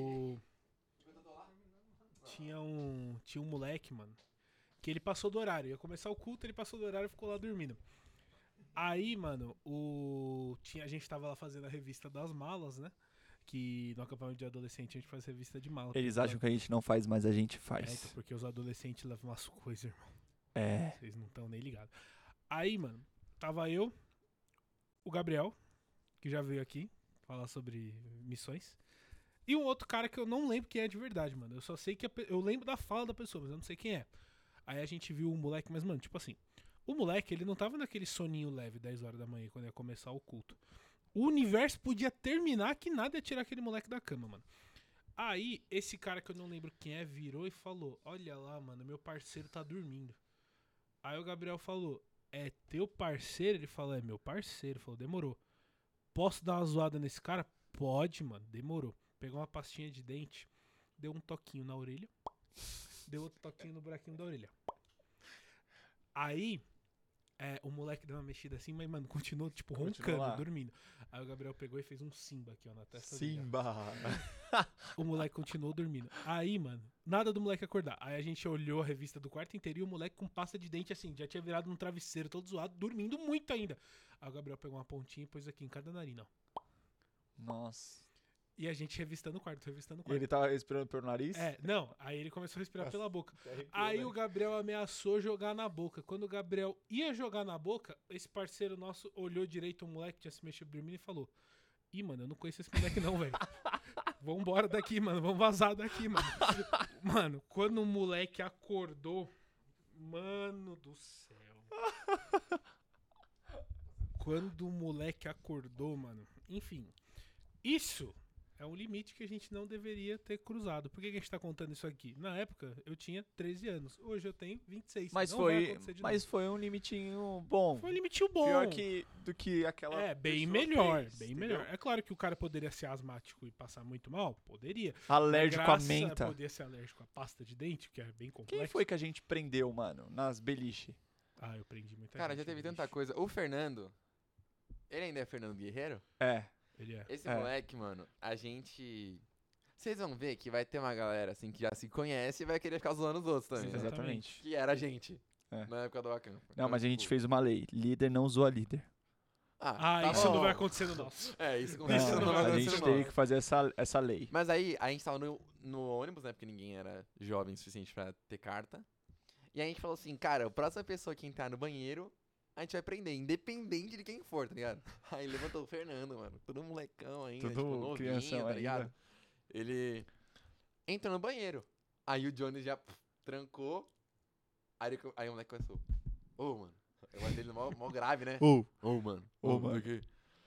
Tinha um moleque, mano, que ele passou do horário. Ia começar o culto, ele passou do horário e ficou lá dormindo. Aí, mano, a gente tava lá fazendo a revista das malas, né? Que no acampamento de adolescente a gente faz revista de mala. Eles acham que a gente não faz, mas a gente É, faz. então, porque os adolescentes levam umas coisas, irmão. É. Vocês não estão nem ligados. Aí, mano, tava eu, o Gabriel, que já veio aqui falar sobre missões, e um outro cara que eu não lembro quem é de verdade, mano. Eu só sei que eu lembro da fala da pessoa, mas eu não sei quem é. Aí a gente viu o moleque, mas, mano, tipo assim, o moleque, ele não tava naquele soninho leve 10 horas da manhã, quando ia começar o culto. O universo podia terminar que nada ia tirar aquele moleque da cama, mano. Aí, esse cara que eu não lembro quem é, virou e falou: olha lá, mano, meu parceiro tá dormindo. Aí o Gabriel falou: é teu parceiro? Ele falou: é meu parceiro. Falou: demorou. Posso dar uma zoada nesse cara? Pode, mano, demorou. Pegou uma pastinha de dente, deu um toquinho na orelha, deu outro toquinho no buraquinho da orelha. Aí, o moleque deu uma mexida assim, mas, mano, continuou, tipo, Continuou roncando, lá. dormindo. Aí o Gabriel pegou e fez um Simba aqui, ó, na testa dele. ó. Simba. O moleque continuou dormindo. Aí, mano, nada do moleque acordar. Aí a gente olhou a revista do quarto inteiro e o moleque com pasta de dente assim, já tinha virado um travesseiro todo zoado, dormindo muito ainda. Aí o Gabriel pegou uma pontinha e pôs aqui em cada narina, ó. Nossa. E a gente revistando o quarto. E ele tava respirando pelo nariz? Não, aí ele começou a respirar Nossa, pela boca. arrepiou, Aí velho. o Gabriel ameaçou jogar na boca. Quando o Gabriel ia jogar na boca, esse parceiro nosso olhou direito, o moleque tinha se mexido dormindo e falou: Ih, mano, eu não conheço esse moleque não, velho. Vambora daqui, mano. Vamos vazar daqui, mano. Mano, quando o moleque acordou, mano do céu. Quando o moleque acordou, mano. Enfim, isso é um limite que a gente não deveria ter cruzado. Por que a gente tá contando isso aqui? Na época, eu tinha 13 anos. Hoje eu tenho 26. Mas Não vai foi, acontecer de mas foi um limitinho bom. novo. Foi um limitinho bom. Pior do que aquela. É, bem pessoa melhor, fez, bem entendeu? melhor. É claro que o cara poderia ser asmático e passar muito mal? Poderia. Alérgico à Graça, menta. Poderia ser alérgico à pasta de dente, que é bem complexo. Quem foi que a gente prendeu, mano, nas beliche? Ah, eu prendi muita Cara, gente. já teve no tanta lixo. coisa. O Fernando, ele ainda é Fernando Guerreiro? É. Ele é. Esse É. moleque, mano, a gente... Vocês vão ver que vai ter uma galera, assim, que já se conhece e vai querer ficar zoando os outros também. Sim, né? Exatamente. Que era a gente, É. na época do Acampa. Não, mas a gente fez uma lei. Líder não zoa líder. Ah, tá isso não bom. vai acontecer no nosso. É, isso Isso aconteceu não no vai a acontecer gente no teve que fazer essa lei. Mas aí, a gente tava no ônibus, né? Porque ninguém era jovem o suficiente pra ter carta. E a gente falou assim, cara, a próxima pessoa que entrar no banheiro, a gente vai prender, independente de quem for, tá ligado? Aí levantou o Fernando, mano. Todo molecão ainda, Tudo tipo, novinho, crianção tá ligado? ainda. Ele entrou no banheiro. Aí o Johnny já trancou. Aí o moleque começou. Ô, mano. Eu mandei ele mó grave, né? Ô, Ô, mano. Ô, Ô, mano. mano.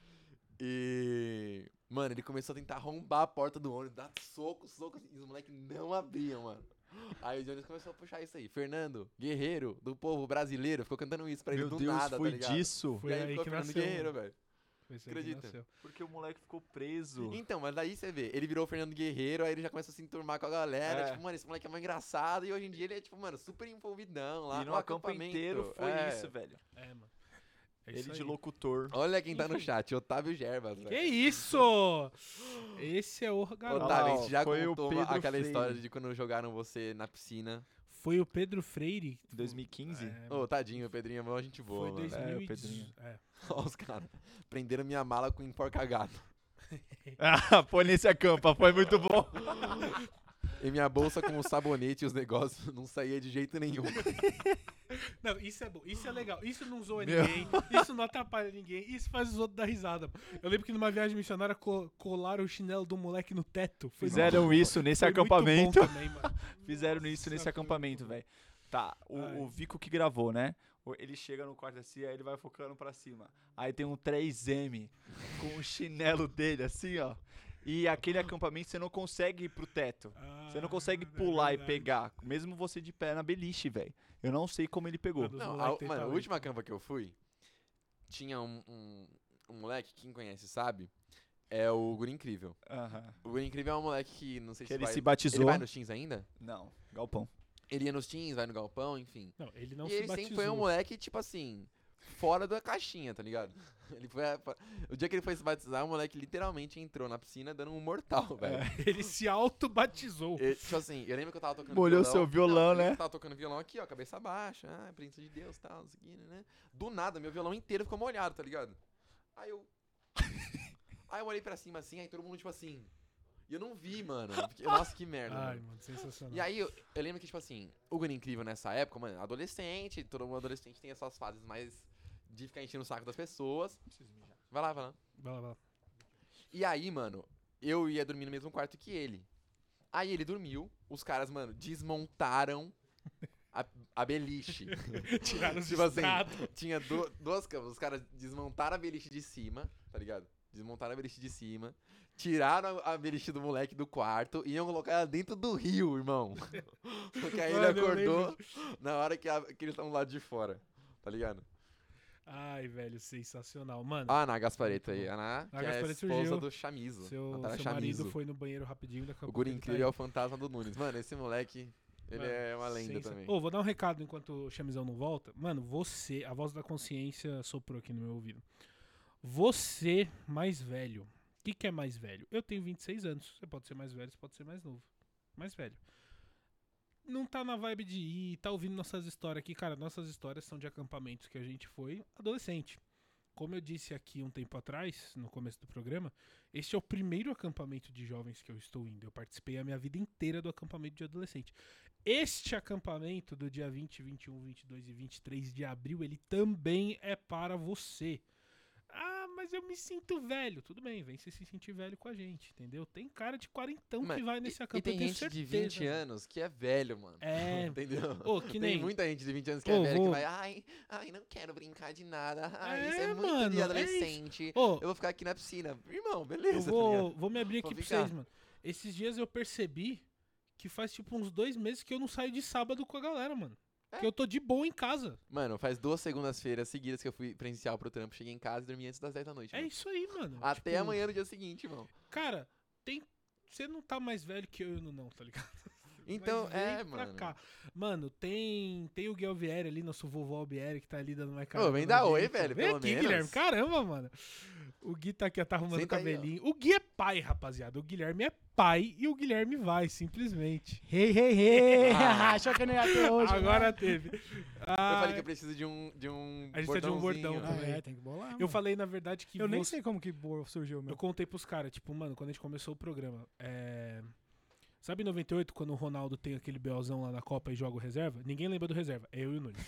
E... Mano, ele começou a tentar arrombar a porta do ônibus, dar soco, e os moleques não abriam, mano. Aí o Jones começou a puxar isso aí. Fernando, guerreiro do povo brasileiro, ficou cantando isso pra ele meu do Deus, nada, foi tá ligado? disso? Foi E aí aí ficou que Fernando nasceu. Guerreiro, velho. Foi isso aí Acredita? que nasceu. Porque o moleque ficou preso. Então, mas daí você vê, ele virou o Fernando Guerreiro, aí ele já começou a se enturmar com a galera. É. Tipo, mano, esse moleque é mais engraçado. E hoje em dia ele é, tipo, mano, super envolvidão lá E no no acampo acampamento. inteiro foi É. isso, velho. É, mano. É isso Ele de aí. locutor. Olha quem tá no chat, Otávio Gerbas, velho. Que isso? Esse é o garoto. Otávio, Olha a lá, gente já foi o contou Pedro aquela Freire. história de quando jogaram você na piscina. Foi o Pedro Freire. 2015. É, Ô, tadinho, o Pedrinho é mó gente boa, foi mano. 2018. É, o Pedrinho. É. Ó, os caras prenderam minha mala com enforca-gato. Ah, foi nesse acampa, foi muito bom. E minha bolsa com o sabonete e os negócios não saía de jeito nenhum. Não, isso é bom, isso é legal, isso não zoa Meu. ninguém, isso não atrapalha ninguém, isso faz os outros dar risada. Eu lembro que numa viagem missionária colaram o chinelo do moleque no teto. Foi Fizeram isso nesse foi muito acampamento. bom também, mano. Fizeram isso Nossa, nesse foi acampamento, muito bom. velho. Tá, Ai. o Vico que gravou, né? Ele chega no quarto assim, aí ele vai focando pra cima. Aí tem um 3M com o chinelo dele, assim, ó. E aquele acampamento você não consegue ir pro teto. Você não consegue pular e pegar, mesmo você de pé na beliche, velho. Eu não sei como ele pegou. Os Não, moleque tem mano, a talento. última campa que eu fui, tinha um moleque, quem conhece sabe, é o Guri Incrível. Aham. O Guri Incrível é um moleque que não sei Que se ele vai... se batizou. Ele vai nos teens ainda? Não, galpão. Ele ia nos teens, vai no galpão, enfim. Não, ele não e se ele batizou. sempre foi um moleque, tipo assim, fora da caixinha, tá ligado? Ele foi o dia que ele foi se batizar, o moleque literalmente entrou na piscina dando um mortal, velho. Ele se auto-batizou. Tipo assim, eu lembro que eu tava tocando Molhou violão. seu violão, eu lembro né? que eu tava tocando violão aqui, ó, cabeça baixa, presença de Deus, tal, isso aqui, né? Do nada, meu violão inteiro ficou molhado, tá ligado? Aí eu... Aí eu olhei pra cima assim, aí todo mundo tipo assim... E eu não vi, mano. Nossa, que merda, Ai, mano. mano, sensacional. E aí eu lembro que, tipo assim, o Guri Incrível nessa época, mano, adolescente, todo mundo adolescente tem essas fases mais de ficar enchendo o saco das pessoas. Vai lá, vai lá. Vai lá, vai lá. E aí, mano, eu ia dormir no mesmo quarto que ele. Aí ele dormiu, os caras, mano, desmontaram a beliche. Tiraram os Tipo assim, estrados. Tinha duas camas, os caras desmontaram a beliche de cima, tá ligado? Desmontaram a beliche de cima, tiraram a beliche do moleque do quarto e iam colocar ela dentro do rio, irmão. Porque aí ele Mano, eu acordou lembro na hora que eles estavam lá de fora, tá ligado? Ai, velho, sensacional. Mano, Ah, a Ana Gaspareto aí. Ana, que é a Gaspareto esposa surgiu. do Chamizo. seu Natália marido Chamizo. foi no banheiro rapidinho. Daqui a O pouco Guri ele tá Incrível é aí. o fantasma do Nunes. Mano, esse moleque, ele Mano, é uma lenda também. Ô, vou dar um recado enquanto o Chamizão não volta. Mano, você, a voz da consciência soprou aqui no meu ouvido. Você, mais velho. O que é mais velho? Eu tenho 26 anos. Você pode ser mais velho, você pode ser mais novo. Mais velho. Não tá na vibe de ir, tá ouvindo nossas histórias aqui. Cara, nossas histórias são de acampamentos que a gente foi adolescente. como eu disse aqui um tempo atrás, no começo do programa, este é o primeiro acampamento de jovens que eu estou indo. Eu participei a minha vida inteira do acampamento de adolescente. Este acampamento do dia 20, 21, 22 e 23 de abril, ele também é para você. Ah, mas eu me sinto velho. Tudo bem, vem se sentir velho com a gente, entendeu? Tem cara de quarentão que Mano, vai nesse E acampamento. tem eu tenho gente de certeza, 20 mano. anos que é velho, mano. É. Entendeu? Ô, que Tem nem... muita gente de 20 anos que Ô, é velho vou- que vai, ai, não quero brincar de nada. Ai, isso É, é muito mano, de é adolescente. Ô, Eu vou ficar aqui na piscina. Irmão, eu beleza, tá ligado? vou me abrir Vou aqui pra ficar. vocês, mano. Esses dias eu percebi que faz tipo uns 2 meses que eu não saio de sábado com a galera, mano. É. Que eu tô de boa em casa. Mano, faz 2 segundas-feiras seguidas que eu fui presencial pro trampo. Cheguei em casa e dormi antes das 10 da noite. É mano. isso aí, mano. Até Tipo, amanhã no dia seguinte, irmão. Cara, você não tá mais velho que eu não, tá ligado? Então, Mas vem pra mano. cá. Mano, tem o Gui Alvieri ali, nosso vovô Alvieri, que tá ali dando uma cara. Ô, vem dar oi, velho, Vem pelo aqui, menos. Guilherme. Caramba, mano. O Gui tá aqui, tá arrumando o Senta aí, ó. cabelinho. O Gui é pai, rapaziada. O Guilherme é pai e o Guilherme vai, simplesmente. Hey, hey, hey! Ah. Achou que eu não ia ter hoje, Agora né? teve. Eu Ah, falei que eu preciso de um A gente precisa de um bordão bordãozinho. também. Tem que bolar. eu mano. falei, na verdade, que Eu nem você- sei como que surgiu, meu. Eu contei pros caras, tipo, mano, quando a gente começou o programa, sabe em 98, quando o Ronaldo tem aquele BOzão lá na Copa e joga o reserva? Ninguém lembra do reserva, é eu e o Nunes.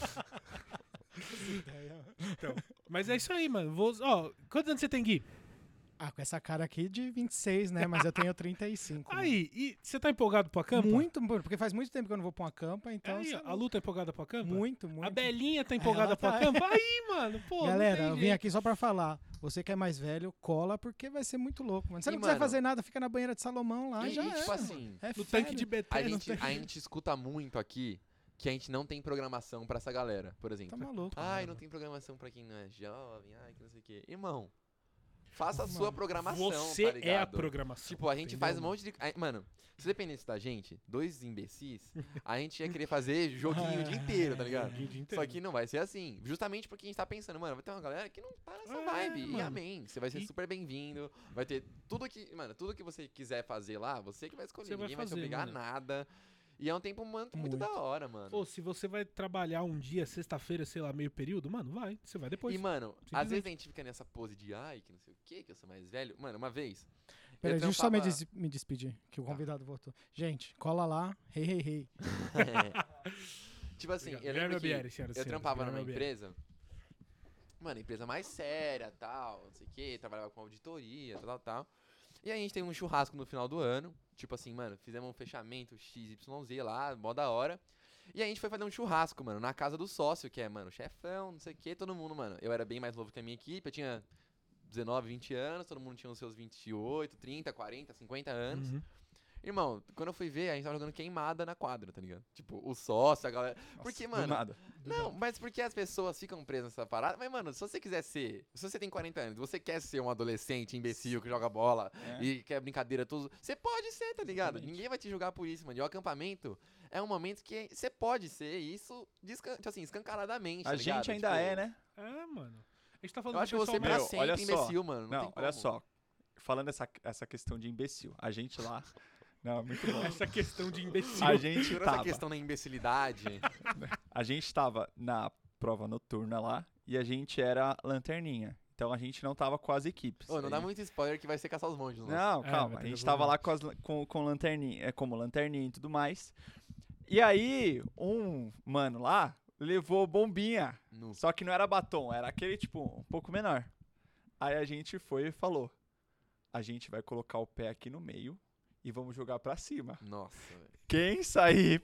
Então, mas é isso aí, mano. Ó, quantos anos você tem, Gui? Ah, com essa cara aqui de 26, né? Mas eu tenho 35. mano. Aí, e você tá empolgado pra campa? Muito, porque faz muito tempo que eu não vou pra uma campa, então... Aí, você ó, a não- Lu tá empolgada pra campa? Muito, muito. A Belinha tá empolgada Ela pra tá. campa? Aí, mano, pô. Galera, não eu tem vim jeito. aqui só pra falar. Você que é mais velho, cola, porque vai ser muito louco, mano. Se você E, não quiser mano, fazer nada, fica na banheira de Salomão lá, já tipo é. assim, É No férias. tanque de BT. a no gente, tanque- a gente escuta muito aqui que a gente não tem programação pra essa galera, por exemplo. Tá maluco. Ai, mano. não tem programação pra quem não é jovem, ai, que não sei o quê. Irmão, faça a Mano, sua programação, Você tá ligado? é a programação. Tipo, a gente entendeu, faz um mano? monte de... Mano, se dependesse da gente, 2 imbecis, a gente ia querer fazer joguinho o dia inteiro, tá ligado? O dia inteiro. Só que não vai ser assim. Justamente porque a gente tá pensando, mano, vai ter uma galera que não tá nessa É, vibe. E mano. amém. Você vai ser E- super bem-vindo. Vai ter tudo que. Mano, tudo que você quiser fazer lá, você que vai escolher. Você vai Ninguém vai te fazer, obrigar mano. a nada. E é um tempo muito Muito. da hora, mano. Pô, se você vai trabalhar um dia, sexta-feira, sei lá, meio período, mano, vai. Você vai depois. E, mano, às Simplesmente. vezes a gente fica nessa pose de ai, que não sei o que, que eu sou mais velho. Mano, uma vez. Peraí, eu deixa eu só me, trampava- me despedir, que o Tá. convidado voltou. Gente, cola lá, hey, hey, hey. Tipo assim, eu Guilherme lembro que Albieri, senhoras e eu senhores, trampava Guilherme numa Albieri. empresa. Mano, empresa mais séria, tal, não sei o que, trabalhava com auditoria, tal. E aí a gente tem um churrasco no final do ano. Tipo assim, mano, fizemos um fechamento XYZ lá, mó da hora. E aí a gente foi fazer um churrasco, mano, na casa do sócio, que é, mano, chefão, não sei o que, todo mundo, mano. Eu era bem mais novo que a minha equipe, eu tinha 19, 20 anos, todo mundo tinha os seus 28, 30, 40, 50 anos. Uhum. Irmão, quando eu fui ver, a gente tava jogando queimada na quadra, tá ligado? Tipo, o sócio, a galera. Porque, Do mano. nada. Não, mas porque as pessoas ficam presas nessa parada. Mas, mano, se você quiser ser. Se você tem 40 anos, você quer ser um adolescente imbecil que joga bola É. e quer brincadeira tudo. Você pode ser, tá ligado? Exatamente. Ninguém vai te julgar por isso, mano. E o acampamento é um momento que você pode ser isso, tipo assim, escancaradamente. A tá ligado? gente ainda Tipo, é, né? É, mano. A gente tá falando Eu do acho que você pessoal pra Meu, mais... olha sempre só. imbecil, mano. Não, Não, tem olha como. só. Falando essa questão de imbecil. A gente lá. Não, muito bom. Essa questão de imbecil. A gente Tirou essa tava. questão da imbecilidade. A gente tava na prova noturna lá e a gente era lanterninha. Então a gente não tava com as equipes. Ô, não dá Aí- muito spoiler que vai ser caçar os monges, não. Não, É, calma. vai A ter gente que tava evoluir. lá com lanterninha, como lanterninha e tudo mais. E aí, um mano lá levou bombinha. No- Só que não era batom, era aquele tipo um pouco menor. Aí a gente foi e falou: a gente vai colocar o pé aqui no meio e vamos jogar pra cima. Nossa, velho. Quem sair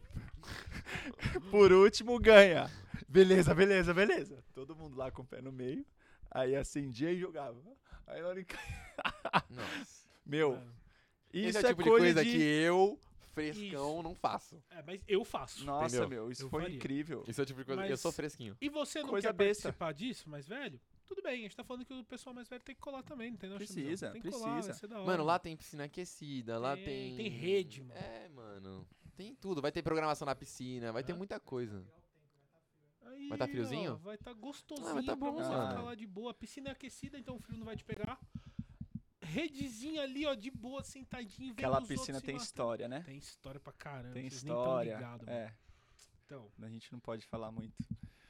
por último ganha. Beleza, beleza, beleza. Todo mundo lá com o pé no meio. Aí acendia e jogava. Aí na hora que... Nossa. Meu, Mano. isso Esse é o tipo de coisa que eu, frescão, não faço. É, mas eu faço. Nossa, Entendeu? meu, isso Eu foi faria. incrível. Isso é o tipo de coisa que eu Mas- sou fresquinho. E você não Coisa quer besta. participar disso, mais velho? Tudo bem, a gente tá falando que o pessoal mais velho tem que colar também, entendeu? Precisa, Chamizão? Tem que colar, precisa. vai ser da hora. Mano, lá tem piscina aquecida, lá tem... Tem rede, mano. É, mano. Tem tudo. Vai ter programação na piscina, vai ter Hã? muita coisa. Aí, Vai tá friozinho? ó, vai tá gostosinho Ah, vai tá pra bom, você mano. ficar lá de boa. A piscina é aquecida, então o frio não vai te pegar. Redezinha ali, ó, de boa, sentadinho. vendo Aquela os piscina outros se tem matando. história, né? Tem história pra caramba. Tem vocês nem tão história. ligado, mano. É, Então, a gente não pode falar muito.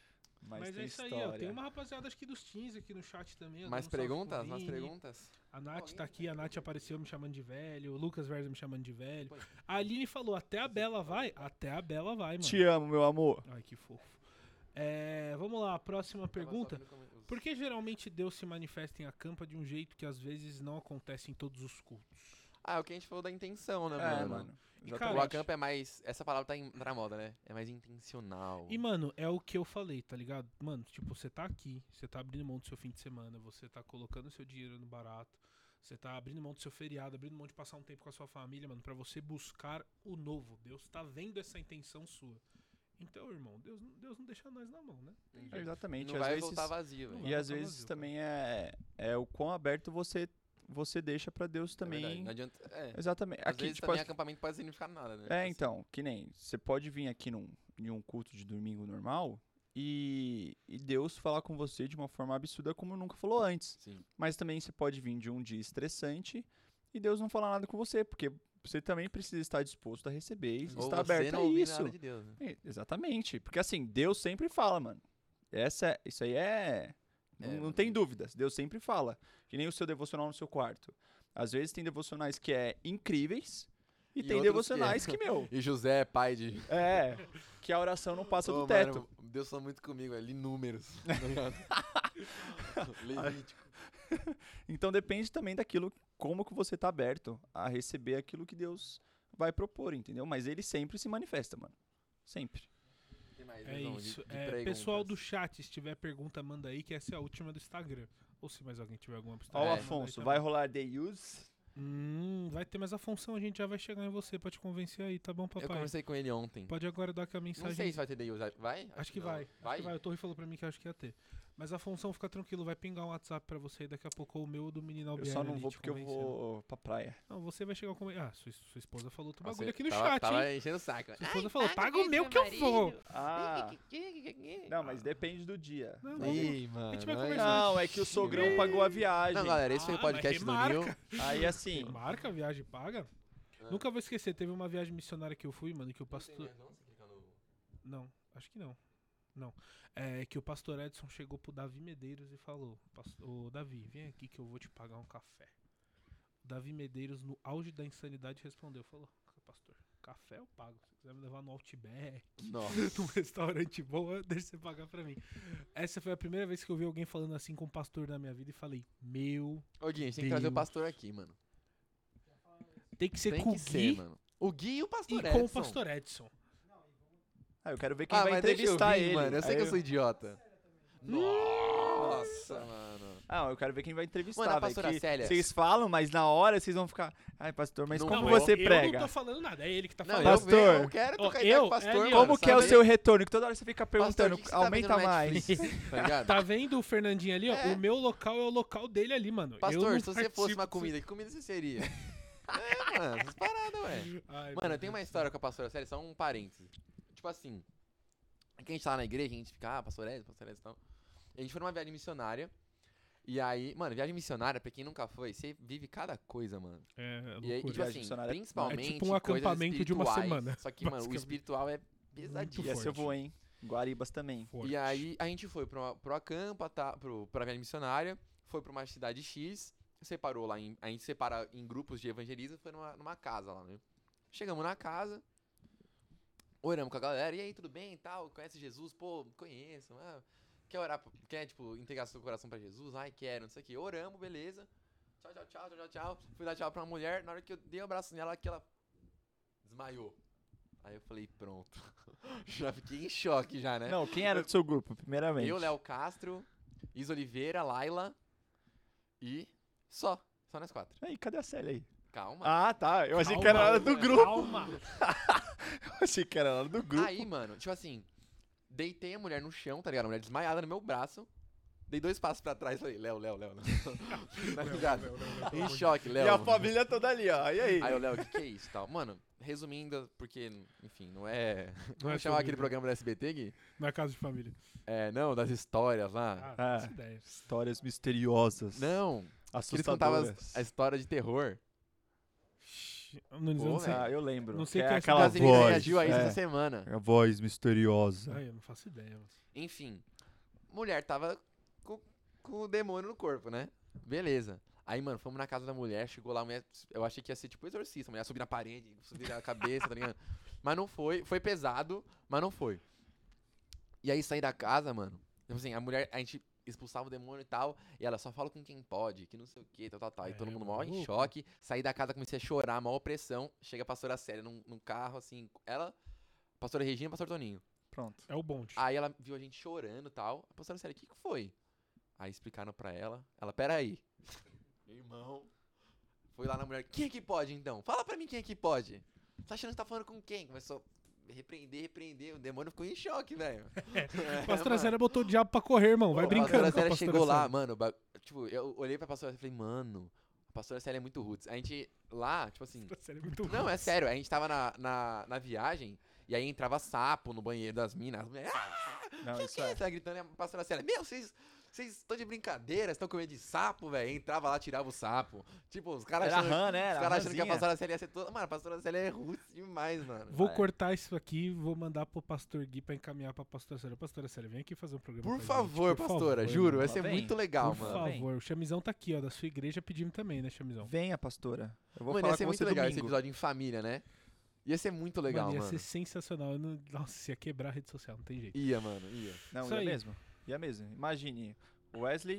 Mas tem é isso aí, história. ó. Tem uma rapaziada acho que dos teens aqui no chat também. ó, Mais dando um salve pro perguntas? Mais Vini. perguntas? A Nath tá aqui, a Nath apareceu me chamando de velho, o Lucas Verza me chamando de velho. Põe. A Aline falou, até a Bela vai? Até a Bela vai, mano. Te amo, meu amor. Ai, que fofo. Vamos lá, próxima pergunta. Por que geralmente Deus se manifesta em Acampa de um jeito que às vezes não acontece em todos os cultos? É o que a gente falou da intenção, né, É, mano? mano. E, Exatamente. cara, O acampa é mais... Essa palavra tá na moda, né? É mais intencional. E, mano, é o que eu falei, tá ligado? Mano, tipo, você tá aqui, você tá abrindo mão do seu fim de semana, você tá colocando seu dinheiro no barato, você tá abrindo mão do seu feriado, abrindo mão de passar um tempo com a sua família, mano, pra você buscar o novo. Deus tá vendo essa intenção sua. Então, irmão, Deus não deixa nós na mão, né? Tem Entendi. jeito. Exatamente. Não Às vai vezes, voltar vazio, Não velho. vai. e às voltar vezes vazio, também é o quão aberto você deixa pra Deus É verdade, também. não adianta... Exatamente. Às Aqui, vezes tipo, também acampamento pode significar nada, né? é, então, que nem, você pode vir aqui em um culto de domingo normal e Deus falar com você de uma forma absurda como nunca falou antes. Sim. Mas também você pode vir de um dia estressante e Deus não falar nada com você, porque você também precisa estar disposto a receber e Ou estar você aberto não a ouvir isso. nada de Deus, né? Exatamente, porque assim, Deus sempre fala, mano. Isso aí não tem dúvidas, Deus sempre fala. Que nem o seu devocional no seu quarto. Às vezes tem devocionais que é incríveis e tem outros devocionais que, meu, E José é pai de... que a oração não passa Ô, do teto. mano, Deus falou muito comigo, ali números. Tá ligado? Levítico. Então depende também daquilo, como que você tá aberto a receber aquilo que Deus vai propor, entendeu? Mas ele sempre se manifesta, mano. Sempre. Tem mais, É Lesão, isso. de perguntas. Pessoal do chat, se tiver pergunta, manda aí, que essa é a última do Instagram. Ou se mais alguém tiver alguma pro Ó, o Instagram, manda aí Afonso, também. vai rolar The Use? Vai ter, mas a função a gente já vai chegar em você pra te convencer aí, tá bom, Eu papai? conversei com ele ontem. Pode aguardar que a mensagem... Não sei se vai ter Deus. Vai? Acho que não. vai. Acho Vai? que vai. O Torre falou pra mim que acho que ia ter. Mas a função, fica tranquilo, vai pingar um WhatsApp pra você e daqui a pouco o meu ou do menino Eu Albieri só não ali vou te porque eu convencendo. vou pra praia. Não, você vai chegar com... Ah, sua esposa falou outro Nossa, bagulho aqui no tava, chat, tava hein? enchendo o saco. Sua esposa falou, paga o meu que eu vou. Ah, não, mas depende do dia. Não, Ih, mano. gente vai ai, conversar. Não, é que o sogrão pagou a viagem. Não, galera, esse foi o mas podcast do remarca. Nil. Aí assim, Marca a viagem paga? É. Nunca vou esquecer, teve uma viagem missionária que eu fui, mano, que o pastor... Não, acho que não. Não. É que o pastor Edson chegou pro Davi Medeiros e falou: Ô Davi, vem aqui que eu vou te pagar um café. O Davi Medeiros, no auge da insanidade, respondeu: falou, pastor, café eu pago. Se quiser me levar no Outback, Nossa. num restaurante bom, deixa você pagar pra mim. Essa foi a primeira vez que eu vi alguém falando assim com um pastor na minha vida e falei: meu, Ô, Gui, a gente tem que trazer o Deus. pastor aqui, mano. tem que ser Tem com que o ser, Gui mano. O Gui e o pastor e Edson. com o pastor Edson. eu quero ver quem vai mas deixa eu entrevistar vir, ele. mano. Eu sei Aí que eu sou idiota. Nossa, mano. Não, eu quero ver quem vai entrevistar, Mano, a velho, pastora que Célia. Vocês falam, mas na hora vocês vão ficar... Ai, pastor, mas Não como vou. você eu prega? não tô falando nada, é ele que tá Não, falando. Pastor. eu quero Ó, trocar ideia com o eu, pastor, Eli, mano. Como que é o sabe? seu retorno? Que toda hora você fica Pastor, perguntando, o que você tá vendo aumenta no mais. Netflix? Tá ligado? Tá vendo o Fernandinho ali, ó? É. O meu local é o local dele ali, mano. Eu Pastor, não se você fosse participo uma disso. comida, que comida você seria? Mano, essas paradas, ué. Ai, Mano, meu eu tenho uma Deus. história com a pastora Célia, só um parênteses. Tipo assim, aqui a gente tá lá na igreja, a gente fica, pastor Edson e tal. E a gente foi numa viagem missionária. E aí, mano, viagem missionária, pra quem nunca foi, você vive cada coisa, mano. É, E aí, loucura. tipo Viagem assim, missionária é- principalmente é tipo um coisas acampamento de uma espirituais, semana, Só que, mano, o basicamente. espiritual é pesadíssimo. Ia forte. ser eu vou, hein? Guaribas também. Forte. E aí a gente foi pro acampa, pra viagem missionária, foi pra uma cidade X, separou lá, a gente separa em grupos de evangelismo, foi numa casa lá, né? Chegamos na casa, oramos com a galera, e aí, tudo bem e tal, conhece Jesus? Pô, conheço, quer orar, quer, tipo, entregar seu coração pra Jesus? Ai, quero, não sei o que, oramos, beleza, tchau, fui dar tchau pra uma mulher, na hora que eu dei um abraço nela, que ela desmaiou. Aí eu falei, pronto, já fiquei em choque já, né? Não, quem era do seu grupo, primeiramente? Eu, Léo Castro, Isa Oliveira, Laila e só nós quatro. Aí, cadê a Célia aí? Calma. Ah, tá. Eu achei Calma, que era ela do mano, grupo. Calma. Eu achei que era ela do grupo. Aí, mano, tipo assim, deitei a mulher no chão, tá ligado? A mulher desmaiada no meu braço. Dei 2 passos pra trás e falei, Léo. Tá ligado? Em choque, Léo. E a família toda ali, ó. E aí? Aí o Léo, o que é isso e tal? Mano, resumindo, porque, enfim, não é... Não é Vamos chamar aquele sobre- programa do SBT, Gui? Na casa de família. É, não, das histórias lá. Ah, Ah. faço ideia. Histórias misteriosas. Não, que eles contavam Assustadoras. a história de terror. Não, Pô, não sei. Ah, eu lembro. Não sei que quem é é aquela Casimiro voz. reagiu a isso é, essa semana. a voz misteriosa. Ai, eu não faço ideia. Mano. Enfim, mulher tava com o demônio no corpo, né? Beleza. Aí, mano, fomos na casa da mulher, chegou lá, a mulher, eu achei que ia ser tipo exorcista, a mulher subir na parede, subir na cabeça, tá ligado? Mas não foi pesado, mas não foi. E aí saí da casa, mano, tipo assim, a gente expulsava o demônio e tal, e ela só fala com quem pode, que não sei o que, tal. E todo mundo mó em choque, saí da casa, comecei a chorar, maior opressão, chega a pastora Célia num carro, assim, ela, pastora Regina e pastor Toninho. Pronto. É o bonde. Aí ela viu a gente chorando e tal, a pastora Célia, o que foi? Aí explicaram pra ela, peraí. Meu irmão, foi lá na mulher, quem é que pode então? Fala pra mim quem é que pode. Tá achando que tá falando com quem? Começou a repreender, o demônio ficou em choque, velho. A pastora Célia botou o diabo pra correr, irmão, vai brincando. A pastora Célia chegou lá, Célia. mano, tipo, eu olhei pra pastora Célia e falei, mano, a pastora Célia é muito roots. A gente lá, tipo assim, A pastora Célia é muito não, é sério, a gente tava na viagem, e aí entrava sapo no banheiro das minas, as mulheres, Não, que é? Tá gritando, e a pastora Célia, meu, vocês estão de brincadeira, estão com medo de sapo, velho. Entrava lá, tirava o sapo. Tipo, os caras Era achando, rã, né? os Era caras achando que a rãzinha. pastora Célia ia ser toda... Mano, a pastora Célia é roots demais, mano. Vou Vai. cortar isso aqui, vou mandar pro pastor Gui pra encaminhar pra pastora Célia. Pastora Célia, vem aqui fazer um programa Por com a favor, gente, por pastora, favor, juro, mano. vai ser Vem. muito legal, Por mano. favor, o Chamizão tá aqui, ó, da sua igreja, pedimos também, né, Chamizão? Venha, pastora. Eu vou Mano, falar ia ser com muito você legal esse domingo. episódio em família, né? Ia ser muito legal, Mano, ia mano. ser sensacional. Nossa, ia quebrar a rede social, não tem jeito. Ia, mano, ia. Não, Isso ia aí. mesmo. Ia mesmo. Imagine, Wesley,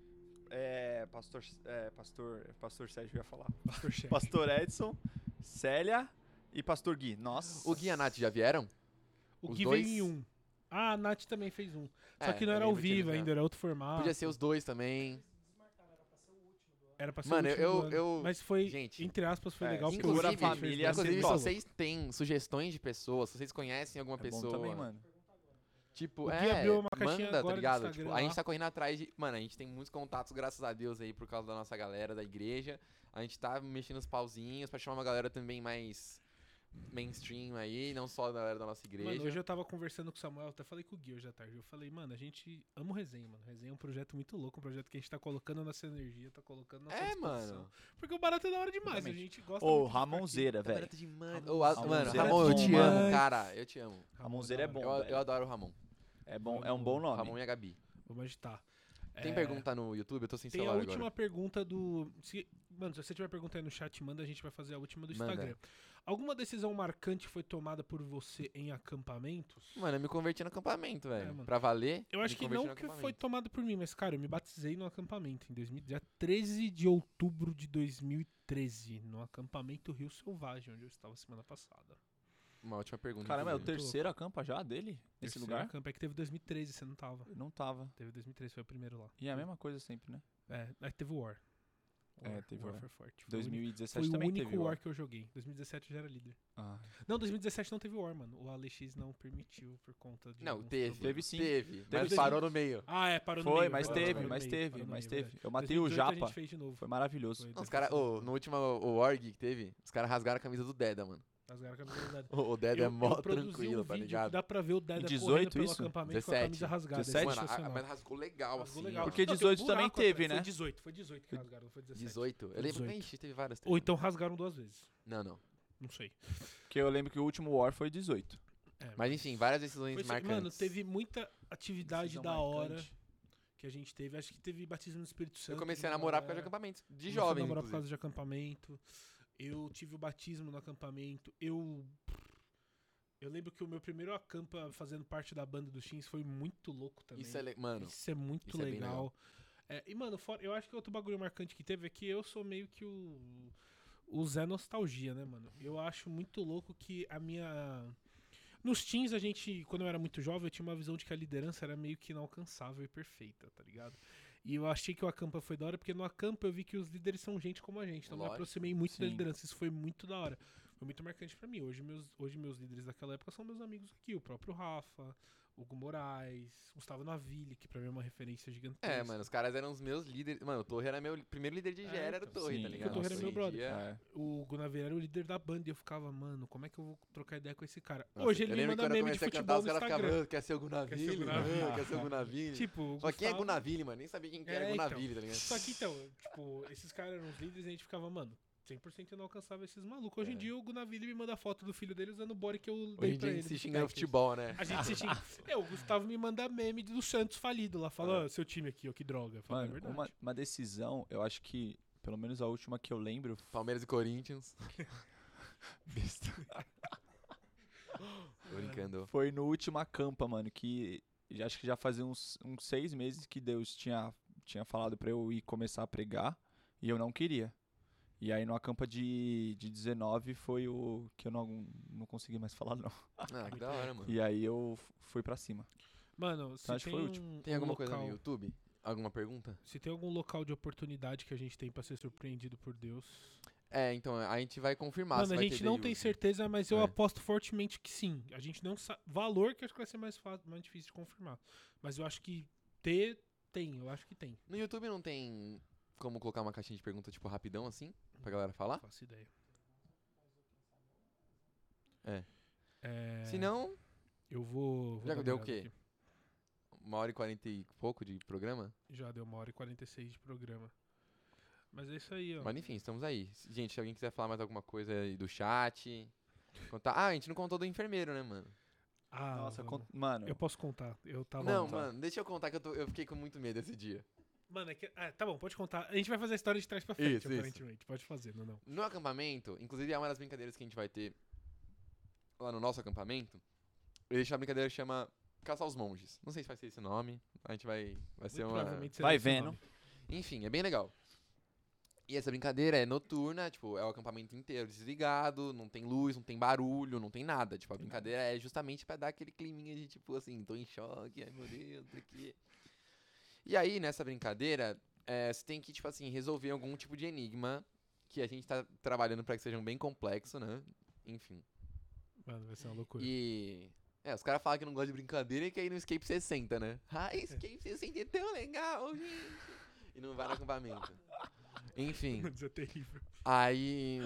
pastor Sérgio ia falar. Pastor Chefe. Pastor Edson, Célia e pastor Gui. Nossa. O Gui e a Nath já vieram? O os Gui dois? veio em um. Ah, a Nath também fez um. Só É, que não eu era ao lembro que eles vivo vieram. ainda, era outro formato. Podia ser os dois também. Era pra ser Mano, o último do ano. eu... Mas foi, Gente, entre aspas, foi é, legal. porque segura o a Gui fez família, dois. assim, inclusive, se falou. vocês têm sugestões de pessoas, se vocês conhecem alguma É bom pessoa... também, mano. Tipo, O Gui abriu uma caixinha manda, tá agora no ligado? Instagram Tipo, a gente lá. tá correndo atrás de... Mano, a gente tem muitos contatos, graças a Deus, aí, por causa da nossa galera, da igreja. A gente tá mexendo os pauzinhos pra chamar uma galera também mais mainstream aí, não só da galera da nossa igreja. Mano, hoje eu tava conversando com o Samuel, até falei com o Gui hoje à tarde. Eu falei, mano, a gente ama o Resenha, mano. Resenha é um projeto muito louco, um projeto que a gente tá colocando nossa energia, tá colocando nossa disposição. mano. Porque o barato é da hora demais, Exatamente. a gente gosta Ô, muito de ficar Ramonzeira, Tá velho. barato demais. Ramon- Ô, Ramonzeira mano, é Ramon, eu bom te demais. amo, cara. Eu te amo. aqui. Ramonzeira é da bom, hora. Eu velho. adoro o Ramon. É um bom nome. Ramon e a Gabi. Vamos agitar. Tem pergunta no YouTube? Eu tô sem Tem a celular última agora. pergunta do... Mano, se você tiver pergunta aí no chat, manda, a gente vai fazer a última do Manda. Instagram. Alguma decisão marcante foi tomada por você em acampamentos? Mano, eu me converti no acampamento, velho. mano. Pra valer. Eu acho me que converti não no que foi acampamento. tomado por mim, mas, cara, eu me batizei no acampamento dia 13 de outubro de 2013, no acampamento Rio Selvagem, onde eu estava semana passada. Uma última pergunta. Caramba, é o inclusive. terceiro acampa já dele? Nesse Terceiro lugar? Acampo é que teve 2013, você não tava. Eu não tava. Teve 2013, foi o primeiro lá. E é a mesma coisa sempre, né? Aí teve o War. É, teve o War. Foi forte. Foi o 2017 Foi o também único teve War que eu joguei. 2017 eu já era líder. Ah. Não, 2017 não teve War, mano. O Alex não permitiu por conta de. Não, alguns teve. problemas. Teve sim. Teve. Mas sim. parou no meio. Ah, é, parou no Foi, meio. mas verdade, teve, parou no mas meio, teve, parou no mas meio, teve. verdade. Eu matei o 2018 A Japa. gente fez de novo. Foi maravilhoso. Foi. Os caras, no último o org que teve, os caras rasgaram a camisa do Deda, mano. Rasgaram a camisa do Deda. O Deda é mó produzi tranquilo, um tá vídeo ligado? que dá pra ver o Deda Em 18 correndo pelo isso? acampamento com a 17. camisa rasgada. 17? É Mano, sensacional. mas rasgou legal, Rasgou assim. legal. Porque Não, tem 18 um também buraco teve, atrás. né? Foi 18 que rasgaram, não foi 17. 18. Eu lembro. 18. Ixi, teve várias. Ou então rasgaram duas vezes. Não. Não sei. Porque eu lembro que o último War foi 18. Mas enfim, várias decisões Foi isso. marcantes. Mano, teve muita atividade Decisão da hora marcante. que a gente teve. Acho que teve batismo no Espírito Santo. Eu comecei a de uma namorar por causa de galera. acampamentos. De Comecei a jovem, namorar por inclusive. causa de acampamento. Eu tive o batismo no acampamento. Eu lembro que o meu primeiro acampa fazendo parte da banda dos Teens foi muito louco também. Isso é, mano, Isso é muito isso é bem legal. E, mano, eu acho que outro bagulho marcante que teve é que eu sou meio que o Zé Nostalgia, né, mano? Eu acho muito louco que a minha... Nos teens, a gente, quando eu era muito jovem, eu tinha uma visão de que a liderança era meio que inalcançável e perfeita, tá ligado? E eu achei que o acampa foi da hora, porque no acampa eu vi que os líderes são gente como a gente. Então eu me Lógico, aproximei muito da sim. liderança. Isso foi muito da hora. Foi muito marcante pra mim. Hoje meus líderes daquela época são meus amigos aqui. O próprio Rafa, Hugo Moraes, Gustavo Naville, que pra mim é uma referência gigantesca. É, mano, os caras eram os meus líderes. Mano, o Torre era meu primeiro líder de GE, era o então. Torre, Sim, tá ligado? o Torre era Hoje meu em brother. dia- É. O Hugo Naville era o líder da banda e eu ficava, mano, como é que eu vou trocar ideia com esse cara? Nossa, Hoje ele eu me lembro que manda quando eu meme de comecei a futebol cantar, os no caras Instagram. ficavam, quer ser o Gunaville? Gunaville. Quer ser o Gunaville? Tipo, o Só quem é Gustavo- Gunaville, mano? Nem sabia quem que era então. Gunaville, tá ligado? Só que então, tipo, esses caras eram os líderes e a gente ficava, mano, 100% inalcançável esses malucos. Hoje em dia o Gunaville me manda foto do filho dele usando o body que eu Hoje dei em pra dia a ele. gente se do xinga no Packers. futebol, né? A gente se xinga. O Gustavo me manda meme do Santos falido lá. Fala, seu time aqui, ó, que droga. Fala, é Mano, verdade. uma decisão, eu acho que, pelo menos a última que eu lembro... Palmeiras e Corinthians. Besta. Tô brincando. Foi no último acampa, mano, que acho que já fazia uns 6 meses que Deus tinha falado pra eu ir começar a pregar e eu não queria. E aí no acampa de 19 foi o que eu não consegui mais falar, não. Ah, que da hora, mano. E aí eu fui pra cima. Mano, se acho que tem foi o último. Tem um alguma local, coisa no YouTube? Alguma pergunta? Se tem algum local de oportunidade que a gente tem pra ser surpreendido por Deus. Então, a gente vai confirmar. Mano, se a vai gente ter não daily tem use. certeza, mas eu É. aposto fortemente que sim. A gente não sabe. Valor que eu acho que vai ser mais fácil, mais difícil de confirmar. Mas eu acho que tem, eu acho que tem. No YouTube não tem como colocar uma caixinha de pergunta, tipo, rapidão, assim? Pra galera falar? Não faço ideia. É. É, Se não, eu vou Já dar uma deu o olhada quê? aqui. 1h40 e pouco de programa? Já deu 1h46 de programa. Mas é isso aí, ó. Mas enfim, estamos aí. Gente, se alguém quiser falar mais alguma coisa aí do chat... Contar... Ah, a gente não contou do enfermeiro, né, mano? Ah, Nossa, vamos. mano, Eu posso contar. Eu tava. Não, mano, deixa eu contar que eu fiquei com muito medo esse dia. Mano, é que. Tá bom, pode contar. A gente vai fazer a história de trás pra frente, Isso. aparentemente. Pode fazer, não. No acampamento, inclusive é uma das brincadeiras que a gente vai ter lá no nosso acampamento. Existe uma brincadeira que chama Caçar os Monges. Não sei se vai ser esse nome. A gente vai ser Muito uma... provavelmente será Vai esse vendo. nome. Enfim, é bem legal. E essa brincadeira é noturna, tipo, é o acampamento inteiro desligado, não tem luz, não tem barulho, não tem nada. Tipo, a brincadeira é justamente pra dar aquele climinha de, tipo, assim, tô em choque, ai meu Deus, isso aqui. E aí, nessa brincadeira, você tem que, tipo assim, resolver algum tipo de enigma que a gente tá trabalhando pra que seja bem complexo, né? Enfim. Mano, vai ser uma loucura. E... os caras falam que não gostam de brincadeira e que aí no Escape 60, né? Ah, Escape 60 é tão legal, gente! E não vai no acampamento. Enfim, Mas é terrível. aí...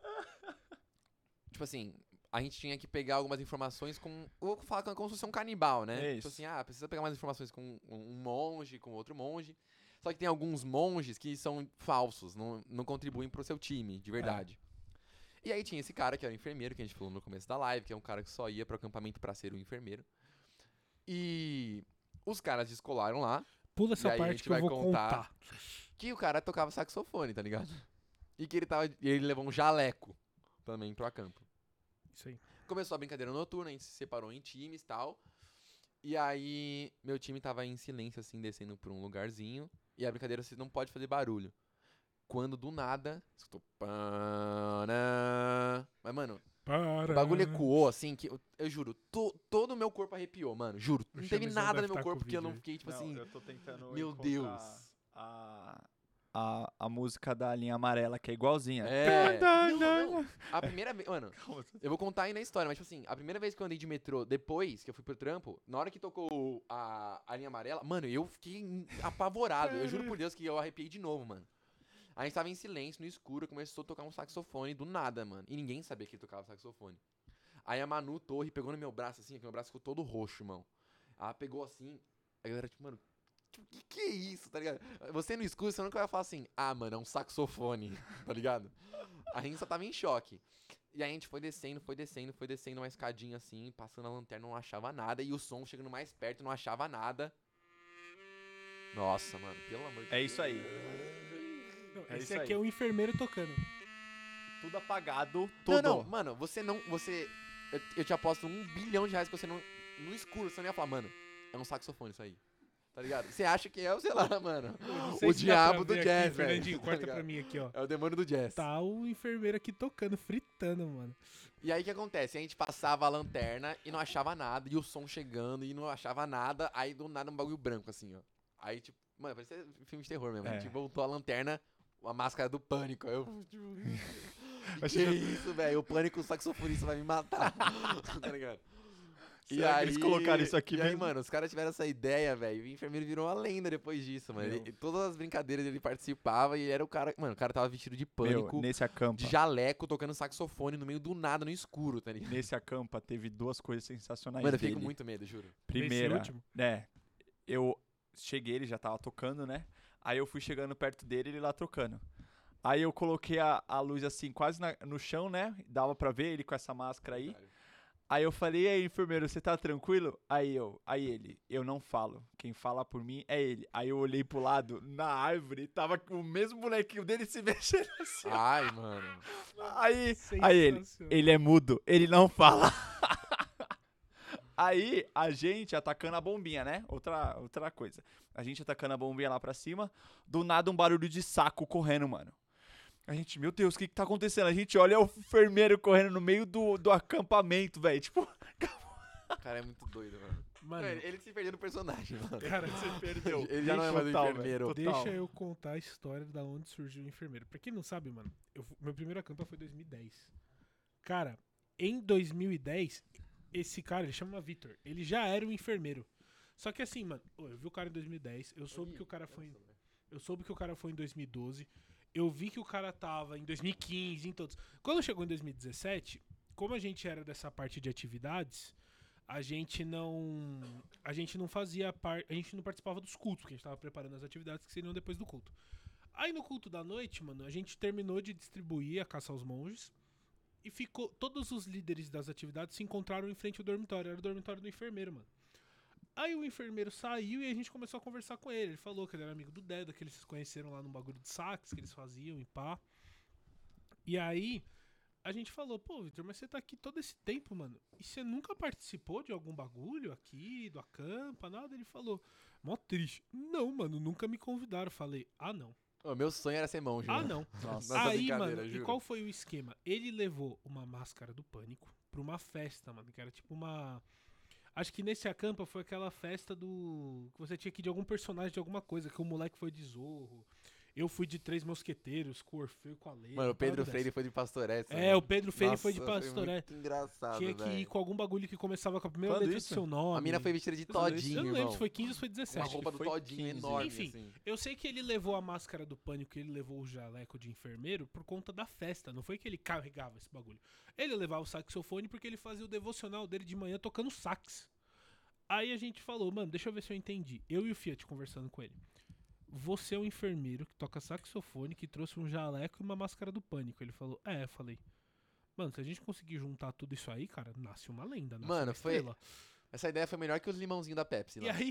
Tipo assim, a gente tinha que pegar algumas informações com... Eu vou falar como se fosse um canibal, né? É Tipo isso. assim, precisa pegar mais informações com um monge, com outro monge. Só que tem alguns monges que são falsos, não contribuem pro seu time, de verdade. E aí tinha esse cara que era o enfermeiro, que a gente falou no começo da live, que é um cara que só ia pro acampamento pra ser um enfermeiro. E os caras descolaram lá, Pula E essa aí a parte gente que eu vai vou contar. contar. que o cara tocava saxofone, tá ligado? E que ele levou um jaleco também pro acampo. Isso aí. Começou a brincadeira noturna, a gente se separou em times e tal. E aí, meu time tava em silêncio, assim, descendo por um lugarzinho. E a brincadeira, você não pode fazer barulho. Quando, do nada, escutou... Pana. Mas, mano, o bagulho ecoou, assim, que eu juro, todo o meu corpo arrepiou, mano. Juro. O Não teve Chamizão nada deve no meu tá com corpo que eu vídeo não aí. fiquei, tipo assim... eu tô tentando meu encontrar Deus. A música da linha amarela, que é igualzinha. É. Não. A primeira vez... Mano, eu vou contar aí na história, mas, tipo assim, a primeira vez que eu andei de metrô, depois que eu fui pro trampo, na hora que tocou a linha amarela, mano, eu fiquei apavorado. Eu juro por Deus que eu arrepiei de novo, mano. A gente tava em silêncio, no escuro, começou a tocar um saxofone do nada, mano. E ninguém sabia que ele tocava saxofone. Aí a Manu Torre pegou no meu braço, assim, que meu braço ficou todo roxo, irmão. Ela pegou assim, a galera, tipo, mano, que é isso, tá ligado? Você no escuro, você nunca vai falar assim, mano, é um saxofone, tá ligado? A gente só tava em choque. E aí a gente foi descendo uma escadinha assim, passando a lanterna, não achava nada. E o som chegando mais perto, não achava nada. Nossa, mano, pelo amor de Deus. É isso aí. Não, É esse isso aqui aí. é o enfermeiro tocando. Tudo apagado, tudo. Não, mano, eu te aposto R$1 bilhão que você não... No escuro, você não ia falar, mano, é um saxofone isso aí. Tá ligado? Você acha que é, sei lá, mano, Não sei o se dá pra diabo do ver jazz, aqui, Fernandinho, velho. corta Tá pra ligado? mim aqui, ó. É o demônio do jazz. Tá o enfermeiro aqui tocando, fritando, mano. E aí o que acontece? A gente passava a lanterna e não achava nada, e o som chegando e não achava nada, aí do nada um bagulho branco, assim, ó. Aí, tipo, mano, parecia filme de terror mesmo. A gente voltou a lanterna, a máscara do pânico. Aí eu. Que isso, velho? O pânico, o saxofonista vai me matar. Tá ligado? Será que eles colocaram isso aqui e aí, mesmo? mano, os caras tiveram essa ideia, velho. O enfermeiro virou uma lenda depois disso, mano. Meu. Todas as brincadeiras ele participava e era o cara. Mano, o cara tava vestido de pânico, Meu, nesse acampa, de jaleco, tocando saxofone no meio do nada, no escuro, tá ligado? nesse acampa teve duas coisas sensacionais Mano, eu fiquei dele. com muito medo, juro. Primeira, Nesse último? né, eu cheguei, ele já tava tocando, né? Aí eu fui chegando perto dele, ele lá tocando. Aí eu coloquei a luz assim, quase no chão, né? Dava pra ver ele com essa máscara aí. Aí eu falei, e aí, enfermeiro, você tá tranquilo? Aí ele, eu não falo. Quem fala por mim é ele. Aí eu olhei pro lado, na árvore, tava com o mesmo bonequinho dele se mexendo assim. Ai, mano. Aí ele é mudo, ele não fala. Aí a gente atacando a bombinha, né? Outra coisa. A gente atacando a bombinha lá pra cima, do nada um barulho de saco correndo, mano. A gente, meu Deus, o que tá acontecendo? A gente olha o enfermeiro correndo no meio do acampamento, velho. Tipo, O cara é muito doido, mano. Mano, Ele se perdeu no personagem, mano. cara, você perdeu. Ele já não é mais um Total, enfermeiro. velho, total. Deixa eu contar a história da onde surgiu o enfermeiro. Pra quem não sabe, mano, meu primeiro acampa foi em 2010. Cara, em 2010, esse cara, ele chama Vitor, ele já era um enfermeiro. Só que assim, mano, eu vi o cara em 2010, eu soube que o cara foi em 2012, eu vi que o cara tava em 2015, em todos. Quando chegou em 2017, como a gente era dessa parte de atividades, a gente não fazia parte, a gente não participava dos cultos, porque a gente tava preparando as atividades que seriam depois do culto. Aí no culto da noite, mano, a gente terminou de distribuir a caça aos monges e ficou, todos os líderes das atividades se encontraram em frente ao dormitório, era o dormitório do enfermeiro, mano. Aí o enfermeiro saiu e a gente começou a conversar com ele. Ele falou que ele era amigo do Deda, que eles se conheceram lá num bagulho de saques que eles faziam e pá. E aí a gente falou, pô, Vitor, mas você tá aqui todo esse tempo, mano, e você nunca participou de algum bagulho aqui, do acampa, nada? Ele falou, mó triste. Não, mano, nunca me convidaram. Eu falei, ah, não. O meu sonho era ser monge, Ah, mano. não. Nossa, Aí, brincadeira, mano, e juro. qual foi o esquema? Ele levou uma máscara do pânico pra uma festa, mano, que era tipo uma... Acho que nesse acampa foi aquela festa do... que você tinha que ir de algum personagem de alguma coisa, que o moleque foi de Zorro. Eu fui de Três Mosqueteiros, com o Orfeu e com a Lei. Mano, o Pedro Freire foi de Pastoressa. É, o Pedro Freire foi de Pastoré. Muito engraçado, Tinha que ir velho. com algum bagulho que começava com a primeira Quando letra isso? do seu nome. A mina foi vestida de Eu não todinho, Eu não lembro irmão. se foi 15 ou se foi Uma 17. roupa do foi todinho 15. enorme, Enfim, assim. Eu sei que ele levou a máscara do pânico e ele levou o jaleco de enfermeiro por conta da festa. Não foi que ele carregava esse bagulho. Ele levava o saxofone porque ele fazia o devocional dele de manhã tocando sax. Aí a gente falou, mano, deixa eu ver se eu entendi. Eu e o Fiat conversando com ele. Você é um enfermeiro que toca saxofone, que trouxe um jaleco e uma máscara do pânico. Ele falou, eu falei, mano, se a gente conseguir juntar tudo isso aí, cara, nasce uma lenda, nasce Mano, uma estrela. Essa ideia foi melhor que os limãozinhos da Pepsi E lá.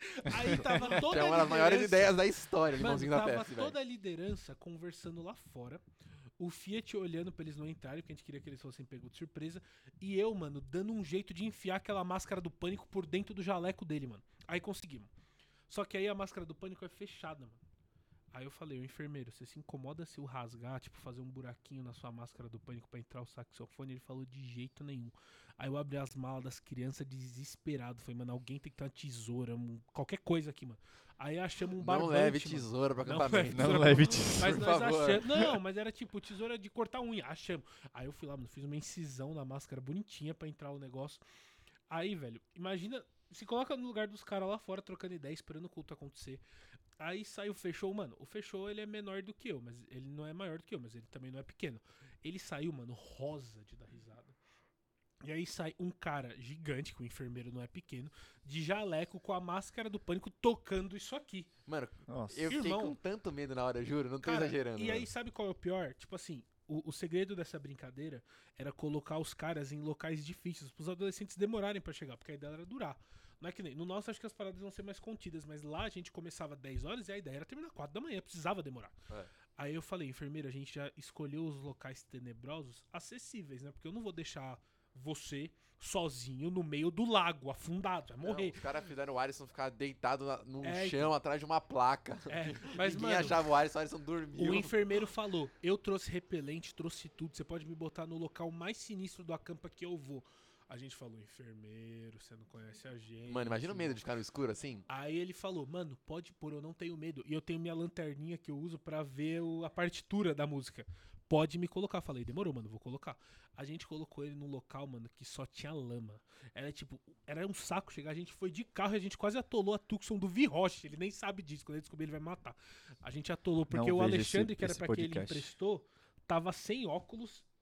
aí tava toda Que é a uma das maiores liderança- ideias da história, Mano, limãozinho da tava Pepsi, toda velho. a liderança conversando lá fora. O Fiat olhando pra eles não entrarem, porque a gente queria que eles fossem pegos de surpresa. E eu, mano, dando um jeito de enfiar aquela máscara do pânico por dentro do jaleco dele, mano. Aí conseguimos. Só que aí a máscara do pânico é fechada, mano. Aí eu falei, ô enfermeiro, você se incomoda se eu rasgar, tipo, fazer um buraquinho na sua máscara do pânico pra entrar o saxofone? Ele falou, de jeito nenhum. Aí eu abri as malas das crianças desesperado. Falei, mano, alguém tem que ter uma tesoura, qualquer coisa aqui, mano. Aí achamos um barbante, Não leve mano. tesoura pra Não acampamento. leve Não leve tesoura. Mas por nós favor. achamos. Não, mas era tipo tesoura de cortar unha. Achamos. Aí eu fui lá, mano, fiz uma incisão na máscara bonitinha pra entrar o negócio. Aí, velho, imagina. Se coloca no lugar dos caras lá fora trocando ideia, esperando o culto acontecer. Aí saiu o Fechou, mano. O Fechou, ele é menor do que eu, mas ele não é maior do que eu, mas ele também não é pequeno. Ele saiu, mano, rosa de dar risada. E aí sai um cara gigante, que o enfermeiro não é pequeno, de jaleco com a máscara do pânico tocando isso aqui. Mano, Nossa. eu fiquei Irmão. com tanto medo na hora, juro. Não tô Cara, exagerando. E aí, mano. sabe qual é o pior? Tipo assim, o segredo dessa brincadeira era colocar os caras em locais difíceis, pros adolescentes demorarem pra chegar, porque a ideia era durar. Não é que nem. No nosso, acho que as paradas vão ser mais contidas, mas lá a gente começava 10 horas e a ideia era terminar 4 da manhã, precisava demorar. É. Aí eu falei, enfermeira, a gente já escolheu os locais tenebrosos acessíveis, né? Porque eu não vou deixar você sozinho no meio do lago, afundado, vai morrer. Não, os caras fizeram o Alisson ficar deitado no É, chão, atrás de uma placa. É, mas, Ninguém mano, achava o Alisson dormiu. o enfermeiro falou, eu trouxe repelente, trouxe tudo, você pode me botar no local mais sinistro do acampa que eu vou. A gente falou, enfermeiro, você não conhece a gente. Mano, imagina o medo de ficar no escuro assim. Aí ele falou, mano, pode pôr, eu não tenho medo. E eu tenho minha lanterninha que eu uso pra ver a partitura da música. Pode me colocar. Falei, demorou, mano, vou colocar. A gente colocou ele num local, mano, que só tinha lama. Era tipo, era um saco chegar. A gente foi de carro e a gente quase atolou a Tucson do Viroche. Ele nem sabe disso. Quando ele descobrir, ele vai matar. A gente atolou porque Não o vejo Alexandre, esse- que era esse pra que ele podcast. emprestou, tava sem óculos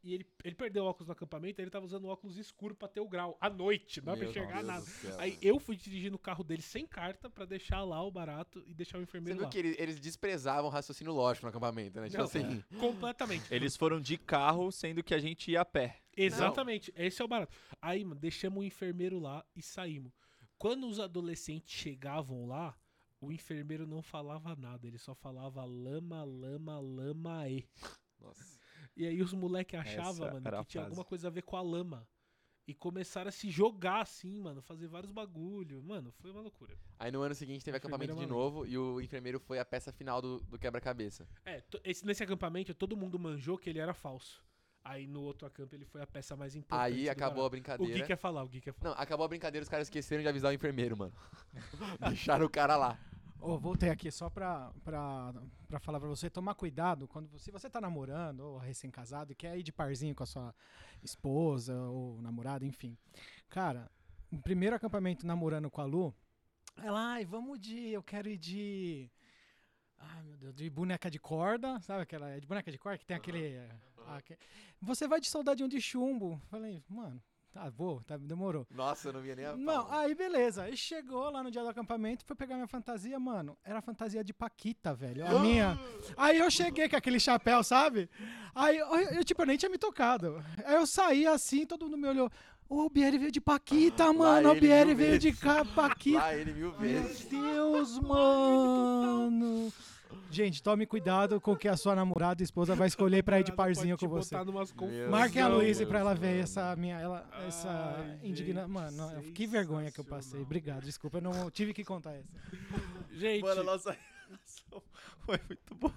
e ele perdeu o óculos no acampamento, aí ele tava usando um óculos escuro pra ter o grau. À noite, não dá pra Meu enxergar Deus nada. do céu, Aí mano. eu fui dirigindo o carro dele sem carta pra deixar lá o barato e deixar o Você enfermeiro viu lá. que eles desprezavam o raciocínio lógico no acampamento, né? Tipo Não, assim. Completamente. Eles foram de carro, sendo que a gente ia a pé. Exatamente, esse é o barato. Aí, mano, deixamos o enfermeiro lá e saímos. Quando os adolescentes chegavam lá, o enfermeiro não falava nada, ele só falava lama, lama, lama e. Nossa. E aí os moleques achavam, Essa mano, era que a tinha frase. alguma coisa a ver com a lama. E começaram a se jogar assim, mano, fazer vários bagulho. Mano, foi uma loucura. Aí no ano seguinte teve O enfermeiro acampamento de é maluco. novo e o enfermeiro foi a peça final do quebra-cabeça. Nesse acampamento todo mundo manjou que ele era falso. Aí no outro acampo ele foi a peça mais importante. Aí do acabou a barato. O brincadeira. Gui quer falar, o Gui quer falar. Não, acabou a brincadeira, os caras esqueceram de avisar o enfermeiro, mano. Deixaram o cara lá. Voltei aqui só pra falar pra você, tomar cuidado quando se você tá namorando ou recém-casado e quer ir de parzinho com a sua esposa ou namorada, enfim. Cara, no primeiro acampamento namorando com a Lu, ela, eu quero ir de... Ai, meu Deus, de boneca de corda, sabe aquela, de boneca de corda que tem aquele... Você vai de soldadinho de chumbo. Falei, mano, demorou. Nossa, eu não via nem a pau, Não, mano. aí beleza. Aí chegou lá no dia do acampamento, foi pegar minha fantasia, mano. Era a fantasia de Paquita, velho. A minha. Aí eu cheguei com aquele chapéu, sabe? Aí eu nem tinha me tocado. Aí eu saí assim, todo mundo me olhou. O Bieri veio de Paquita, mano. O ele Bieri mil veio de vezes. Paquita. Lá ele 1000 Meu vezes. Deus, mano. Gente, tome cuidado com o que a sua namorada e esposa vai escolher pra ir de parzinho com você. Marquem a Meu Luísa Deus, pra ela ver mano. essa Ai, indignação. Mano, gente, que vergonha que eu passei. sensacional. Obrigado, desculpa, eu não tive que contar essa. Gente, Mano, a nossa relação foi muito boa.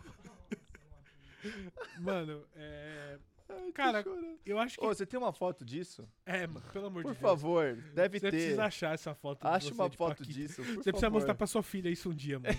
mano, cara, eu acho que... Ô, você tem uma foto disso? Mano, pelo amor Por de Deus. favor, deve Você ter. precisa achar essa foto. de Acha você uma de foto Paquita. disso, por Você favor. precisa mostrar pra sua filha isso um dia, mano.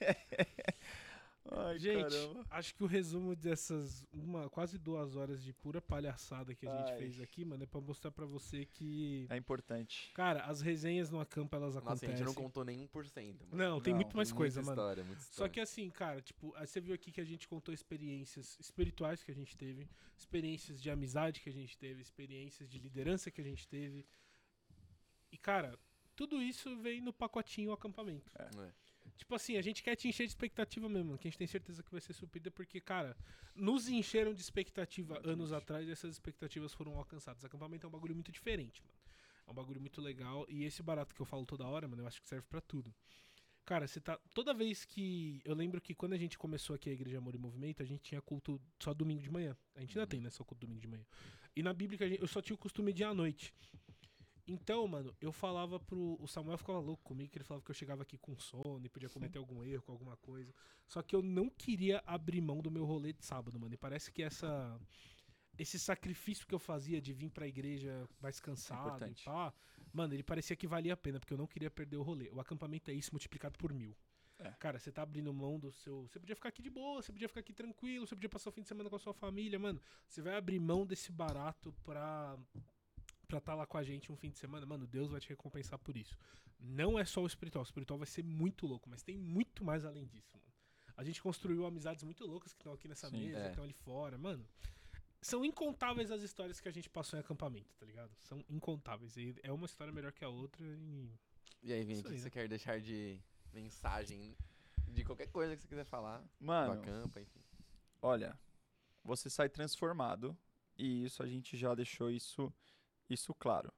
Ai, Gente, caramba. acho que o resumo dessas quase 2 horas de pura palhaçada que a gente Ai. fez aqui, mano, é pra mostrar pra você que... É importante. Cara, as resenhas no acampo, elas Nossa, a acontecem. gente não contou nem 1%, mano. Não, tem Não, muito mais Tem coisa, muita mano. história, muita Só história. que assim, cara, tipo, você viu aqui que a gente contou experiências espirituais que a gente teve, experiências de amizade que a gente teve, experiências de liderança que a gente teve. E, cara, tudo isso vem no pacotinho acampamento. É. Tipo assim, a gente quer te encher de expectativa mesmo, que a gente tem certeza que vai ser suprida, porque, cara, nos encheram de expectativa anos atrás e essas expectativas foram alcançadas. Acampamento é um bagulho muito diferente, mano. É um bagulho muito legal. E esse barato que eu falo toda hora, mano, eu acho que serve pra tudo. Cara, você tá. Toda vez que. Eu lembro que quando a gente começou aqui a Igreja Amor e Movimento, a gente tinha culto só domingo de manhã. A gente ainda tem, né? Só culto domingo de manhã. E na Bíblia eu só tinha o costume de ir à noite. Então, mano, eu falava o Samuel ficava louco comigo, que ele falava que eu chegava aqui com sono e podia cometer algum erro com alguma coisa. Só que eu não queria abrir mão do meu rolê de sábado, mano. E parece que esse sacrifício que eu fazia de vir pra igreja mais cansado e importante. pá, mano, ele parecia que valia a pena, porque eu não queria perder o rolê. O acampamento é isso multiplicado por 1000. É. Cara, você tá abrindo mão do seu... Você podia ficar aqui de boa, você podia ficar aqui tranquilo, você podia passar o fim de semana com a sua família, mano. Você vai abrir mão desse barato pra estar lá com a gente um fim de semana, mano, Deus vai te recompensar por isso. Não é só o espiritual vai ser muito louco, mas tem muito mais além disso, mano. A gente construiu amizades muito loucas que estão aqui nessa Sim, mesa, que é. estão ali fora, mano. São incontáveis as histórias que a gente passou em acampamento, tá ligado? São incontáveis. E é uma história melhor que a outra E aí, Vini, Isso o que aí, você né? quer deixar de mensagem de qualquer coisa que você quiser falar? Do Mano, acampa, enfim. olha, você sai transformado e isso a gente já deixou isso claro.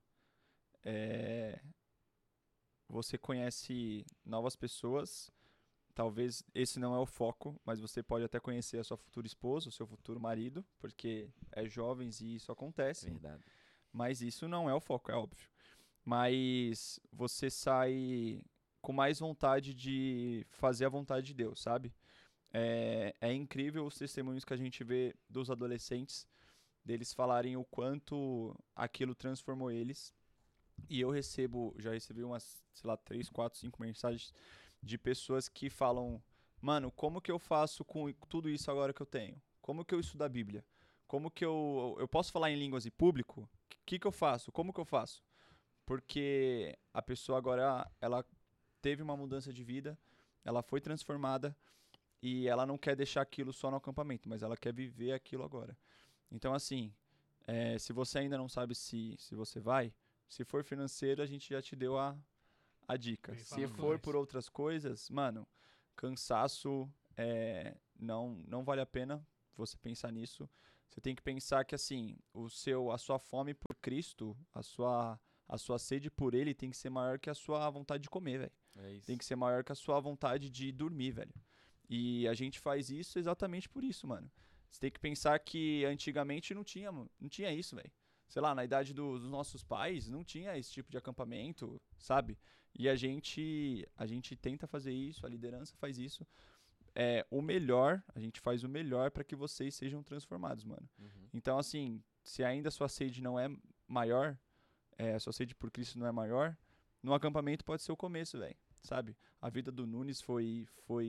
Você conhece novas pessoas, talvez esse não é o foco, mas você pode até conhecer a sua futura esposa, o seu futuro marido, porque é jovens e isso acontece. Verdade. Mas isso não é o foco, é óbvio. Mas você sai com mais vontade de fazer a vontade de Deus, sabe? É incrível os testemunhos que a gente vê dos adolescentes, deles falarem o quanto aquilo transformou eles. E eu já recebi umas, sei lá, 3, 4, 5 mensagens de pessoas que falam: mano, como que eu faço com tudo isso agora que eu tenho? Como que eu estudo a Bíblia? Como que eu posso falar em línguas em público? O que eu faço? Como que eu faço? Porque a pessoa agora, ela teve uma mudança de vida, ela foi transformada e ela não quer deixar aquilo só no acampamento, mas ela quer viver aquilo agora. Então, assim, Se você ainda não sabe se você vai, se for financeiro, a gente já te deu a dica. Bem, Se fala for mais. por outras coisas, mano, cansaço não vale a pena você pensar nisso. Você tem que pensar que, assim, a sua fome por Cristo, a sua sede por Ele tem que ser maior que a sua vontade de comer, velho. É isso. Tem que ser maior que a sua vontade de dormir, velho. E a gente faz isso exatamente por isso, mano. Você tem que pensar que antigamente não tinha isso, velho. Sei lá, na idade dos nossos pais, não tinha esse tipo de acampamento, sabe? E a gente tenta fazer isso, a liderança faz isso. A gente faz o melhor para que vocês sejam transformados, mano. Uhum. Então, assim, se ainda a sua sede não é maior, a sua sede por Cristo não é maior, no acampamento pode ser o começo, velho, sabe? A vida do Nunes foi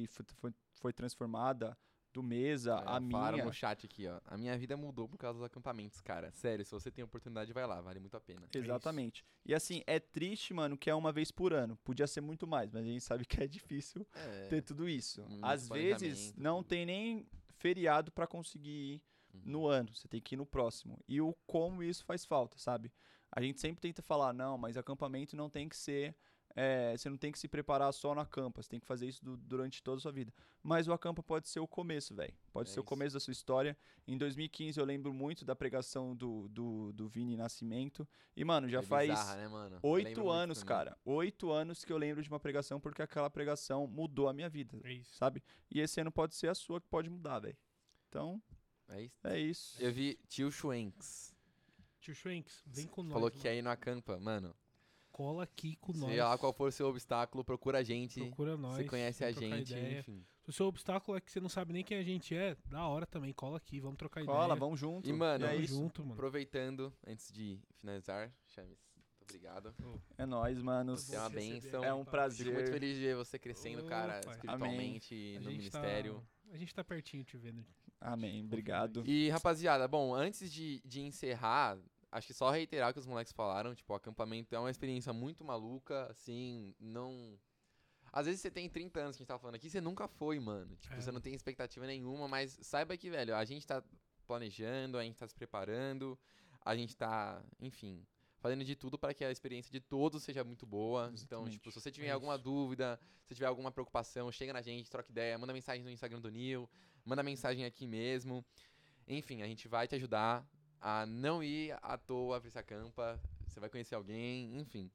transformada, do Mesa, a Falaram minha. no chat aqui, ó. A minha vida mudou por causa dos acampamentos, cara. Sério, se você tem oportunidade, vai lá. Vale muito a pena. Exatamente. E assim, é triste, mano, que é uma vez por ano. Podia ser muito mais, mas a gente sabe que é difícil ter tudo isso. Muito Às vezes, planejamento, não tudo. tem nem feriado pra conseguir ir no ano. Você tem que ir no próximo. E como isso faz falta, sabe? A gente sempre tenta falar, não, mas acampamento não tem que ser... você não tem que se preparar só no acampa. Você tem que fazer isso durante toda a sua vida. Mas o acampa pode ser o começo, velho. Pode ser o isso. começo da sua história. Em 2015 eu lembro muito da pregação do Vini Nascimento. E, mano, já É faz... bizarra, né, mano? Eu 8 lembro muito anos, também. cara. 8 anos que eu lembro de uma pregação porque aquela pregação mudou a minha vida, É isso. sabe? E esse ano pode ser a sua que pode mudar, velho. Então, É isso. é isso. Eu vi Tio Schwenks. Tio Schwenks, vem com nós. Falou que mano. quer ir no acampa. Mano, Cola aqui com nós. seja lá qual for o seu obstáculo, procura a gente. Procura nós. Você conhece a vamos trocar gente, ideia. enfim. Se o seu obstáculo é que você não sabe nem quem a gente é, da hora também. Cola aqui, vamos trocar Cola, ideia. vamos junto. E, mano, é Tamo isso. junto, mano. Aproveitando, antes de finalizar, Chames, muito obrigado. É nóis, mano. Você é uma Bom te receber bênção. aqui, É um papai. prazer. Fico muito feliz de ver você crescendo, Ô, cara, pai. espiritualmente A no gente ministério. A gente tá pertinho te vendo. Amém. Obrigado. E, rapaziada, bom, antes de encerrar, acho que só reiterar o que os moleques falaram, tipo, o acampamento é uma experiência muito maluca, assim, não... Às vezes você tem 30 anos que a gente tava falando aqui, você nunca foi, mano. Tipo, É. você não tem expectativa nenhuma, mas saiba que, velho, a gente tá planejando, a gente tá se preparando, a gente tá, enfim, fazendo de tudo para que a experiência de todos seja muito boa. Então, Exatamente. tipo, se você tiver É alguma isso. dúvida, se tiver alguma preocupação, chega na gente, troca ideia, manda mensagem no Instagram do Nil, manda mensagem aqui mesmo. Enfim, a gente vai te ajudar a não ir à toa pra esse acampa, você vai conhecer alguém, enfim.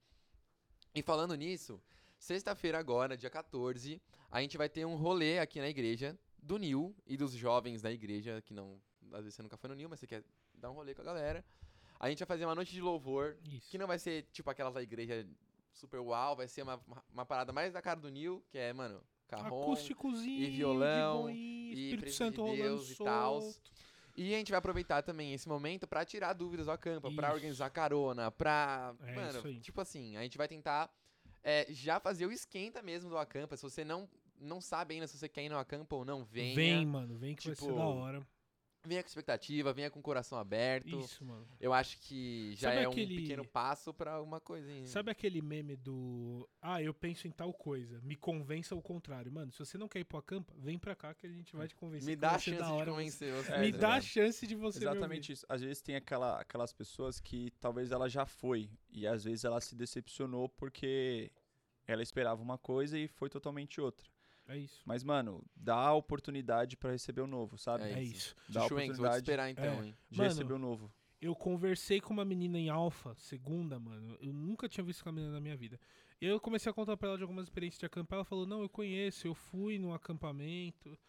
E falando nisso, sexta-feira agora, dia 14, a gente vai ter um rolê aqui na igreja do Nil e dos jovens da igreja, que não, às vezes você nunca foi no Nil, mas você quer dar um rolê com a galera. A gente vai fazer uma noite de louvor, Isso. que não vai ser tipo aquelas da igreja super uau, vai ser uma parada mais da cara do Nil, que é, mano, carrom, Acústicozinho, e violão, de boinha, e Espírito presença Santo de rolando Deus e tals. solto. E a gente vai aproveitar também esse momento pra tirar dúvidas do acampa, pra Isso. organizar carona, pra... É mano, isso aí. tipo assim, a gente vai tentar já fazer o esquenta mesmo do acampa. Se você não sabe ainda se você quer ir no acampa ou não, venha. Vem, mano, vem que vai ser Tipo, da hora. Venha com expectativa, venha com o coração aberto. Isso, mano. Eu acho que já Sabe é aquele- um pequeno passo pra alguma coisinha. Sabe aquele meme do... Ah, eu penso em tal coisa, me convença o contrário. Mano, se você não quer ir pro acampa, vem pra cá que a gente vai te convencer. Me que dá vai a ser chance da de hora convencer você. É, Me tá dá a ligado? chance de você Exatamente isso. Às vezes tem aquelas pessoas que talvez ela já foi e às vezes ela se decepcionou porque ela esperava uma coisa e foi totalmente outra. É isso. Mas, mano, dá a oportunidade pra receber o novo, sabe? É É isso. isso. Dá a Chuchuenks, vou te oportunidade esperar então, É. hein. de Mano, receber o novo. Eu conversei com uma menina em Alfa, segunda, mano. Eu nunca tinha visto aquela menina na minha vida. E eu comecei a contar pra ela de algumas experiências de acampar. Ela falou, não, eu conheço, eu fui num acampamento.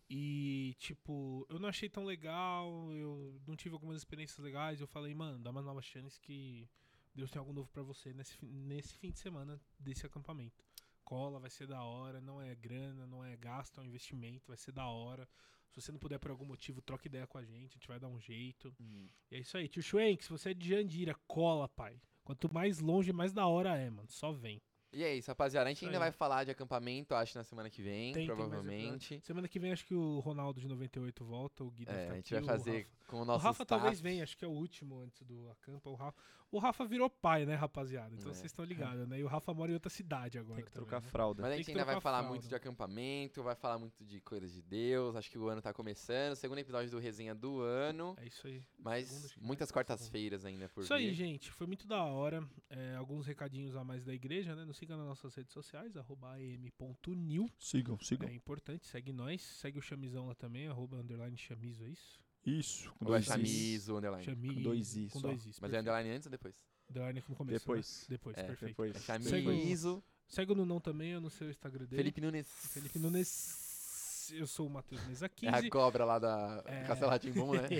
E, tipo, eu não achei tão legal, eu não tive algumas experiências legais. Eu falei, mano, dá uma nova chance que Deus tem algo novo pra você nesse fim de semana desse acampamento. Cola, vai ser da hora, não é grana, não é gasto, é um investimento, vai ser da hora. Se você não puder por algum motivo, troca ideia com a gente vai dar um jeito. E é isso aí. Tio Schwenk, se você é de Jandira, cola, pai. Quanto mais longe, mais da hora é, mano. Só vem. E é isso, rapaziada. A gente Isso ainda aí. vai falar de acampamento, acho, na semana que vem, Tem mais provavelmente. episódio. Semana que vem acho que o Ronaldo de 98 volta, o Gui deve tá A gente aqui, vai o fazer Rafa. com o O nosso Rafa staff. talvez venha, acho que é o último antes do Acampa. O Rafa virou pai, né, rapaziada? Então É. vocês estão ligados, né? E o Rafa mora em outra cidade agora. Tem que também, trocar né? fralda. Mas a Tem gente que ainda vai trocar falar fralda. muito de acampamento, vai falar muito de coisas de Deus. Acho que o ano tá começando. Segundo episódio do Resenha do ano. É isso aí. Mas Segunda, acho que muitas vai ser quartas-feiras ainda por Isso aí, vir. gente. Foi muito da hora. Alguns recadinhos a mais da igreja, né? Nos siga nas nossas redes sociais, @am.new. Sigam. É importante, segue nós. Segue o chamizão lá também, @_chamizo, é isso? Isso. Com Ou é dois Is. chamizo, underline. Chamizo. Com dois Is Com só. dois Is. Mas é perfeito. underline antes ou depois? Underline no começo. Depois. Né? Depois, É, perfeito. Depois. É Segue o- chamizo. Segue o Nunão também, eu no seu Instagram dele. Felipe Nunes. Felipe Nunes. Eu sou o Matheus Mesa É 15. a cobra lá da Castelo Rá-Tim-Bum, né?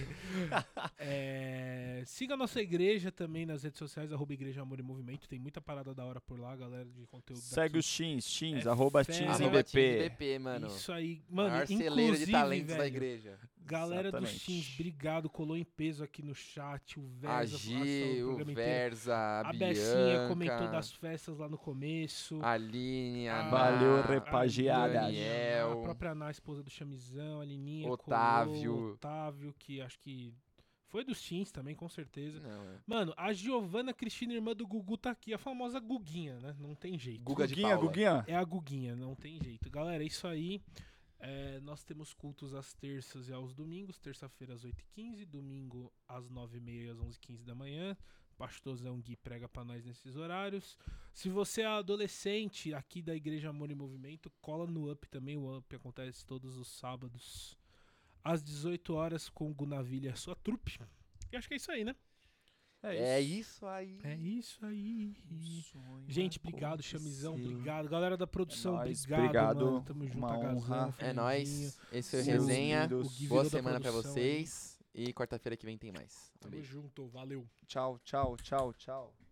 Siga a nossa igreja também nas redes sociais, @Igreja Amor e Movimento. Tem muita parada da hora por lá, galera de conteúdo. Segue daqui. os Teams, É arroba fera. Teams Arroba MVP. TeamsBP, mano. Isso aí. Mano, Maior celeiro inclusive, de talentos velho, da igreja. galera dos Exatamente. Teams, obrigado. Colou em peso aqui no chat. O A Versa, Gi, o programa inteiro. Verza, a A Bianca, Becinha comentou das festas lá no começo. a Aline, a Valeu, Ná, rapaziada. Daniel. A própria Ná, esposa do Chamizão, a Lininha, Otávio. colou, Otávio, que acho que foi dos Teams também, com certeza. Não, é. Mano, a Giovana Cristina, irmã do Gugu, tá aqui. A famosa Guguinha, né? Não tem jeito. Guga de Guguinha, Paula. Guguinha. É a Guguinha, não tem jeito. Galera, é isso aí. Nós temos cultos às terças e aos domingos. Terça-feira às 8h15, domingo às 9h30 e às 11h15 da manhã. Pastorzão Gui prega pra nós nesses horários. Se você é adolescente aqui da Igreja Amor e Movimento, cola no UP também. O UP acontece todos os sábados às 18 horas com o Gunavilha e a sua trupe. E acho que é isso aí, né? É isso aí. É isso aí. Sonho Gente, obrigado, Chamizão, aconteceu. obrigado. Galera da produção, É nóis, obrigado, obrigado. mano. Tamo junto, Uma Agazão, honra. É Fernandinho. nóis. Esse é o Seus Resenha. lindos. O Gui Boa virou da semana pra produção vocês. E quarta-feira que vem tem mais. Um Tamo beijo. junto, valeu. Tchau, tchau, tchau, tchau.